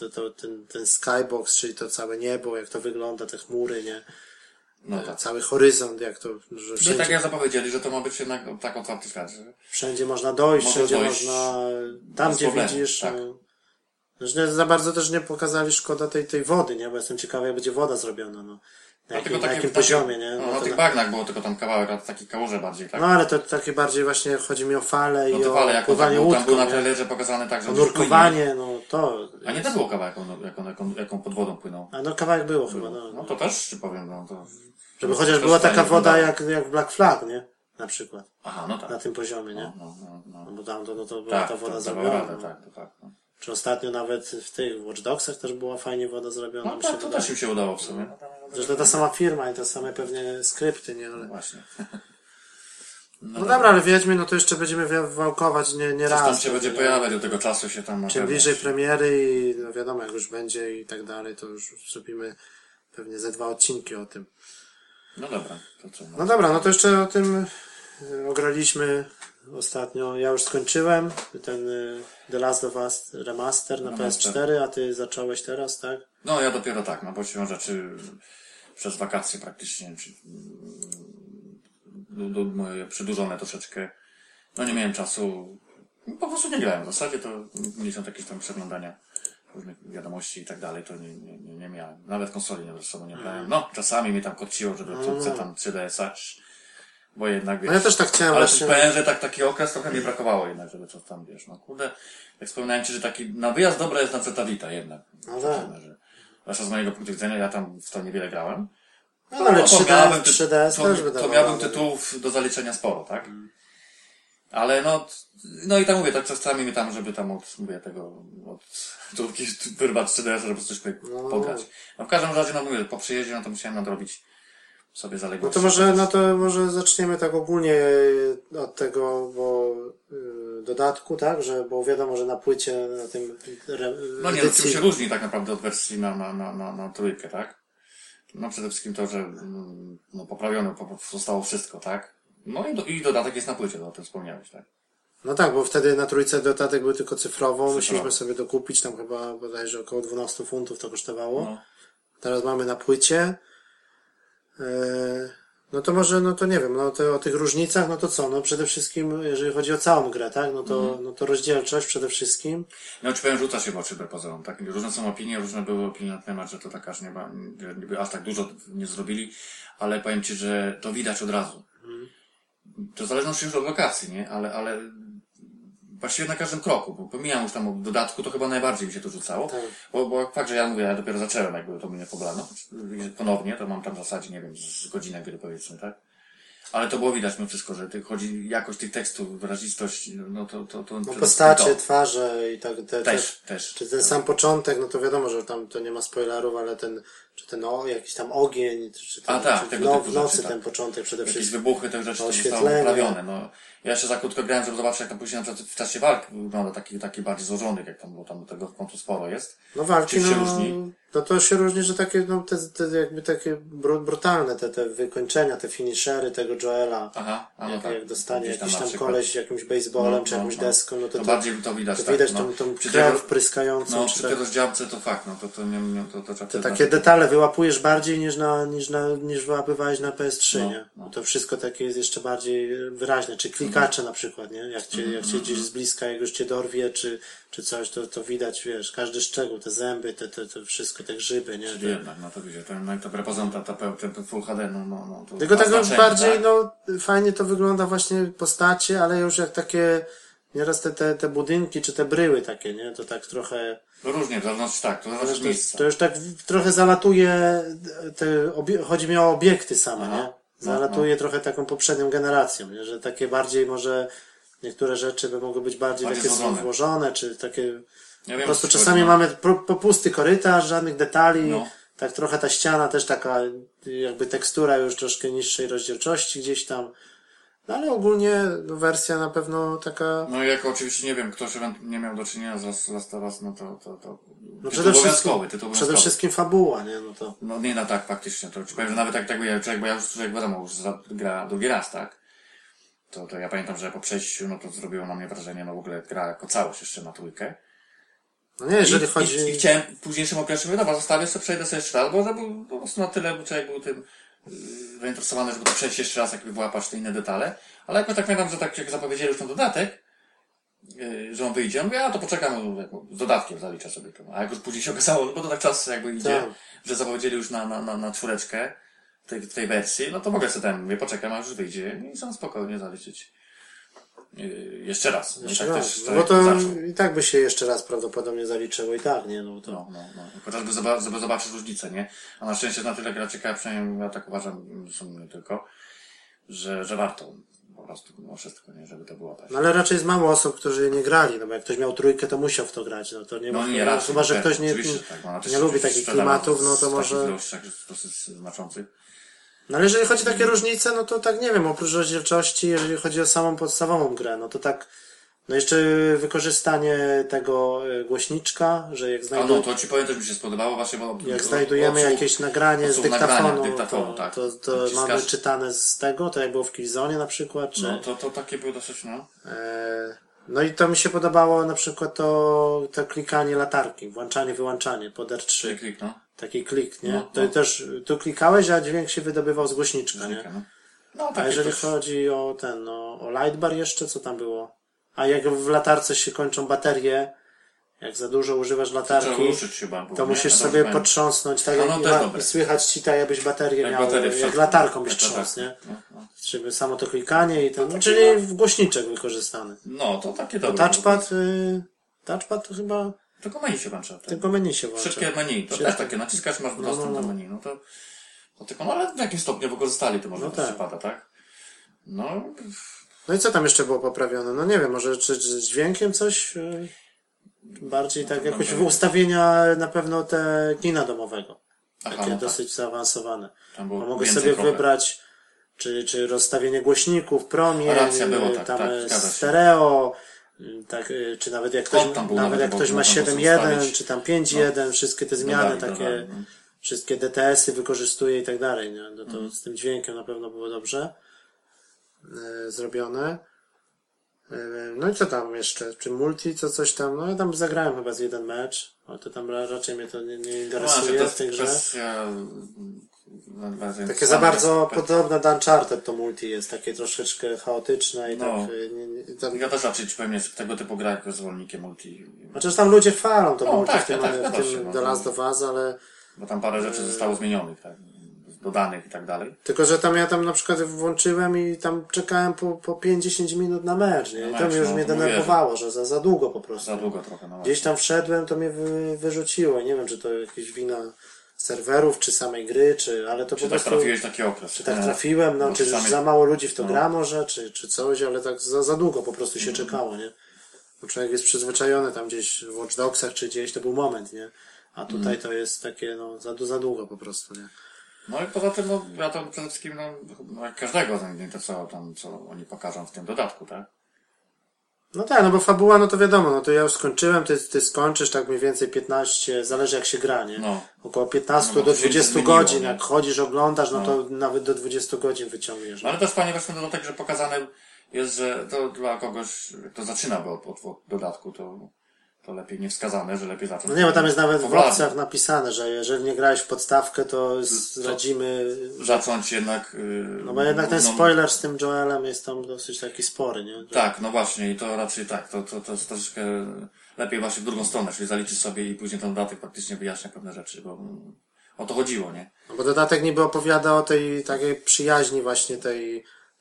ten skybox, czyli to całe niebo, jak to wygląda, te chmury, nie? No tak. Cały horyzont, jak to, że wszędzie... tak jak zapowiedzieli, że to ma być jednak tak otwarty świat, że... Wszędzie można dojść, wszędzie można... Tam, gdzie widzisz... Tak. No, za bardzo też nie pokazali, szkoda tej wody, nie? Bo jestem ciekawy, jak będzie woda zrobiona, no. Na jakim poziomie, nie? No, na tych bagnach było tylko tam kawałek, a takie kałuże bardziej, tak? No, ale to takie bardziej właśnie chodzi mi o fale i o pływanie łódką. Tam był na trailerze pokazane tak, że... nurkowanie, no to... A nie to było kawałek, jaką pod wodą płynął. A no kawałek było chyba, no. No to też ci powiem, no to... Żeby chociaż była taka woda jak w Black Flag, nie? Na przykład. Aha, no tak. Na tym poziomie, nie? No bo tam to była ta woda zrobiona. Tak. Czy ostatnio nawet w tych Watch Dogsach też była fajnie woda zrobiona. No tak, to też im się udało w sumie. Zresztą ta sama firma i te same pewnie skrypty, nie? Ale... Właśnie. No dobra, ale Wiedźmy, no to jeszcze będziemy wałkować nie raz. Tam się będzie pojawiać, do tego czasu się tam... Czym bliżej premiery i no wiadomo, jak już będzie i tak dalej, to już zrobimy pewnie ze 2 odcinki o tym. No dobra. To co? No dobra, no to jeszcze o tym ograliśmy ostatnio. Ja już skończyłem ten The Last of Us Remaster na PS4, a ty zacząłeś teraz, tak? No ja dopiero tak, no bo siłą rzeczy przez wakacje praktycznie, moje przedłużone troszeczkę, no nie miałem czasu, po prostu nie grałem. W zasadzie to miesiąc jakieś tam przeglądania różnych wiadomości i tak dalej, to nie miałem. Nawet konsoli ze sobą nie brałem. No, czasami mi tam kociło, żeby tam 3DS-a, bo jednak, wiesz... No ja też tak chciałem ale właśnie... powiem, że taki okres trochę mi brakowało jednak, żeby coś tam, wiesz, no kurde, jak wspominałem ci, że taki na wyjazd dobra jest na Zeta Vita jednak. No tak. Zwłaszcza z mojego punktu widzenia, ja tam w to niewiele grałem. No ale 3DS też wydawało. To miałbym tytułów do zaliczenia sporo, tak? Ale no i tam mówię, tak czasami mi tam, żeby tam od wyrwać 3DS, żeby coś pograć. No w każdym razie, no mówię, po przyjeździe, no to musiałem nadrobić sobie zaległości. No to może zaczniemy tak ogólnie od tego, dodatku, tak? Bo wiadomo, że na płycie, na tym no nie, czym się różni tak naprawdę od wersji na trójkę, tak? No przede wszystkim to, że poprawione zostało wszystko, tak? No i dodatek jest na płycie, to o tym wspomniałeś, tak? No tak, bo wtedy na trójce dodatek był tylko cyfrowo, musieliśmy sobie dokupić, tam chyba bodajże około 12 funtów to kosztowało. No. Teraz mamy na płycie. No to może, no to nie wiem, no to o tych różnicach, no to co? No przede wszystkim, jeżeli chodzi o całą grę, tak? No to rozdzielczość przede wszystkim. No ci powiem, rzuca się w oczy wbrew pozorom, tak? Różne są opinie, różne były opinie na temat, że to tak aż tak dużo nie zrobili, ale powiem ci, że to widać od razu. To w zależności już od lokacji, nie? Ale właściwie na każdym kroku, bo pomijam już tam o dodatku, to chyba najbardziej mi się to rzucało, Tak. bo fakt, że ja mówię, ja dopiero zacząłem, jakby to mnie pobrano, ponownie, to mam tam w zasadzie, nie wiem, z godzinę gry powiedzmy, tak? Ale to było widać mimo wszystko, że chodzi jakość tych tekstów, wyrazistość, no to No postacie, twarze i tak też. Czy ten sam początek, no to wiadomo, że tam to nie ma spoilerów, ale jakiś tam ogień, czy ten, czy tego typu w nocy rzeczy, ten początek przede jakieś wszystkim. wybuchy, te rzeczy to zostało Oświetlenie. poprawione, no. Ja jeszcze za krótko grałem, żeby zobaczyć, jak tam później na przykład w czasie walk wygląda taki bardziej złożony, jak tam, bo tam tego w końcu sporo jest. No walki, Czym się różni? no to się różni, że takie, no jakby takie brutalne, te wykończenia, te finishery tego Joela. Aha, a no tak. Jak dostanie Gdzieś jakiś na tam przykład. koleś jakimś baseballem, czy jakąś deską, no to bardziej to widać, to tak, widać no. tą Przy krew tego- pryskającą. No, czy przy tak. tej rozdziałce to fakt, no to trzeba Te takie detale wyłapujesz bardziej niż wyłapywałeś na PS3, No, nie? Bo to wszystko takie jest jeszcze bardziej wyraźne. Czy klikacze na przykład, nie? Jak cię gdzieś z bliska, jak już cię dorwie, czy coś, to widać, wiesz, każdy szczegół, te zęby, to wszystko, te grzyby, nie? Jednak, no to wiecie, to reprezenta, ten Full HD, to Tylko ma tak znaczenie, bardziej, tak? no, fajnie to wygląda właśnie postacie, ale już jak takie, nieraz te budynki, czy te bryły takie, nie? To tak trochę, No różnie, w zależności tak, to zależy od miejsca. to już tak trochę zalatuje, chodzi mi o obiekty same, Aha. nie? Zalatuje trochę taką poprzednią generacją, nie? Że takie bardziej może, niektóre rzeczy by mogły być bardziej Bardziej takie złożone. złożone, czy takie, Ja po wiem, prostu o co czasami chodzi, mamy pusty korytarz, żadnych detali, No. tak trochę ta ściana też taka, jakby tekstura już troszkę niższej rozdzielczości gdzieś tam. No ale ogólnie no, wersja na pewno taka. No i jako oczywiście nie wiem, ktoś nie miał do czynienia z Last of Us, no to No tytuł obowiązkowy. przede wszystkim fabuła, nie? No to. No nie, no tak, faktycznie. To ci powiem, że nawet bo ja już jak wiadomo, już gra drugi raz, tak? To ja pamiętam, że po przejściu, no to zrobiło na mnie wrażenie, no w ogóle gra jako całość jeszcze na trójkę. No nie, jeżeli I chodzi. chciałem w późniejszym okresie, mówię, dobra, zostawię sobie, przejdę sobie jeszcze raz, bo był po prostu na tyle, bo człowiek był tym zainteresowany, żeby to przejść jeszcze raz, jakby wyłapać te inne detale. Ale jakoś tak pamiętam, że tak jak zapowiedzieli już ten dodatek, że on wyjdzie, on mówi, a to poczekam, z dodatkiem zaliczę sobie to. A jak już później się okazało, no bo to tak czas jakby idzie, Tak. że zapowiedzieli już na czwóreczkę w tej wersji, no to mogę sobie tam, mówię, poczekam, aż już wyjdzie i sam spokojnie zaliczyć. Jeszcze raz. No i tak też No bo to zaczął. i tak by się jeszcze raz prawdopodobnie zaliczyło i tak, nie? No to. No. Chociażby żeby zobaczyć różnicę, nie? A na szczęście na tyle gra ciekawa, przynajmniej ja tak uważam, nie tylko, że warto po prostu mimo wszystko, nie? Żeby to było tak. No ale raczej jest mało osób, którzy nie grali, no bo jak ktoś miał trójkę, to musiał w to grać, no to nie ma. nie raczej. Chyba, że pewnie, ktoś oczywiście, tak, bo ona też nie lubi oczywiście takich sprzedawała klimatów, no to w może. takich ilościach dosyć znaczących. No ale jeżeli chodzi o takie różnice, no to tak nie wiem, oprócz rozdzielczości, jeżeli chodzi o samą podstawową grę, no to tak, no jeszcze wykorzystanie tego głośniczka, że jak A no, to ci powiem, też mi się spodobało właśnie, bo jak znajdujemy jakieś nagranie z dyktafonu, tak. to mamy czytane z tego, to jak było w Killzone na przykład, czy... No, to takie były dosyć, no. No i to mi się podobało na przykład to klikanie latarki, włączanie, wyłączanie pod R3. Klik, no. Taki klik, nie? No, To no. też, tu klikałeś, a dźwięk się wydobywał z głośniczka, nie? No, A takie jeżeli coś. chodzi o o lightbar jeszcze, co tam było? A jak w latarce się kończą baterie, jak za dużo używasz Trzeba latarki, ruszyć się chyba. to musisz sobie potrząsnąć, tak No, też jak dobre. i słychać ci tak, jakbyś baterię Jak miał, baterię w jak środku. latarką byś Jak trząsł, latarką. nie? No. Czyli samo to klikanie i ten, takie czyli w głośniczek wykorzystany. No, to takie dobre. Touchpad to chyba Tylko menu się włącza. Tak. tylko menu się włącza. Szybkie menu, to też takie, naciskasz, masz dostęp do menu, no to tylko, no ale w jakim stopniu wykorzystali to może No to tak. przypada, tak? No, No i co tam jeszcze było poprawione? No nie wiem, może czy z dźwiękiem coś bardziej tak jakoś ustawienia na pewno te kina domowego. Aha, Takie no tak. dosyć zaawansowane. Tam było Bo mogę więcej sobie trochę. wybrać czy rozstawienie głośników, promień, Racja było, tak, tam zgadza się. stereo, tak, czy nawet jak ktoś, Kąt tam był, nawet jak bo ktoś ma można było 7.1, ustawić. czy tam 5.1, wszystkie te zmiany takie, dodali, no. wszystkie DTS-y wykorzystuje i tak dalej, nie? No to Mhm. z tym dźwiękiem na pewno było dobrze zrobione. No i co tam jeszcze? Czy multi, coś tam? No ja tam zagrałem chyba z jeden mecz, ale to tam raczej mnie to nie interesuje w tej grze. Takie za bardzo podobne do Uncharted to multi jest, takie troszeczkę chaotyczne i No. tak... tam, Ja też raczej ci powiem, jest w tego typu grach jak zwolennikiem multi. chociaż tam ludzie chwalą to No, multi tak, w tym, tak, w zgadza tym się, no The to- Last of Us, ale Bo tam parę rzeczy zostało zmienionych, tak? dodanych i tak dalej. Tylko, że ja tam na przykład włączyłem i tam czekałem po 5-10 minut na mecz, nie? I to mnie już mnie denerwowało, że za długo po prostu. Za długo trochę, no Gdzieś tam wszedłem, to mnie wyrzuciło. Nie wiem, czy to jakieś wina serwerów, czy samej gry, ale to Czy po tak prostu... trafiłeś taki okres? Czy tak trafiłem, no, Bo czy czasami- za mało ludzi w to gra może, czy coś, ale tak za długo po prostu się czekało, nie? Bo człowiek jest przyzwyczajony tam gdzieś w Watch Dogsach czy gdzieś, to był moment, nie? A tutaj to jest takie, no, za długo po prostu, nie? No i poza tym, no, ja to przede wszystkim, jak każdego, nie to co oni pokażą w tym dodatku, tak? No tak, no bo fabuła, no to wiadomo, no to ja już skończyłem, ty skończysz tak mniej więcej 15, zależy jak się gra, nie? No. Około 15 No bo do to się 20 zmieniło, godzin, nie? jak chodzisz, oglądasz, no to nawet do 20 godzin wyciągniesz. No ale też fajnie właśnie dodatek, że pokazane jest, że to dla kogoś, kto zaczyna od dodatku, to lepiej nie wskazane, że lepiej zacząć. No nie, bo tam jest nawet w fabularnie. opcjach napisane, że jeżeli nie grałeś w podstawkę, to zdradzimy... Zacząć jednak... No bo jednak ten spoiler z tym Joelem jest tam dosyć taki spory, nie? Tak, no właśnie i to raczej tak, to jest troszeczkę lepiej właśnie w drugą stronę, czyli zaliczyć sobie i później ten dodatek faktycznie wyjaśnia pewne rzeczy, bo o to chodziło, nie? No bo dodatek niby opowiada o tej takiej przyjaźni właśnie tej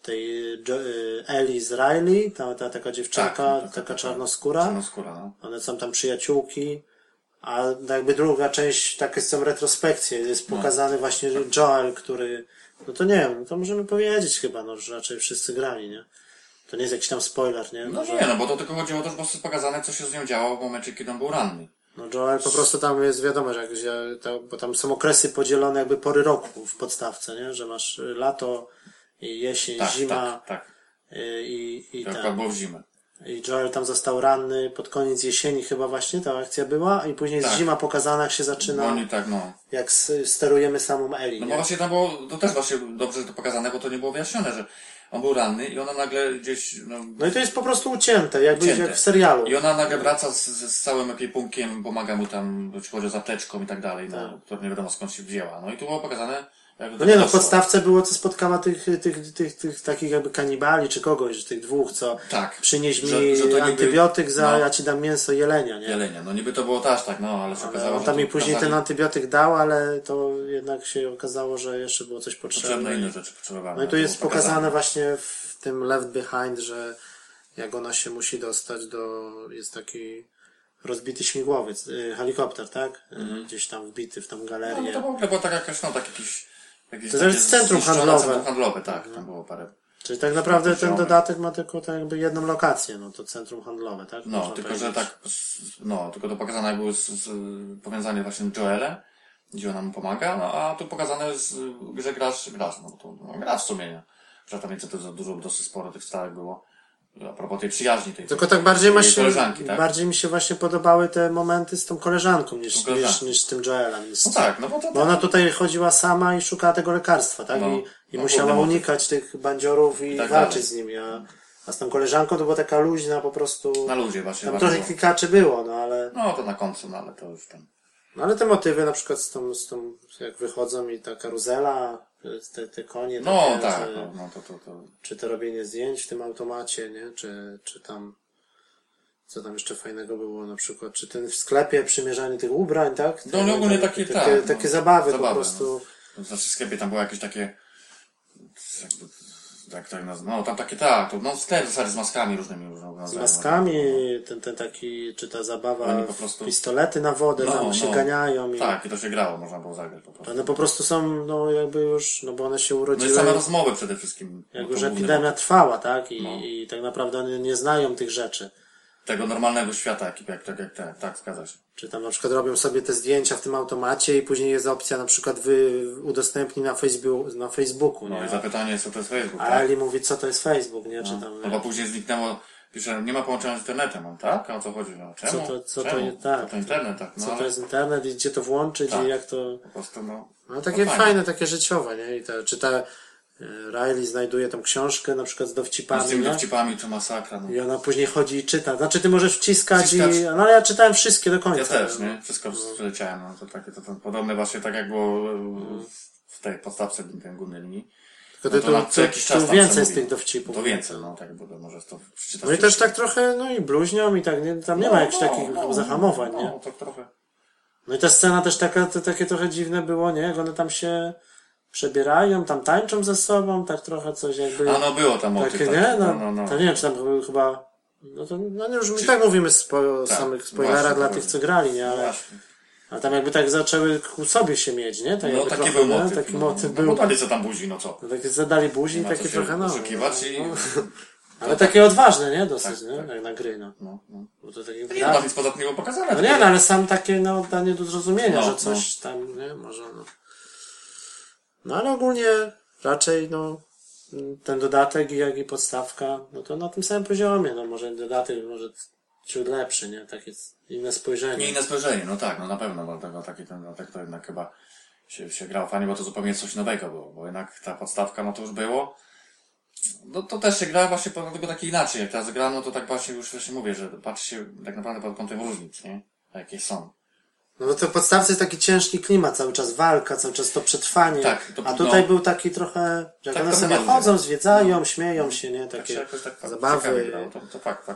Ellie z Riley, ta taka dziewczynka, taka czarnoskóra. Czarnoskóra, no. One są tam przyjaciółki, a jakby druga część, takie są retrospekcje, jest pokazany właśnie Joel, który, no to nie wiem, to możemy powiedzieć chyba, no, że raczej wszyscy grali, nie? To nie jest jakiś tam spoiler, nie? No nie, no bo to tylko chodziło o to, że po prostu jest pokazane, co się z nią działo w momencie, kiedy on był ranny. No Joel po prostu tam jest wiadomo, że bo tam są okresy podzielone jakby pory roku w podstawce, nie? Że masz lato, i jesień, Tak, zima tak. i To ten. akurat było w zimę. I Joel tam został ranny pod koniec jesieni chyba właśnie ta akcja była i później jest Tak. zima pokazana jak się zaczyna, Bo oni tak, no. jak sterujemy samą Ellie, No nie? bo właśnie tam było, to też właśnie dobrze to pokazane, bo to nie było wyjaśnione, że on był ranny i ona nagle gdzieś, No i to jest po prostu ucięte, jakby Ucięte. jak w serialu. I ona nagle wraca z całym ekwipunkiem, pomaga mu tam, jeśli chodzi o zapteczką i tak dalej, no, to nie wiadomo skąd się wzięła. No i tu było pokazane, jak No to nie no, w doszło. podstawce było, co spotkała tych takich jakby kanibali czy kogoś, tych dwóch, co Tak. przynieś mi Że to niby- antybiotyk no. ja ci dam mięso jelenia, nie? Jelenia. No niby to było też tak, no, ale się okazało, On że tam to mi później pokazali ten antybiotyk dał, ale to jednak się okazało, że jeszcze było coś potrzebne potrzebne. inne rzeczy potrzebowane. No i tu To jest było pokazane właśnie w tym Left Behind, że jak ona się musi dostać jest taki rozbity śmigłowiec, helikopter, tak? Gdzieś tam wbity w tą No galerię. to było tak jakaś, no tak jakiś To jest centrum handlowe. Centrum handlowe, tak, tam było parę. Czyli tak naprawdę ten Poziomem. dodatek ma tylko tak jakby jedną lokację, no to centrum handlowe, tak? No, Można tylko powiedzieć. że tak, no, tylko to pokazane jak było powiązanie właśnie Joele, gdzie ona mu pomaga, no a tu pokazane jest, że grasz, no bo to gra w sumie, nie? Że tam więcej to za dużo, dosyć sporo tych stałek było. A propos tej przyjaźni tej. Tylko tak bardziej tej koleżanki, tak? bardziej mi się właśnie podobały te momenty z tą koleżanką niż z tym Joelem. No tak, no bo to Bo ona tutaj chodziła sama i szukała tego lekarstwa, tak? No. I No, musiała kurde, unikać tych bandziorów i tak walczyć dalej. z nimi. A z tą koleżanką to była taka luźna po prostu. na ludzie właśnie. Tam bardzo trochę było. klikaczy było, no ale. No to na końcu, no ale to już tam. No ale te motywy na przykład z tą jak wychodzą i ta karuzela, te konie, No takie, tak, czy, no to. czy to robienie zdjęć w tym automacie, nie? Czy tam. Co tam jeszcze fajnego było na przykład? Czy ten w sklepie przymierzanie tych ubrań, tak? No ogólnie takie, tak. Takie no, zabawy po prostu. No. Znaczy w sklepie tam było jakieś takie, no tam takie, tak, to no sklep w zasadzie z maskami różnymi. Z maskami, ten taki, czy ta zabawa, Oni po prostu- pistolety na wodę, tam się ganiają. I Tak, i to się grało, można było zagrać po prostu. one po prostu są, no jakby już, no bo one się No i urodziły, same rozmowy przede wszystkim. jak no, już to główny epidemia motyw trwała, tak? No. I tak naprawdę one nie znają tych rzeczy. tego normalnego świata, tak, zgadza się. Czy tam na przykład robią sobie te zdjęcia w tym automacie i później jest opcja na przykład udostępnij na Facebooku, No nie? i zapytanie, co to jest Facebook, A tak? Eli mówi, co to jest Facebook, nie? Czy tam, No bo później zniknęło, pisze, nie ma połączenia z internetem, no tak? A o co chodzi? No czemu? Co to Czemu? jest, tak. Co to internet, tak? No co to ale jest internet i gdzie to włączyć Tak. i jak to... po prostu, no. No takie fajnie. fajne, takie życiowe, nie? Czy ta Riley znajduje tą książkę na przykład z Z dowcipami, tymi nie? dowcipami to masakra, no. I ona później chodzi i czyta. Znaczy ty możesz wciskać Wciskać. no ale ja czytałem wszystkie do końca. Ja też, nie? Wszystko przeleciałem, no to takie, to podobne właśnie tak jak było w tej podstawce tej głównej linii. Tylko No to na co jakiś czas tu tam więcej z przemówi. tych dowcipów. To więcej, no tak, bo może to przeczytać. No i też tak trochę, no i bluźnią i tak, nie, tam nie ma jakichś takich zahamowań, nie? No, tak trochę. No i ta scena też takie trochę dziwne było, nie? Jak one tam się przebierają, tam tańczą ze sobą, tak trochę coś jakby... A no było tam motyw. Takie, taki. nie? No. To nie wiem, czy tam chyba... No to, już my tak mówimy o Tak, samych spoilerach właśnie, dla to tych, co grali, nie? No właśnie. Ale tam jakby tak zaczęły ku sobie się mieć, nie? Tak No jakby taki trochę, był nie? motyw. Taki no, motyw no, był. bo dali co tam buzi, no co. No, takie zadali buzi i Nie ma takie co się trochę, no. oszukiwać i... Ale takie odważne, nie? Dosyć, Tak, nie? tak. Jak na gry, no. No. Bo to takie... Nie ma nic poza tym nie było pokazane. No nie, no ale sam takie, no, danie do zrozumienia, No, że coś tam, nie? Może, no. No ale ogólnie raczej, no, ten dodatek jak i podstawka, no to na tym samym poziomie, no może dodatek, może ciut lepszy, nie? Takie inne spojrzenie. Nie inne spojrzenie, no tak, no na pewno, dlatego taki ten dodatek to jednak chyba się grało fajnie, bo to zupełnie coś nowego było, bo jednak ta podstawka, no to już było. No to też się gra właśnie tylko tak inaczej. Jak teraz gram, no to tak właśnie już właśnie mówię, że patrzy się tak naprawdę pod kątem różnic, nie? Jakie są. No bo to w podstawce jest taki ciężki klimat, cały czas walka, cały czas to przetrwanie. Tak, to, a tutaj no, był taki trochę, że jak tak one to sobie wygląda. chodzą, zwiedzają, śmieją się, nie? tak Takie się jakoś tak ciekawie zabawy. grało, to fakt.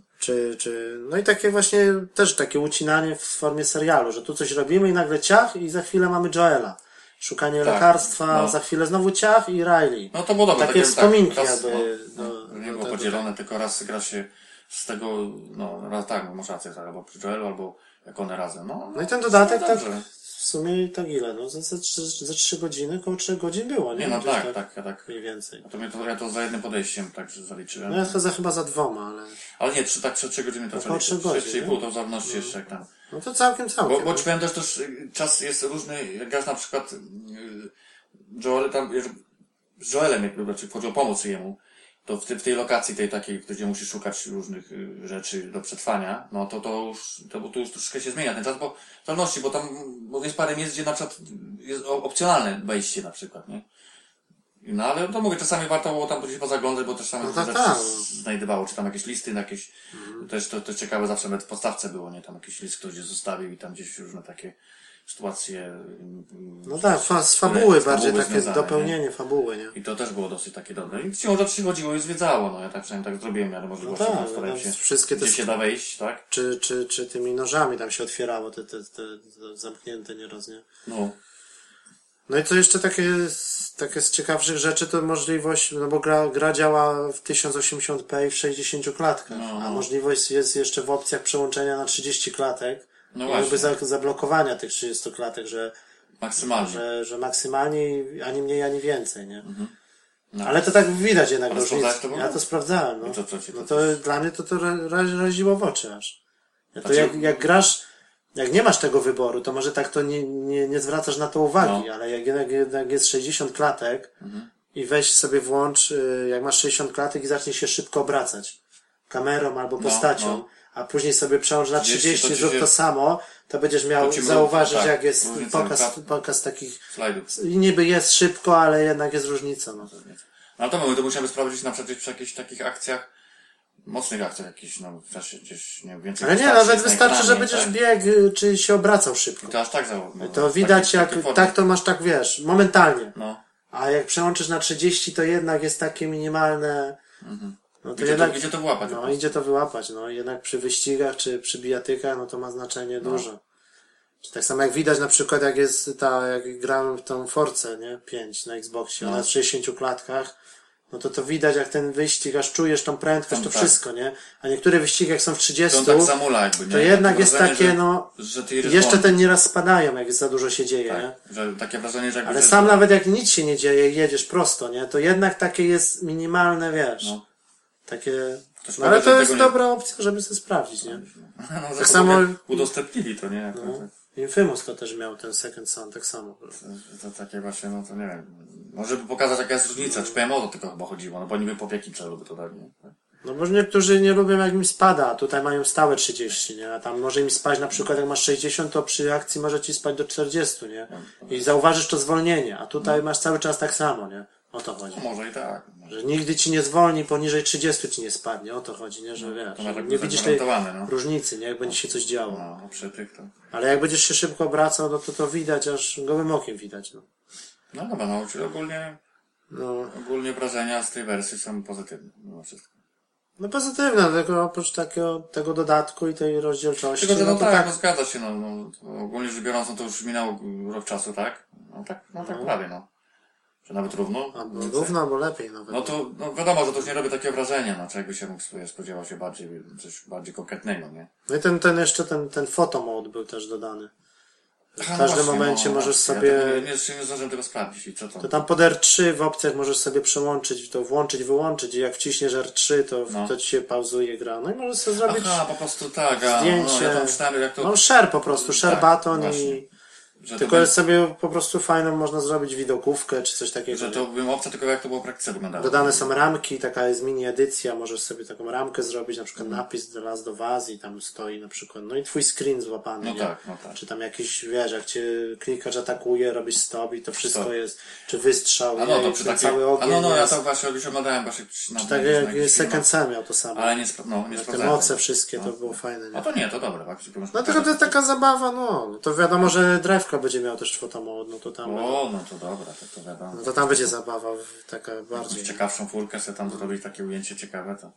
No i takie właśnie też takie ucinanie w formie serialu, że tu coś robimy i nagle ciach i za chwilę mamy Joela. Szukanie Tak, lekarstwa, no. za chwilę znowu ciach i Riley. No to było dobre. Takie wspominki raz, jakby. nie było podzielone, tylko raz gra się z tego, no raz tak, no masz rację, tak, albo przy Joelu, albo jak one razem. No i ten dodatek no, tak dobrze. w sumie tak ile? No za 3 godziny, około 3 godzin było, nie? Nie, no Gdzieś tak. Mniej więcej. Ja to za jednym podejściem także zaliczyłem. No ja to chyba za 2, ale... Ale nie, 3 godziny to Około 3 godzin, 3,5 to w zależności jeszcze jak tam. No to całkiem. Bo ci powiem też czas jest różny, jak grasz na przykład Joel tam, z Joelem, jak chodzi o pomoc jemu, to w tej lokacji tej takiej, gdzie musisz szukać różnych rzeczy do przetrwania, no to już troszkę się zmienia ten czas, bo w zależności, bo jest parę miejsc, gdzie na przykład jest opcjonalne wejście na przykład, nie? No ale to mówię, czasami warto było tam gdzieś pozaglądać, bo też same rzeczy znajdowało, czy tam jakieś listy, jakieś, też to ciekawe zawsze nawet w podstawce było, nie? Tam jakiś list ktoś gdzieś zostawił i tam gdzieś różne takie sytuacje. No tak, z fabuły bardziej, takie związane, dopełnienie nie? fabuły, nie? I to też było dosyć takie dobre. I siłą rzeczy się chodziło i zwiedzało, no ja tak przynajmniej tak zrobiłem, ale możliwości, No tak, starałem no, się, wszystkie te gdzie się da wejść, tak? Czy tymi nożami tam się otwierało, te zamknięte nieraz, nie? No. No i co jeszcze takie z ciekawszych rzeczy, to możliwość, no bo gra działa w 1080p i w 60 klatkach, a możliwość jest jeszcze w opcjach przełączenia na 30 klatek. No i jakby właśnie. zablokowania tych 30 klatek, Maksymalnie. że maksymalnie ani mniej, ani więcej, nie? No. Ale to tak widać jednak Ale różnicę. sprawdzałeś to w ogóle? Ja to sprawdzałem, no. I co ci No to to dla mnie to raziło w oczy aż. Ja to Znaczy- jak grasz, jak nie masz tego wyboru, to może tak to nie zwracasz na to uwagi, No. ale jak jest 60 klatek i weź sobie włącz, jak masz 60 klatek i zacznie się szybko obracać kamerą albo postacią, no. a później sobie przełącz na 30, 30, to zrób ci się- to samo, to będziesz miał to ci zauważyć, tak, jak jest różnica pokaz takich, Slajdów. i niby jest szybko, ale jednak jest różnica, no. No ale to mówię, to musiałem sprawdzić na przykład przy jakichś takich akcjach, mocnych akcjach jakichś, no w czasie gdzieś, nie wiem, więcej Ale nie, postaci nawet jest na wystarczy, że ekranie, będziesz tak? biegł, czy się obracał szybko. I to aż tak założyłem. To widać, jak tak to masz, tak wiesz, momentalnie. No. A jak przełączysz na 30, to jednak jest takie minimalne. No to Idzie to wyłapać. No, idzie to wyłapać. No, jednak przy wyścigach, czy przy bijatykach, no to ma znaczenie duże. Czy tak samo jak widać na przykład, jak jest jak grałem w tą Forcę, nie? 5 na Xboxie, ona w 60 klatkach, no to widać, jak ten wyścig, aż czujesz tą prędkość, to tak. wszystko, nie? A niektóre wyścigi, jak są w 30, To on tak zamula jakby, nie? to jednak jest wrażenie, takie, że, no, że ty jedziesz jeszcze wolno. ten nieraz spadają, jak za dużo się dzieje, nie? Tak, że takie wrażenie, że jakby... Ale że- sam nawet jak nic się nie dzieje i jedziesz prosto, nie? To jednak takie jest minimalne, wiesz. No. Takie... To No, ale szkoda, to że jest tego nie- dobra opcja, żeby sobie sprawdzić, nie? No, Tak samo- udostępnili to, nie? No. Infamous to też miał ten Second Son, tak samo. To takie właśnie, no to nie wiem. Może by pokazać jaka jest różnica, czy PMO do tego chyba chodziło, no bo niby po jakim celu by to dali, nie? No bo niektórzy nie lubią, jak im spada, a tutaj mają stałe 30, nie? A tam może im spać, na przykład jak masz 60, to przy akcji może ci spać do 40, nie? I zauważysz to zwolnienie, a tutaj masz cały czas tak samo, nie? O to chodzi. No może i tak. Że nigdy ci nie zwolni, poniżej 30 ci nie spadnie, o to chodzi, nie? Że wiesz, To ma tak nie widzisz tej zagwarantowane, no. różnicy, nie? Jak będzie się coś działo. No, przy tych to... Ale jak będziesz się szybko obracał, no to widać, aż gołym okiem widać, no. No dobra, no, czyli No, ogólnie wrażenia z tej wersji są pozytywne, mimo wszystko. no pozytywne, tylko oprócz tego dodatku i tej rozdzielczości, Tylko, że no no to tak, tak, no zgadza się, no, ogólnie rzecz biorąc, no to już minął rok czasu, tak? No tak prawie, no. Czy nawet równo? Albo równo, albo lepiej nawet. No to no wiadomo, że to już nie robi takiego wrażenia, no czego się mógł spodziewał się coś bardziej konkretnego, nie? No i ten photo mode był też dodany. W Aha, każdym właśnie, momencie no, możesz właśnie, sobie... Ja nie zdążyłem tego sprawdzić i co to? To tam pod R3 w opcjach możesz sobie przełączyć, to włączyć, wyłączyć i jak wciśniesz R3, to ci się pauzuje gra. No i możesz sobie zrobić Aha, po prostu tak, zdjęcie. no, ja tam czytałem jak to... No share po prostu, share Tak, button właśnie. i... Że Tylko to jest sobie po prostu fajną, można zrobić widokówkę czy coś takiego. że to bym opcja tylko jak to było w praktyce wyglądało. Dodane są ramki, taka jest mini edycja, możesz sobie taką ramkę zrobić, na przykład napis The Last of Us i tam stoi na przykład, no i twój screen złapany, No nie? tak, no tak. Czy tam jakiś, wiesz, jak cię klikasz, atakuje, robisz stop i to wszystko Stop. jest, czy wystrzał, A no nie? to I przy ten takiej... cały A ogień no, ja jest. to właśnie już oglądałem właśnie na Tak jak Second Sam miał to samo. Ale nie Te sprawdzałem. moce tego. wszystkie, to było fajne, No nie? to nie, to dobre, faktycznie. No tylko to jest taka zabawa, no to wiadomo, że Drive'ka będzie miał też fotomod, no to tam... O, no to dobra, to wiadomo. No to tam będzie zabawa taka bardziej. Ciekawszą furkę sobie tam zrobić, takie ujęcie ciekawe, to...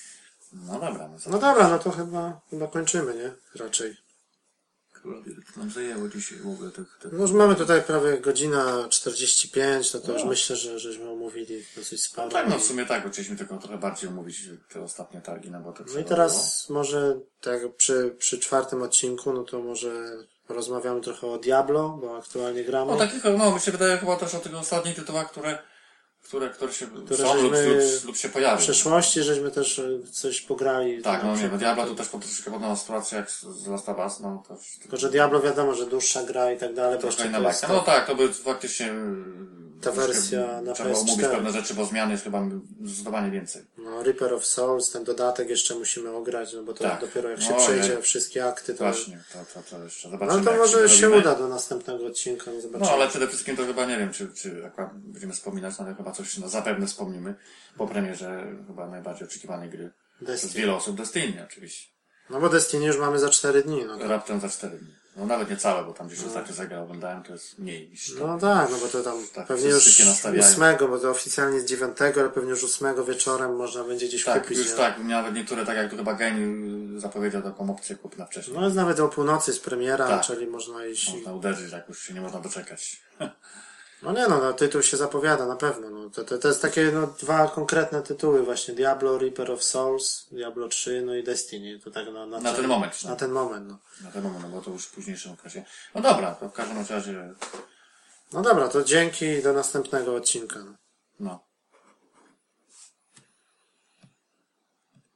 No dobra, no co? No dobra, no to chyba kończymy, nie? Raczej. Kurde, to nam zajęło dzisiaj w ogóle tych... No już mamy tutaj prawie godzina 45, no to już myślę, że żeśmy omówili dosyć sporo. Tak, no w sumie tak, bo chcieliśmy tylko trochę bardziej omówić te ostatnie targi, no bo to No i trzeba teraz może tak jak przy czwartym odcinku, no to może porozmawiamy trochę o Diablo, bo aktualnie gramy. było. No takich, no mi się wydaje chyba też o tych ostatnich tytułach, które się są żeśmy lub się pojawią. W przeszłości żeśmy też coś pograli. Tak, na no nie, przykład. bo Diablo to też troszeczkę podobna sytuacja jak z Last of Us, no to... Tylko, że Diablo wiadomo, że dłuższa gra i tak dalej, bo Trochę jeszcze inna to jest bajka. No tak, to by faktycznie... ta troszkę wersja na trzeba PS4. omówić pewne rzeczy, bo zmian jest chyba zdecydowanie więcej. No, Reaper of Souls, ten dodatek jeszcze musimy ograć, no bo to Tak. dopiero jak się No, przejdzie nie. wszystkie akty, to... Właśnie, to jeszcze zobaczymy. No to jak może się wyrobimy. uda do następnego odcinka, no zobaczymy. No ale przede wszystkim to chyba nie wiem, czy akurat będziemy wspominać, no ale chyba coś zapewne wspomnimy po premierze chyba najbardziej oczekiwanej gry. Destiny. Przez wiele osób Destiny oczywiście. No bo Destiny już mamy za 4 dni, no to... Raptem za 4 dni. No nawet nie całe, bo tam gdzieś ostatnio zagrał, oglądałem, to jest mniej niż to. No tak, no bo to tam Tak, pewnie wszystkie już nastawiają. 8, bo to oficjalnie jest 9, ale pewnie już 8 wieczorem można będzie gdzieś Tak, kupić. już nie? tak, nawet niektóre, tak jak tu chyba Geni zapowiedział taką opcję kupna wcześniej. No jest nawet o północy jest premiera, Tak. czyli można iść... Można uderzyć, jak już się nie można doczekać. No nie no, tytuł się zapowiada na pewno. No. To jest takie no, 2 konkretne tytuły właśnie. Diablo, Reaper of Souls, Diablo 3, no i Destiny. To tak Na ten moment. Na ten moment, no. Na ten moment, no bo to już w późniejszym okresie. No dobra, to w każdym razie, No dobra, to dzięki i do następnego odcinka. No. no.